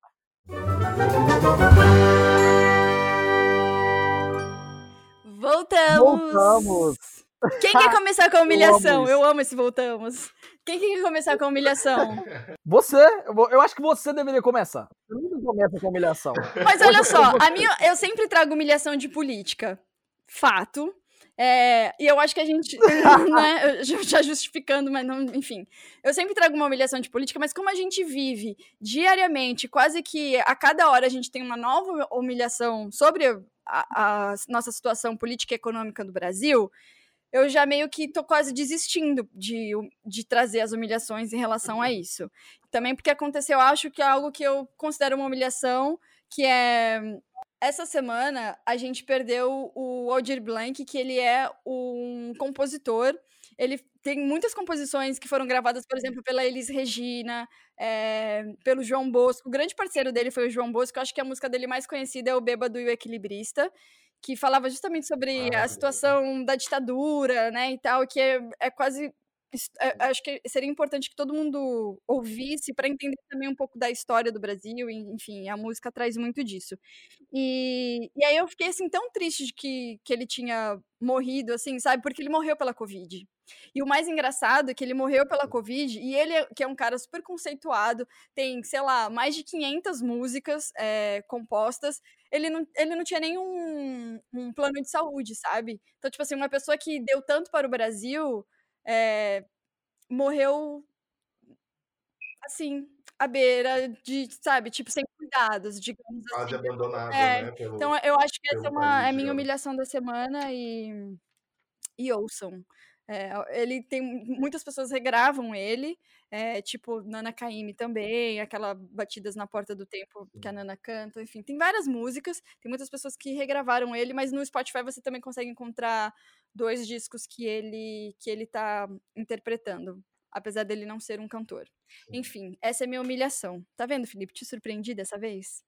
Voltamos! Voltamos! Quem quer começar com a humilhação? Eu amo, eu amo esse voltamos. Quem quer começar com a humilhação? Você! Eu acho que você deveria começar. Eu nunca começo com a humilhação. Mas olha só, a minha, eu sempre trago humilhação de política. Fato. É, e eu acho que a gente, né, já justificando, mas não, enfim, eu sempre trago uma humilhação de política, mas como a gente vive diariamente, quase que a cada hora a gente tem uma nova humilhação sobre a, a nossa situação política e econômica do Brasil, eu já meio que tô quase desistindo de, de trazer as humilhações em relação a isso. Também porque aconteceu, acho que é algo que eu considero uma humilhação, que é... Essa semana, a gente perdeu o Aldir Blanc, que ele é um compositor. Ele tem muitas composições que foram gravadas, por exemplo, pela Elis Regina, é, pelo João Bosco. O grande parceiro dele foi o João Bosco. Eu acho que a música dele mais conhecida é O Bêbado e o Equilibrista, que falava justamente sobre a situação da ditadura, né, e tal, que é, é quase... Acho que seria importante que todo mundo ouvisse para entender também um pouco da história do Brasil, enfim, a música traz muito disso. E, e aí eu fiquei, assim, tão triste de que, que ele tinha morrido, assim, sabe? Porque ele morreu pela Covid. E o mais engraçado é que ele morreu pela Covid, e ele, que é um cara super conceituado, tem, sei lá, mais de quinhentas músicas é, compostas, ele não, ele não tinha nenhum um plano de saúde, sabe? Então, tipo assim, uma pessoa que deu tanto para o Brasil... É, morreu assim, à beira de, sabe, tipo, sem cuidados, digamos assim. Quase abandonada, é, né? Pelo, então eu acho que essa é, uma, país, é a minha humilhação da semana e, e ouçam. É, ele tem muitas pessoas regravam ele, é, tipo Nana Caymmi também, aquela Batidas na Porta do Tempo que a Nana canta, enfim, tem várias músicas, tem muitas pessoas que regravaram ele, mas no Spotify você também consegue encontrar dois discos que ele que ele tá interpretando, apesar dele não ser um cantor. Enfim, essa é a minha humilhação. Tá vendo, Felipe? Te surpreendi dessa vez?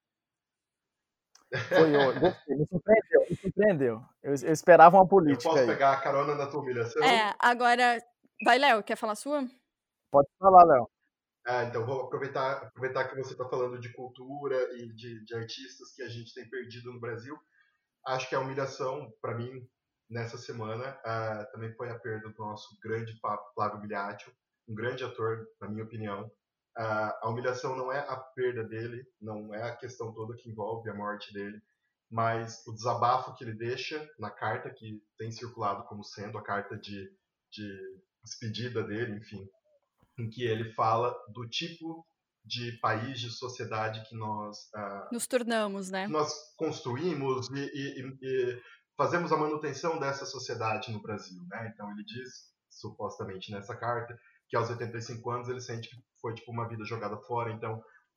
Foi eu, gostei, me surpreendeu, me surpreendeu. Eu, eu esperava uma política. Eu posso aí. pegar a carona na tua humilhação? É, agora. Vai, Léo, quer falar a sua? Pode falar, Léo. Ah, então vou aproveitar, aproveitar que você está falando de cultura e de, de artistas que a gente tem perdido no Brasil. Acho que a humilhação, para mim, nessa semana, uh, também foi a perda do nosso grande Flávio Miliaccio, um grande ator, na minha opinião. Uh, a humilhação não é a perda dele, não é a questão toda que envolve a morte dele, mas o desabafo que ele deixa na carta que tem circulado como sendo a carta de, de despedida dele, enfim, em que ele fala do tipo de país, de sociedade que nós uh, nos tornamos, né? Que nós construímos e, e, e fazemos a manutenção dessa sociedade no Brasil, né? Então ele diz, supostamente nessa carta, que aos oitenta e cinco anos ele sente que foi tipo uma vida jogada fora. Então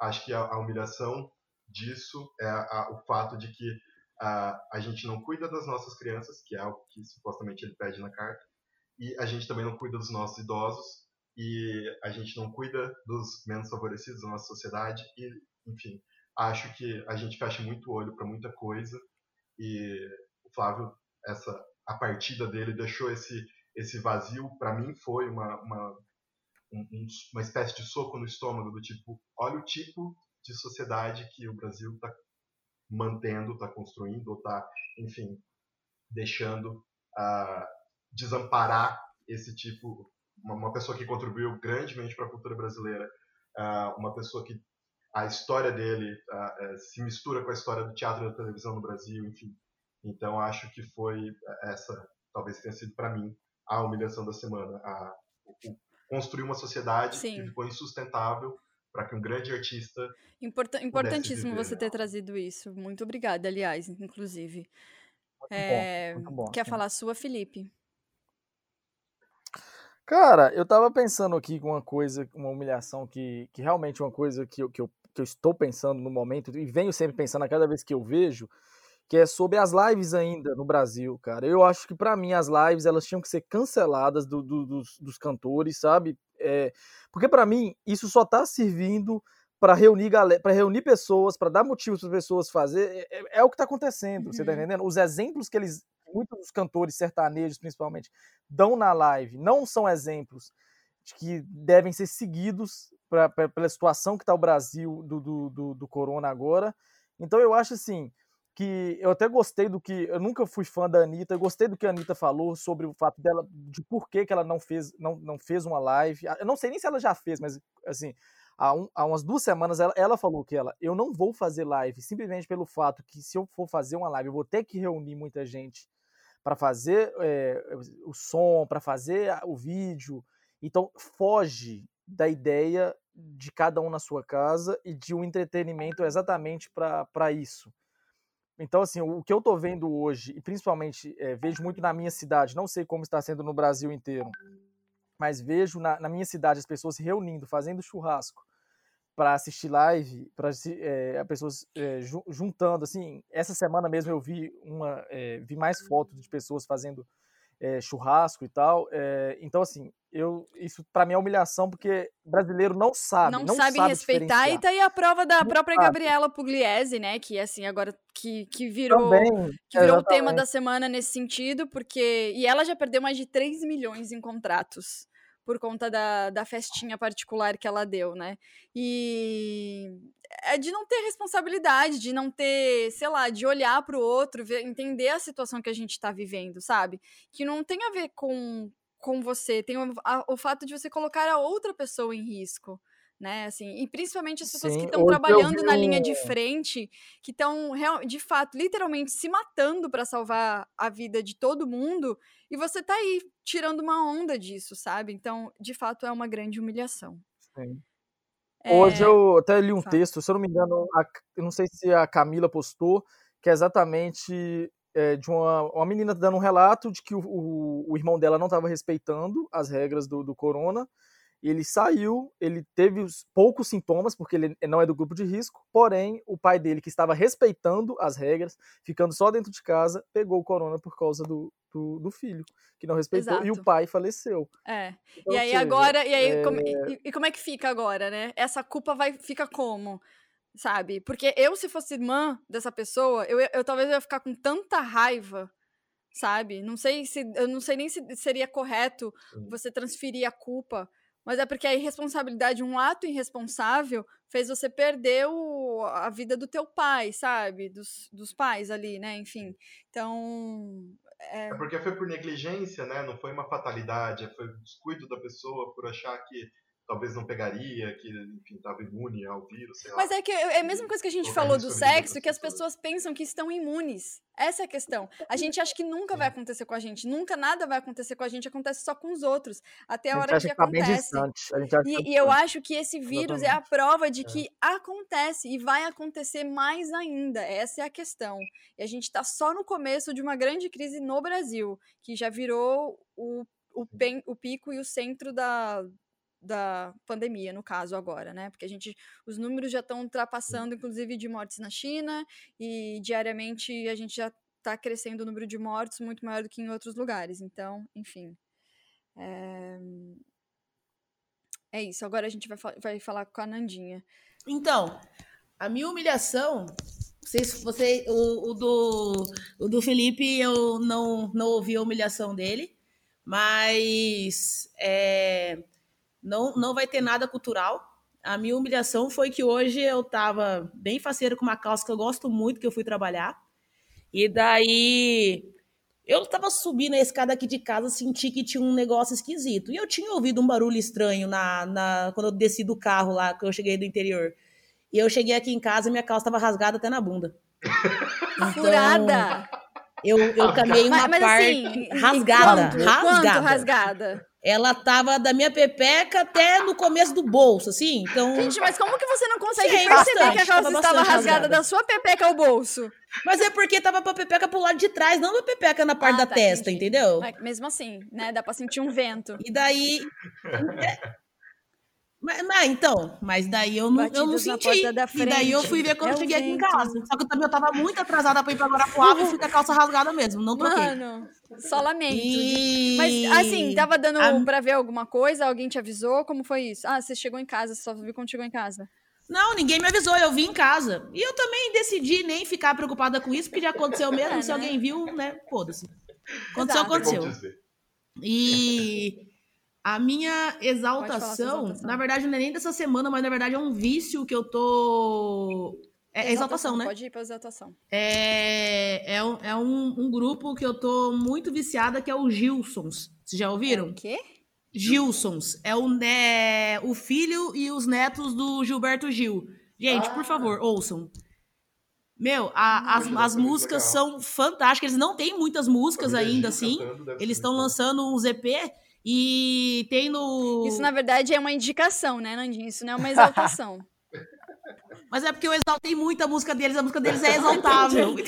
acho que a, a humilhação disso é a, a, o fato de que a, a gente não cuida das nossas crianças, que é o que supostamente ele pede na carta, e a gente também não cuida dos nossos idosos, e a gente não cuida dos menos favorecidos da nossa sociedade, e, enfim, acho que a gente fecha muito o olho para muita coisa, e o Flávio, essa, a partida dele deixou esse, esse vazio, para mim foi uma, uma, um, uma espécie de soco no estômago, do tipo, olha o tipo de sociedade que o Brasil está mantendo, está construindo, ou está, enfim, deixando uh, desamparar esse tipo, uma, uma pessoa que contribuiu grandemente para a cultura brasileira, uh, uma pessoa que a história dele uh, uh, se mistura com a história do teatro e da televisão no Brasil, enfim. Então, acho que foi essa, talvez tenha sido para mim, a humilhação da semana. A, o, construir uma sociedade Sim. que ficou insustentável para que um grande artista Import, Importantíssimo viver, você né? ter trazido isso. Muito obrigada, aliás, inclusive. Muito É, bom, muito bom. Quer sim. falar a sua, Felipe? Cara, eu tava pensando aqui com uma coisa, uma humilhação que, que realmente é uma coisa que eu, que, eu, que eu estou pensando no momento, e venho sempre pensando a cada vez que eu vejo, que é sobre as lives ainda no Brasil, cara. Eu acho que pra mim as lives, elas tinham que ser canceladas do, do, dos, dos cantores, sabe? É, porque pra mim isso só tá servindo para reunir galera, para reunir pessoas, para dar motivos para pessoas fazer, é, é o que tá acontecendo, você tá Uhum. entendendo? Os exemplos que eles, muitos dos cantores sertanejos principalmente, dão na live, não são exemplos de que devem ser seguidos pra, pra, pela situação que tá o Brasil do, do, do, do corona agora. Então eu acho assim, que eu até gostei do que, eu nunca fui fã da Anitta, eu gostei do que a Anitta falou sobre o fato dela, de por que, que ela não fez, não, não fez uma live, eu não sei nem se ela já fez, mas assim, há, um, há umas duas semanas ela, ela falou que ela, eu não vou fazer live, simplesmente pelo fato que se eu for fazer uma live, eu vou ter que reunir muita gente para fazer é, o som, para fazer o vídeo, então foge da ideia de cada um na sua casa e de um entretenimento exatamente para isso. Então, assim, o que eu tô vendo hoje, e principalmente é, vejo muito na minha cidade, não sei como está sendo no Brasil inteiro, mas vejo na, na minha cidade as pessoas se reunindo, fazendo churrasco para assistir live, para é, pessoas é, juntando, assim, essa semana mesmo eu vi uma, é, vi mais fotos de pessoas fazendo é, churrasco e tal, é, então, assim, eu, isso para mim é humilhação, porque brasileiro não sabe, Não, não sabe, sabe respeitar, e diferenciar. tá aí a prova da Não própria sabe. Gabriela Pugliese, né, que assim, agora que, que virou, Também, que virou o tema exatamente. da semana nesse sentido, porque, e ela já perdeu mais de três milhões em contratos, por conta da, da festinha particular que ela deu, né, e é de não ter responsabilidade, de não ter, sei lá, de olhar pro outro, ver, entender a situação que a gente tá vivendo, sabe, que não tem a ver com com você, tem o, a, o fato de você colocar a outra pessoa em risco, né, assim, e principalmente as pessoas que Sim, estão hoje eu trabalhando vi na linha um... de frente, que estão, de fato, literalmente se matando para salvar a vida de todo mundo, e você tá aí, tirando uma onda disso, sabe? Então, de fato, é uma grande humilhação. Sim. É... Hoje eu até li um Fala. texto, se eu não me engano, a, eu não sei se a Camila postou, que é exatamente é, de uma, uma menina dando um relato de que o, o, o irmão dela não estava respeitando as regras do, do corona. Ele saiu, ele teve os poucos sintomas, porque ele não é do grupo de risco, porém, o pai dele, que estava respeitando as regras, ficando só dentro de casa, pegou o corona por causa do, do, do filho, que não respeitou, Exato. e o pai faleceu. É. Então, e aí seja, agora, e aí, é... como, e, e como é que fica agora, né? Essa culpa vai, fica como? Sabe? Porque eu, se fosse irmã dessa pessoa, eu, eu talvez eu ia ficar com tanta raiva, sabe? Não sei se, eu não sei nem se seria correto você transferir a culpa, mas é porque a irresponsabilidade, um ato irresponsável, fez você perder o, a vida do teu pai, sabe? Dos, dos pais ali, né? Enfim. Então. É... é porque foi por negligência, né? Não foi uma fatalidade, foi um descuido da pessoa por achar que talvez não pegaria, que, enfim, estava imune ao vírus, sei lá. Mas é que é a mesma coisa que a gente falou do sexo, que as pessoas pensam que estão imunes. Essa é a questão. A gente acha que nunca vai acontecer com a gente, nunca nada vai acontecer com a gente, acontece só com os outros, até a, a hora que, que acontece. Tá a gente acha e, e eu acho que esse vírus Exatamente. é a prova de que é. acontece e vai acontecer mais ainda. Essa é a questão. E a gente está só no começo de uma grande crise no Brasil, que já virou o, o, pen, o pico e o centro da... da pandemia, no caso, agora, né? Porque a gente, os números já estão ultrapassando, inclusive, de mortes na China, e diariamente a gente já está crescendo o número de mortos muito maior do que em outros lugares. Então, enfim. É, é isso. Agora a gente vai, vai falar com a Nandinha. Então, a minha humilhação... Vocês, você, o, o, do, o do Felipe, eu não, não ouvi a humilhação dele, mas é, não, não vai ter nada cultural. A minha humilhação foi que hoje eu estava bem faceira com uma calça que eu gosto muito, que eu fui trabalhar. E daí eu estava subindo a escada aqui de casa, senti que tinha um negócio esquisito. E eu tinha ouvido um barulho estranho na, na, quando eu desci do carro lá, que eu cheguei do interior. E eu cheguei aqui em casa e minha calça estava rasgada até na bunda. Então, furada! Eu, eu camei uma mas, mas parte assim, rasgada. Quanto, rasgada. Quanto rasgada? Ela tava da minha pepeca até no começo do bolso, assim. Então... Gente, mas como que você não consegue Sim, perceber bastante, que a calça estava rasgada, rasgada da sua pepeca ao bolso? Mas é porque tava pra pepeca pro lado de trás, não pra pepeca na parte ah, da tá, testa, entendi. Entendeu? Mas mesmo assim, né? Dá pra sentir um vento. E daí... Mas, mas, então, mas daí eu não, eu não senti. E daí eu fui ver quando é eu cheguei vento. Aqui em casa. Só que eu também eu tava muito atrasada pra ir pra Guarapuava e fui com a calça rasgada mesmo, não troquei. Mano, só lamento. E... Mas, assim, tava dando a... pra ver alguma coisa? Alguém te avisou? Como foi isso? Ah, você chegou em casa, você só viu quando chegou em casa. Não, ninguém me avisou, eu vim em casa. E eu também decidi nem ficar preocupada com isso, porque já aconteceu mesmo, é, se né? alguém viu, né, foda-se. Aconteceu, Exato. aconteceu. E... A minha exaltação, exaltação, na verdade, não é nem dessa semana, mas na verdade é um vício que eu tô... É exaltação, exaltação né? Pode ir pra exaltação. É, é, um, é um, um grupo que eu tô muito viciada, que é o Gilsons. Vocês já ouviram? É o quê? Gilsons. É o, né, o filho e os netos do Gilberto Gil. Gente, ah. por favor, ouçam. Meu, a, as, as músicas legal. São fantásticas. Eles não têm muitas músicas ainda, assim. Eles estão lançando um Z P... E tem no... Isso, na verdade, é uma indicação, né, Nandinho? Isso não é uma exaltação. Mas é porque eu exaltei muito a música deles. A música deles é exaltável. Ok.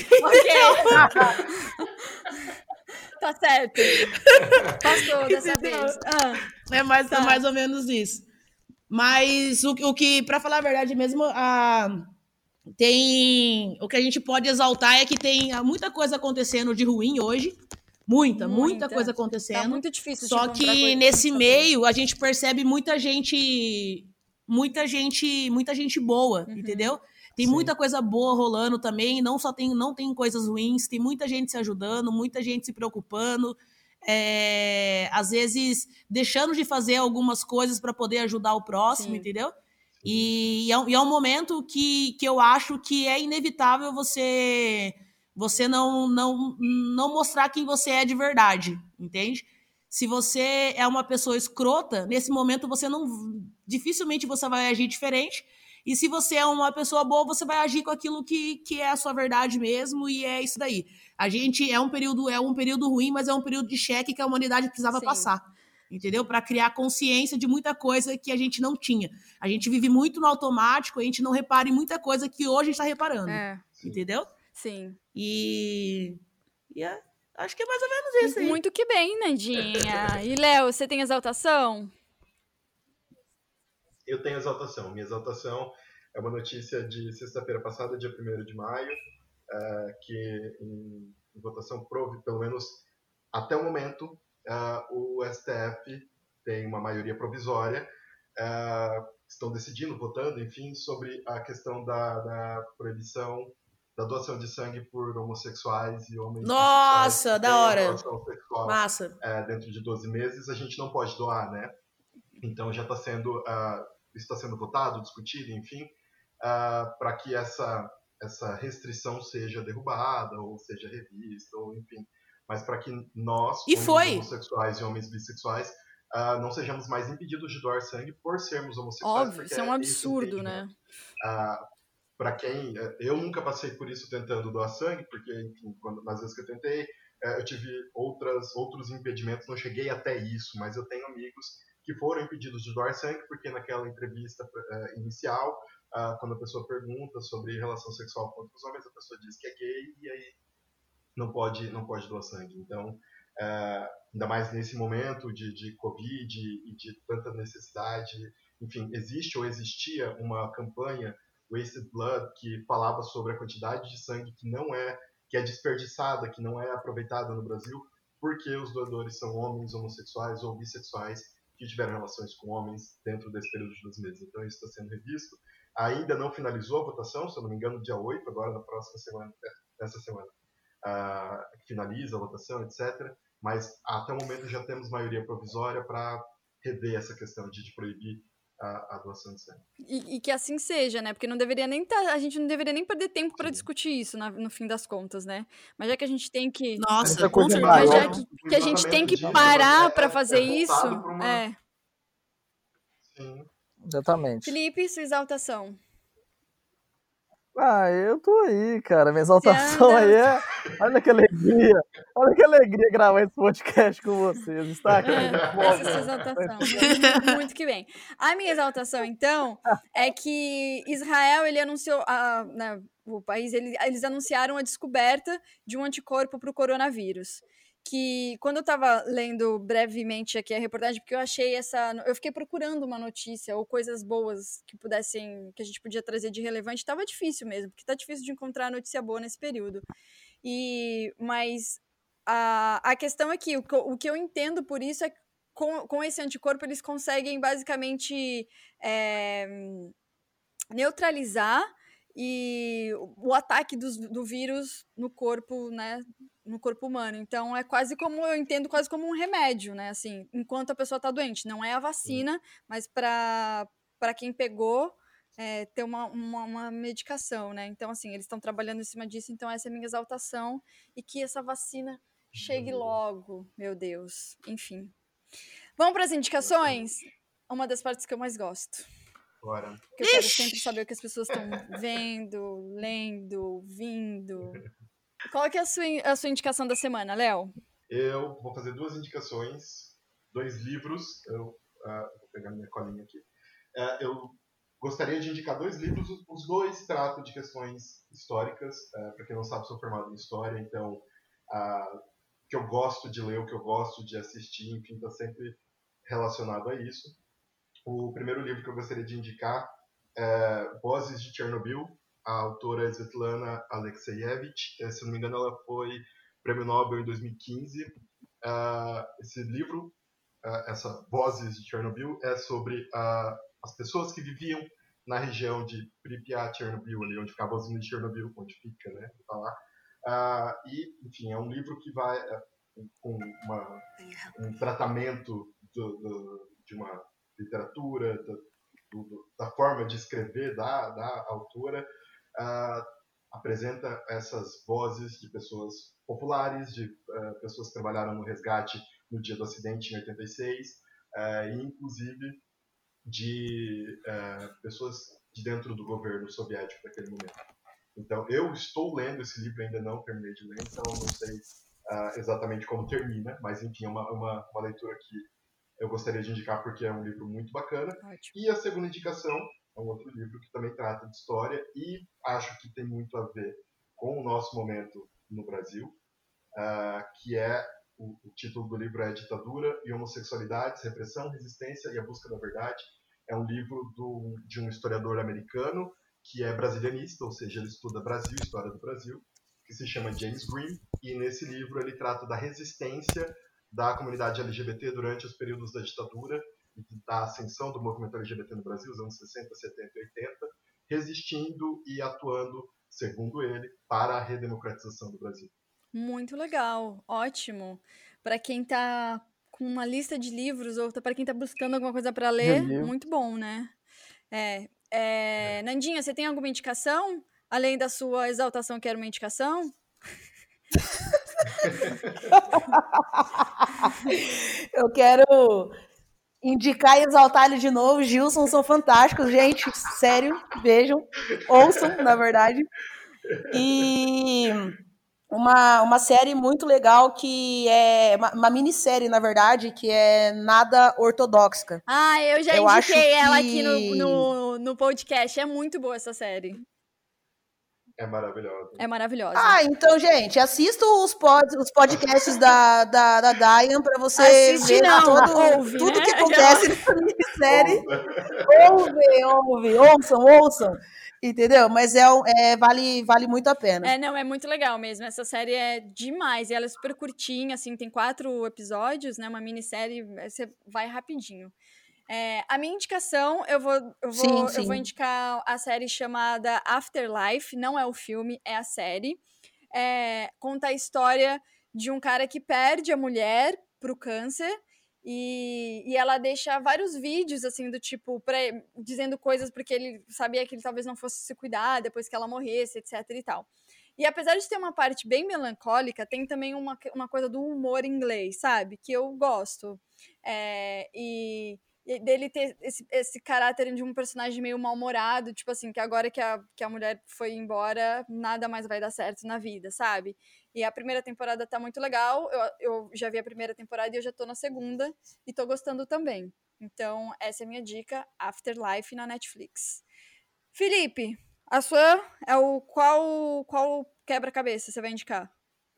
Tá certo. Passou dessa vez. Ah, é mais, tá. mais ou menos isso. Mas o, o que, pra falar a verdade mesmo, a... tem... o que a gente pode exaltar é que tem muita coisa acontecendo de ruim hoje. Muita, muita, muita coisa acontecendo. Tá muito difícil de Só que nesse meio a gente percebe muita gente, muita gente, muita gente boa, uhum. entendeu? Tem Sim. muita coisa boa rolando também, não só tem, não tem coisas ruins, tem muita gente se ajudando, muita gente se preocupando, é, às vezes deixando de fazer algumas coisas para poder ajudar o próximo, Sim. entendeu? E, e, é, e é um momento que, que eu acho que é inevitável você... Você não, não, não mostrar quem você é de verdade, entende? Se você é uma pessoa escrota, nesse momento você não... Dificilmente você vai agir diferente. E se você é uma pessoa boa, você vai agir com aquilo que, que é a sua verdade mesmo, e é isso daí. A gente é um período, é um período ruim, mas é um período de cheque que a humanidade precisava Sim. passar. Entendeu? Para criar consciência de muita coisa que a gente não tinha. A gente vive muito no automático, a gente não repara em muita coisa que hoje a gente está reparando. É. Entendeu? Sim. E, e é, acho que é mais ou menos isso aí. Muito que bem, Nandinha. E, Léo, você tem exaltação? Eu tenho exaltação. Minha exaltação é uma notícia de sexta-feira passada, dia primeiro de maio, uh, que em, em votação prove, pelo menos até o momento, uh, o S T F tem uma maioria provisória, uh, estão decidindo, votando, enfim, sobre a questão da, da proibição da doação de sangue por homossexuais e homens. Nossa, da hora. Sexual, Massa. É, dentro de doze meses, a gente não pode doar, né? Então já está sendo, uh, isso está sendo votado, discutido, enfim, uh, para que essa, essa restrição seja derrubada, ou seja revista, ou enfim. Mas para que nós, e homens foi. homossexuais e homens bissexuais, uh, não sejamos mais impedidos de doar sangue por sermos homossexuais. Óbvio, isso é um absurdo, né? Uh, Para quem... Eu nunca passei por isso tentando doar sangue, porque, enfim, quando, nas vezes que eu tentei, eu tive outras, outros impedimentos, não cheguei até isso, mas eu tenho amigos que foram impedidos de doar sangue, porque naquela entrevista uh, inicial, uh, quando a pessoa pergunta sobre relação sexual com outros homens, a pessoa diz que é gay, e aí não pode, não pode doar sangue. Então, é, ainda mais nesse momento de, de Covid e de tanta necessidade. Enfim, existe ou existia uma campanha, Wasted Blood, que falava sobre a quantidade de sangue que não é, que é desperdiçada, que não é aproveitada no Brasil, porque os doadores são homens homossexuais ou bissexuais que tiveram relações com homens dentro desse período de dois meses. Então, isso está sendo revisto. Ainda não finalizou a votação, se eu não me engano, dia oito, agora na próxima semana, nessa semana, uh, finaliza a votação, etcétera. Mas, até o momento, já temos maioria provisória para rever essa questão de, de proibir a, a doação de sangue. E, e que assim seja, né? Porque não deveria nem tá, a gente não deveria nem perder tempo para discutir isso na, no fim das contas, né? Mas já que a gente tem que... Nossa, com certeza. Mas já que, que a gente tem que disso, parar é, para é, fazer é isso... uma... É. Sim. Exatamente. Felipe, sua exaltação. Ah, eu tô aí, cara. Minha exaltação aí é... Olha que alegria. Olha que alegria gravar esse podcast com vocês. Está aqui. É, essa é a sua exaltação. Muito, muito que bem. A minha exaltação, então, é que Israel, ele anunciou... A, né, o país, ele, eles anunciaram a descoberta de um anticorpo para o coronavírus. Que quando eu estava lendo brevemente aqui a reportagem, porque eu achei essa... Eu fiquei procurando uma notícia ou coisas boas que pudessem... que a gente podia trazer de relevante. Estava difícil mesmo, porque está difícil de encontrar notícia boa nesse período. E, mas a, a questão é que o, o que eu entendo por isso é que com, com esse anticorpo eles conseguem basicamente é, neutralizar e o ataque do, do vírus no corpo, né, no corpo humano. Então é quase como, eu entendo quase como um remédio, né, assim, enquanto a pessoa está doente. Não é a vacina, mas para para quem pegou, é, ter uma, uma, uma medicação, né? Então, assim, eles estão trabalhando em cima disso, então essa é a minha exaltação, e que essa vacina chegue logo, meu Deus. Enfim. Vamos para as indicações? Uma das partes que eu mais gosto. Bora. Porque eu quero sempre saber o que as pessoas estão vendo, lendo, vindo. Qual que é a sua, a sua indicação da semana, Léo? Eu vou fazer duas indicações, dois livros. Eu uh, vou pegar minha colinha aqui. Uh, eu gostaria de indicar dois livros. Os dois tratam de questões históricas. Uh, para quem não sabe, sou formado em História, então uh, o que eu gosto de ler, o que eu gosto de assistir, enfim, está sempre relacionado a isso. O primeiro livro que eu gostaria de indicar é Vozes de Chernobyl. A autora é Svetlana Alexievich. Se não me engano, ela foi prêmio Nobel em dois mil e quinze. Uh, esse livro, uh, essa Vozes de Chernobyl, é sobre uh, as pessoas que viviam na região de Pripyat, Chernobyl, ali onde ficava a usina de Chernobyl, onde fica, né? Tá lá. Uh, e, enfim, é um livro que vai uh, com uma, um tratamento do, do, de uma literatura, da, do, da forma de escrever da, da autora, uh, apresenta essas vozes de pessoas populares, de uh, pessoas que trabalharam no resgate no dia do acidente em oitenta e seis, uh, e inclusive de uh, pessoas de dentro do governo soviético naquele momento. Então, eu estou lendo esse livro, ainda não terminei de ler, então não sei uh, exatamente como termina, mas enfim, é uma, uma, uma leitura que eu gostaria de indicar porque é um livro muito bacana. Ótimo. E a segunda indicação é um outro livro que também trata de história e acho que tem muito a ver com o nosso momento no Brasil, uh, que é, o, o título do livro é Ditadura e Homossexualidades, Repressão, Resistência e a Busca da Verdade. É um livro do, de um historiador americano que é brasilianista, ou seja, ele estuda Brasil, história do Brasil, que se chama James Green, e nesse livro ele trata da resistência da comunidade L G B T durante os períodos da ditadura e da ascensão do movimento L G B T no Brasil, nos anos sessenta, setenta e oitenta, resistindo e atuando, segundo ele, para a redemocratização do Brasil. Muito legal, ótimo. Para quem tá com uma lista de livros ou para quem tá buscando alguma coisa para ler, muito bom, né? É, é... Nandinha, você tem alguma indicação? Além da sua exaltação, que era uma indicação? Eu quero indicar e exaltar ele de novo. Gilson são fantásticos, gente. Sério, vejam, ouçam, na verdade. E uma, uma série muito legal que é uma, uma minissérie, na verdade, que é Nada Ortodoxa. Ah, eu já eu indiquei ela que... aqui no, no, no podcast. É muito boa essa série. É maravilhosa. É maravilhosa. Ah, então, gente, assista os, pod, os podcasts da, da, da Diane pra você Assiste ver não, todo, ouve, tudo né? que acontece na minissérie. Ouve, ouve, ouçam, ouçam. Entendeu? Mas é, um- é, vale, vale muito a pena. É, não, é muito legal mesmo. Essa série é demais. E ela é super curtinha, assim, tem quatro episódios, né? Uma minissérie, você vai rapidinho. É, a minha indicação, eu vou, eu, Sim, vou, eu sim. vou indicar a série chamada Afterlife. Não é o filme, é a série. É, conta a história de um cara que perde a mulher pro câncer. E, e ela deixa vários vídeos, assim, do tipo, pra, dizendo coisas porque ele sabia que ele talvez não fosse se cuidar depois que ela morresse, etc e tal. E apesar de ter uma parte bem melancólica, tem também uma, uma coisa do humor inglês, sabe? Que eu gosto. É, e, e dele ter esse, esse caráter de um personagem meio mal-humorado, tipo assim, que agora que a, que a mulher foi embora, nada mais vai dar certo na vida, sabe? E a primeira temporada tá muito legal. Eu, eu já vi a primeira temporada e eu já tô na segunda. E tô gostando também. Então, essa é a minha dica. Afterlife na Netflix. Felipe, a sua é o qual, qual quebra-cabeça você vai indicar?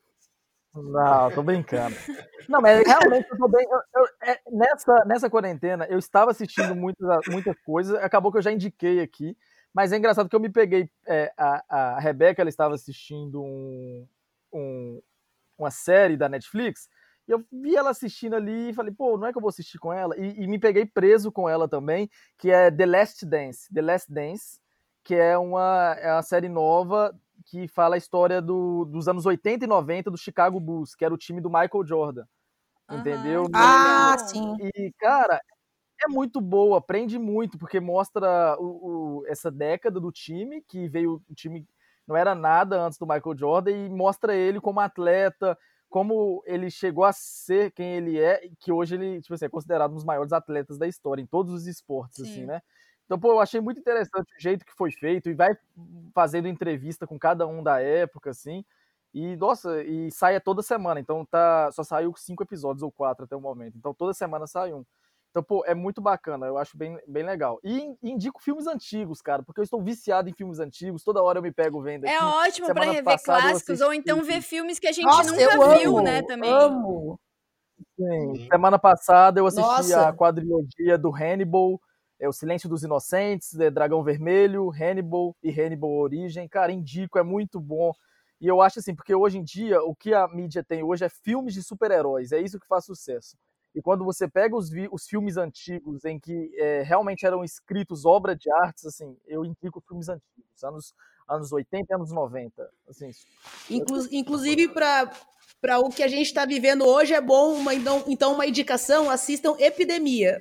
Não, tô brincando. Não, mas realmente eu tô bem. eu- eu- é, nessa, nessa quarentena, eu estava assistindo muitas, muitas coisas, acabou que eu já indiquei aqui, mas é engraçado que eu me peguei. é, a, a Rebeca, ela estava assistindo um, um- uma série da Netflix, e eu vi ela assistindo ali e falei, pô, não é que eu vou assistir com ela? E, e me peguei preso com ela também, que é The Last Dance. The Last Dance, que é uma, é uma série nova que fala a história do, dos anos oitenta e noventa do Chicago Bulls, que era o time do Michael Jordan, entendeu? Aham, que Ah, legal. sim. E, cara, é muito boa, aprende muito, porque mostra o, o- essa década do time, que veio, o time não era nada antes do Michael Jordan, e mostra ele como atleta, como ele chegou a ser quem ele é, e que hoje ele, tipo assim, é considerado um dos maiores atletas da história, em todos os esportes, assim, Sim. né? Então, pô, eu achei muito interessante o jeito que foi feito, e vai fazendo entrevista com cada um da época, assim, e, nossa, e sai toda semana, então tá, só saiu cinco episódios ou quatro até o momento, então toda semana sai um. Então, pô, é muito bacana, eu acho bem, bem legal. E, e indico filmes antigos, cara, porque eu estou viciado em filmes antigos, toda hora eu me pego vendo aqui. É ótimo pra Semana rever passada eu clássicos, ou então assisti, ver filmes que a gente Nossa, nunca eu viu, né, amo, também. amo. sim, Sim. semana passada eu assisti a Nossa. quadrilogia do Hannibal, é O Silêncio dos Inocentes, é Dragão Vermelho, Hannibal e Hannibal Origem. Cara, indico, é muito bom. E eu acho assim, porque hoje em dia, o que a mídia tem hoje é filmes de super-heróis, é isso que faz sucesso. E quando você pega os, vi- os filmes antigos, em que é, realmente eram escritos obra de artes, assim, eu indico filmes antigos, anos, anos oitenta e anos noventa. Assim, Inclu- inclusive, para o que a gente está vivendo hoje, é bom, uma, então, então, uma indicação, assistam Epidemia.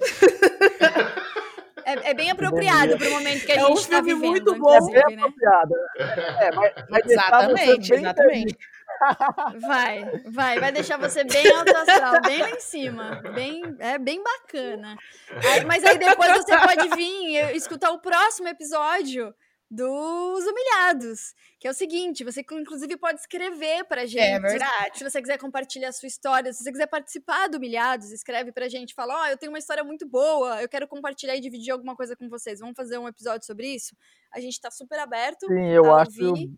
É, é bem apropriado pro momento que a É um gente tá filme vivendo, muito é bom. bem inclusive, né? apropriada. É, vai, vai deixar você Exatamente, bem exatamente. Vai, vai, vai deixar você bem alto astral, bem lá em cima, bem, é bem bacana. Aí- mas aí depois você pode vir e escutar o próximo episódio dos Humilhados, que é o seguinte, você inclusive pode escrever pra gente. É verdade. Se você quiser compartilhar a sua história, se você quiser participar do Humilhados, escreve pra gente, fala, ó, eu tenho uma história muito boa, eu quero compartilhar e dividir alguma coisa com vocês, vamos fazer um episódio sobre isso? A gente tá super aberto Sim, eu a acho, ouvir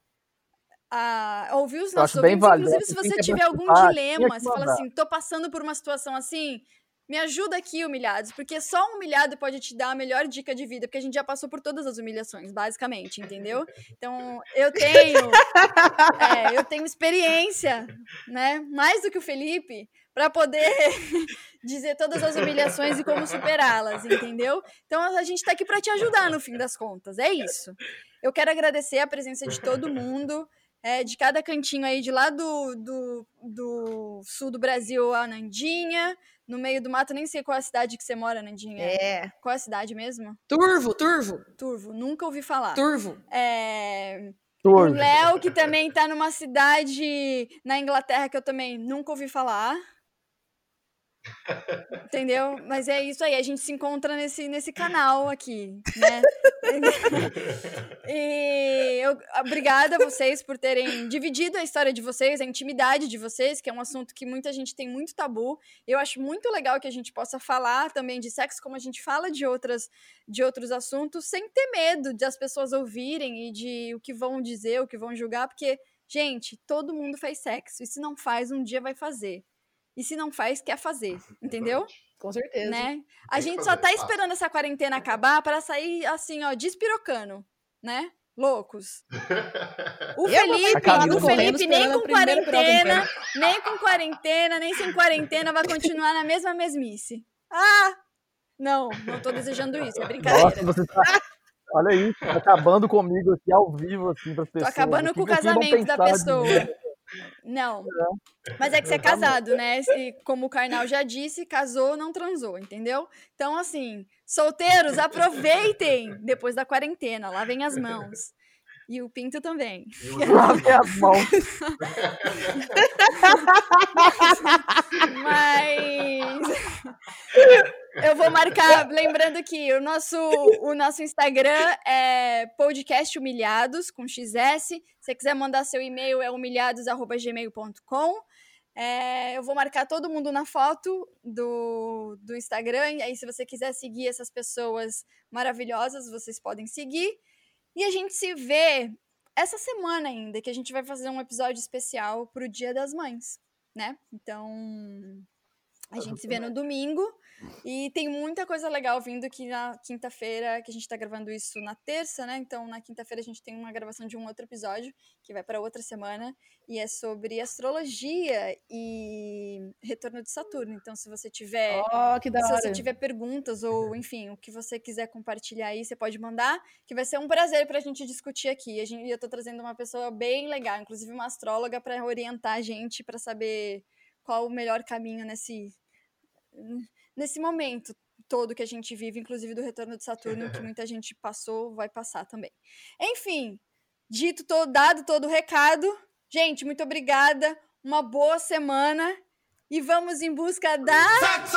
a ouvir os eu nossos acho bem ouvintes, válido. inclusive se Quem você quer tiver algum participar, dilema, tinha que você fala mandar. assim, tô passando por uma situação assim, me ajuda aqui, Humilhados, porque só um humilhado pode te dar a melhor dica de vida, porque a gente já passou por todas as humilhações, basicamente, entendeu? Então, eu tenho, é, eu tenho experiência, né, mais do que o Felipe, para poder dizer todas as humilhações e como superá-las, entendeu? Então, a gente tá aqui para te ajudar, no fim das contas, é isso. Eu quero agradecer a presença de todo mundo, é, de cada cantinho aí, de lá do, do, do sul do Brasil, a Nandinha, no meio do mato, nem sei qual é a cidade que você mora, Nandinha. É. Qual é a cidade mesmo? Turvo, Turvo, Turvo, nunca ouvi falar. Turvo. É, o Turvo. Léo, que também tá numa cidade na Inglaterra que eu também nunca ouvi falar. Entendeu? Mas é isso aí, a gente se encontra nesse, nesse canal aqui, né? E eu, obrigada a vocês por terem dividido a história de vocês, a intimidade de vocês, que é um assunto que muita gente tem muito tabu. Eu acho muito legal que a gente possa falar também de sexo, como a gente fala de, outras, de outros assuntos, sem ter medo de as pessoas ouvirem e de o que vão dizer, o que vão julgar, porque, gente, todo mundo faz sexo, e se não faz, um dia vai fazer. E se não faz, quer fazer, entendeu? Com certeza. Né? A gente só tá esperando essa quarentena acabar para sair, assim, ó, despirocando, né? Loucos. O Felipe, o Felipe nem com quarentena, nem com quarentena, nem sem quarentena, vai continuar na mesma mesmice. Ah! Não, não tô desejando isso, é brincadeira. Nossa, você tá... Olha isso, tá acabando comigo aqui ao vivo, assim, pras pessoas. Tô acabando com o casamento da pessoa. Não, mas é que você é casado, né? E como o Karnal já disse, casou, não transou, entendeu? Então, assim, solteiros, aproveitem depois da quarentena, lavem as mãos. E o Pinto também. Lavem as mãos. Mas... eu vou marcar, lembrando que o nosso, o nosso Instagram é podcast humilhados, com X S. Se você quiser mandar seu e-mail, é humilhados arroba gmail ponto com. É, eu vou marcar todo mundo na foto do, do Instagram. E aí, se você quiser seguir essas pessoas maravilhosas, vocês podem seguir. E a gente se vê essa semana ainda, que a gente vai fazer um episódio especial pro Dia das Mães, né? Então... a gente se vê no domingo e tem muita coisa legal vindo aqui na quinta-feira, que a gente tá gravando isso na terça, né? Então, na quinta-feira a gente tem uma gravação de um outro episódio, que vai para outra semana, e é sobre astrologia e retorno de Saturno. Então, se você tiver, oh, que da se hora. você tiver perguntas ou, enfim, o que você quiser compartilhar aí, você pode mandar, que vai ser um prazer pra gente discutir aqui. A gente, eu tô trazendo uma pessoa bem legal, inclusive uma astróloga, para orientar a gente, para saber qual o melhor caminho nesse... nesse momento todo que a gente vive, inclusive do retorno de Saturno, que muita gente passou, vai passar também. Enfim, dito todo, dado todo o recado, gente, muito obrigada, uma boa semana e vamos em busca da... Sexo!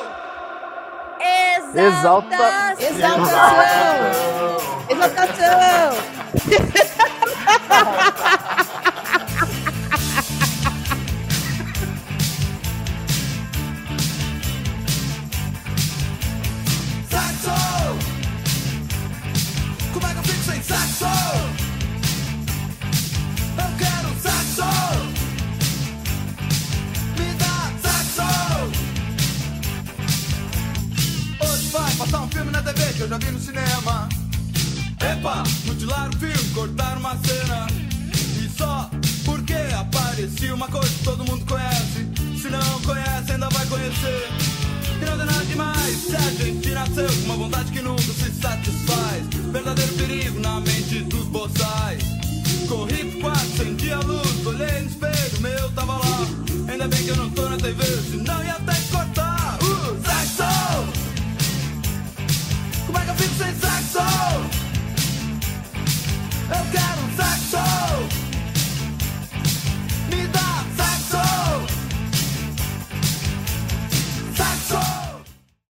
Exaltação! Exaltação! Exaltação! Como é que eu fico sem sexo? Eu quero sexo! Me dá sexo! Hoje vai passar um filme na T V que eu já vi no cinema. Epa, mutilar o filme, cortar uma cena. E só porque aparecia uma coisa que todo mundo conhece. Se não conhece, ainda vai conhecer. E não tem nada demais, se a gente nasceu com uma vontade que nunca se satisfaz.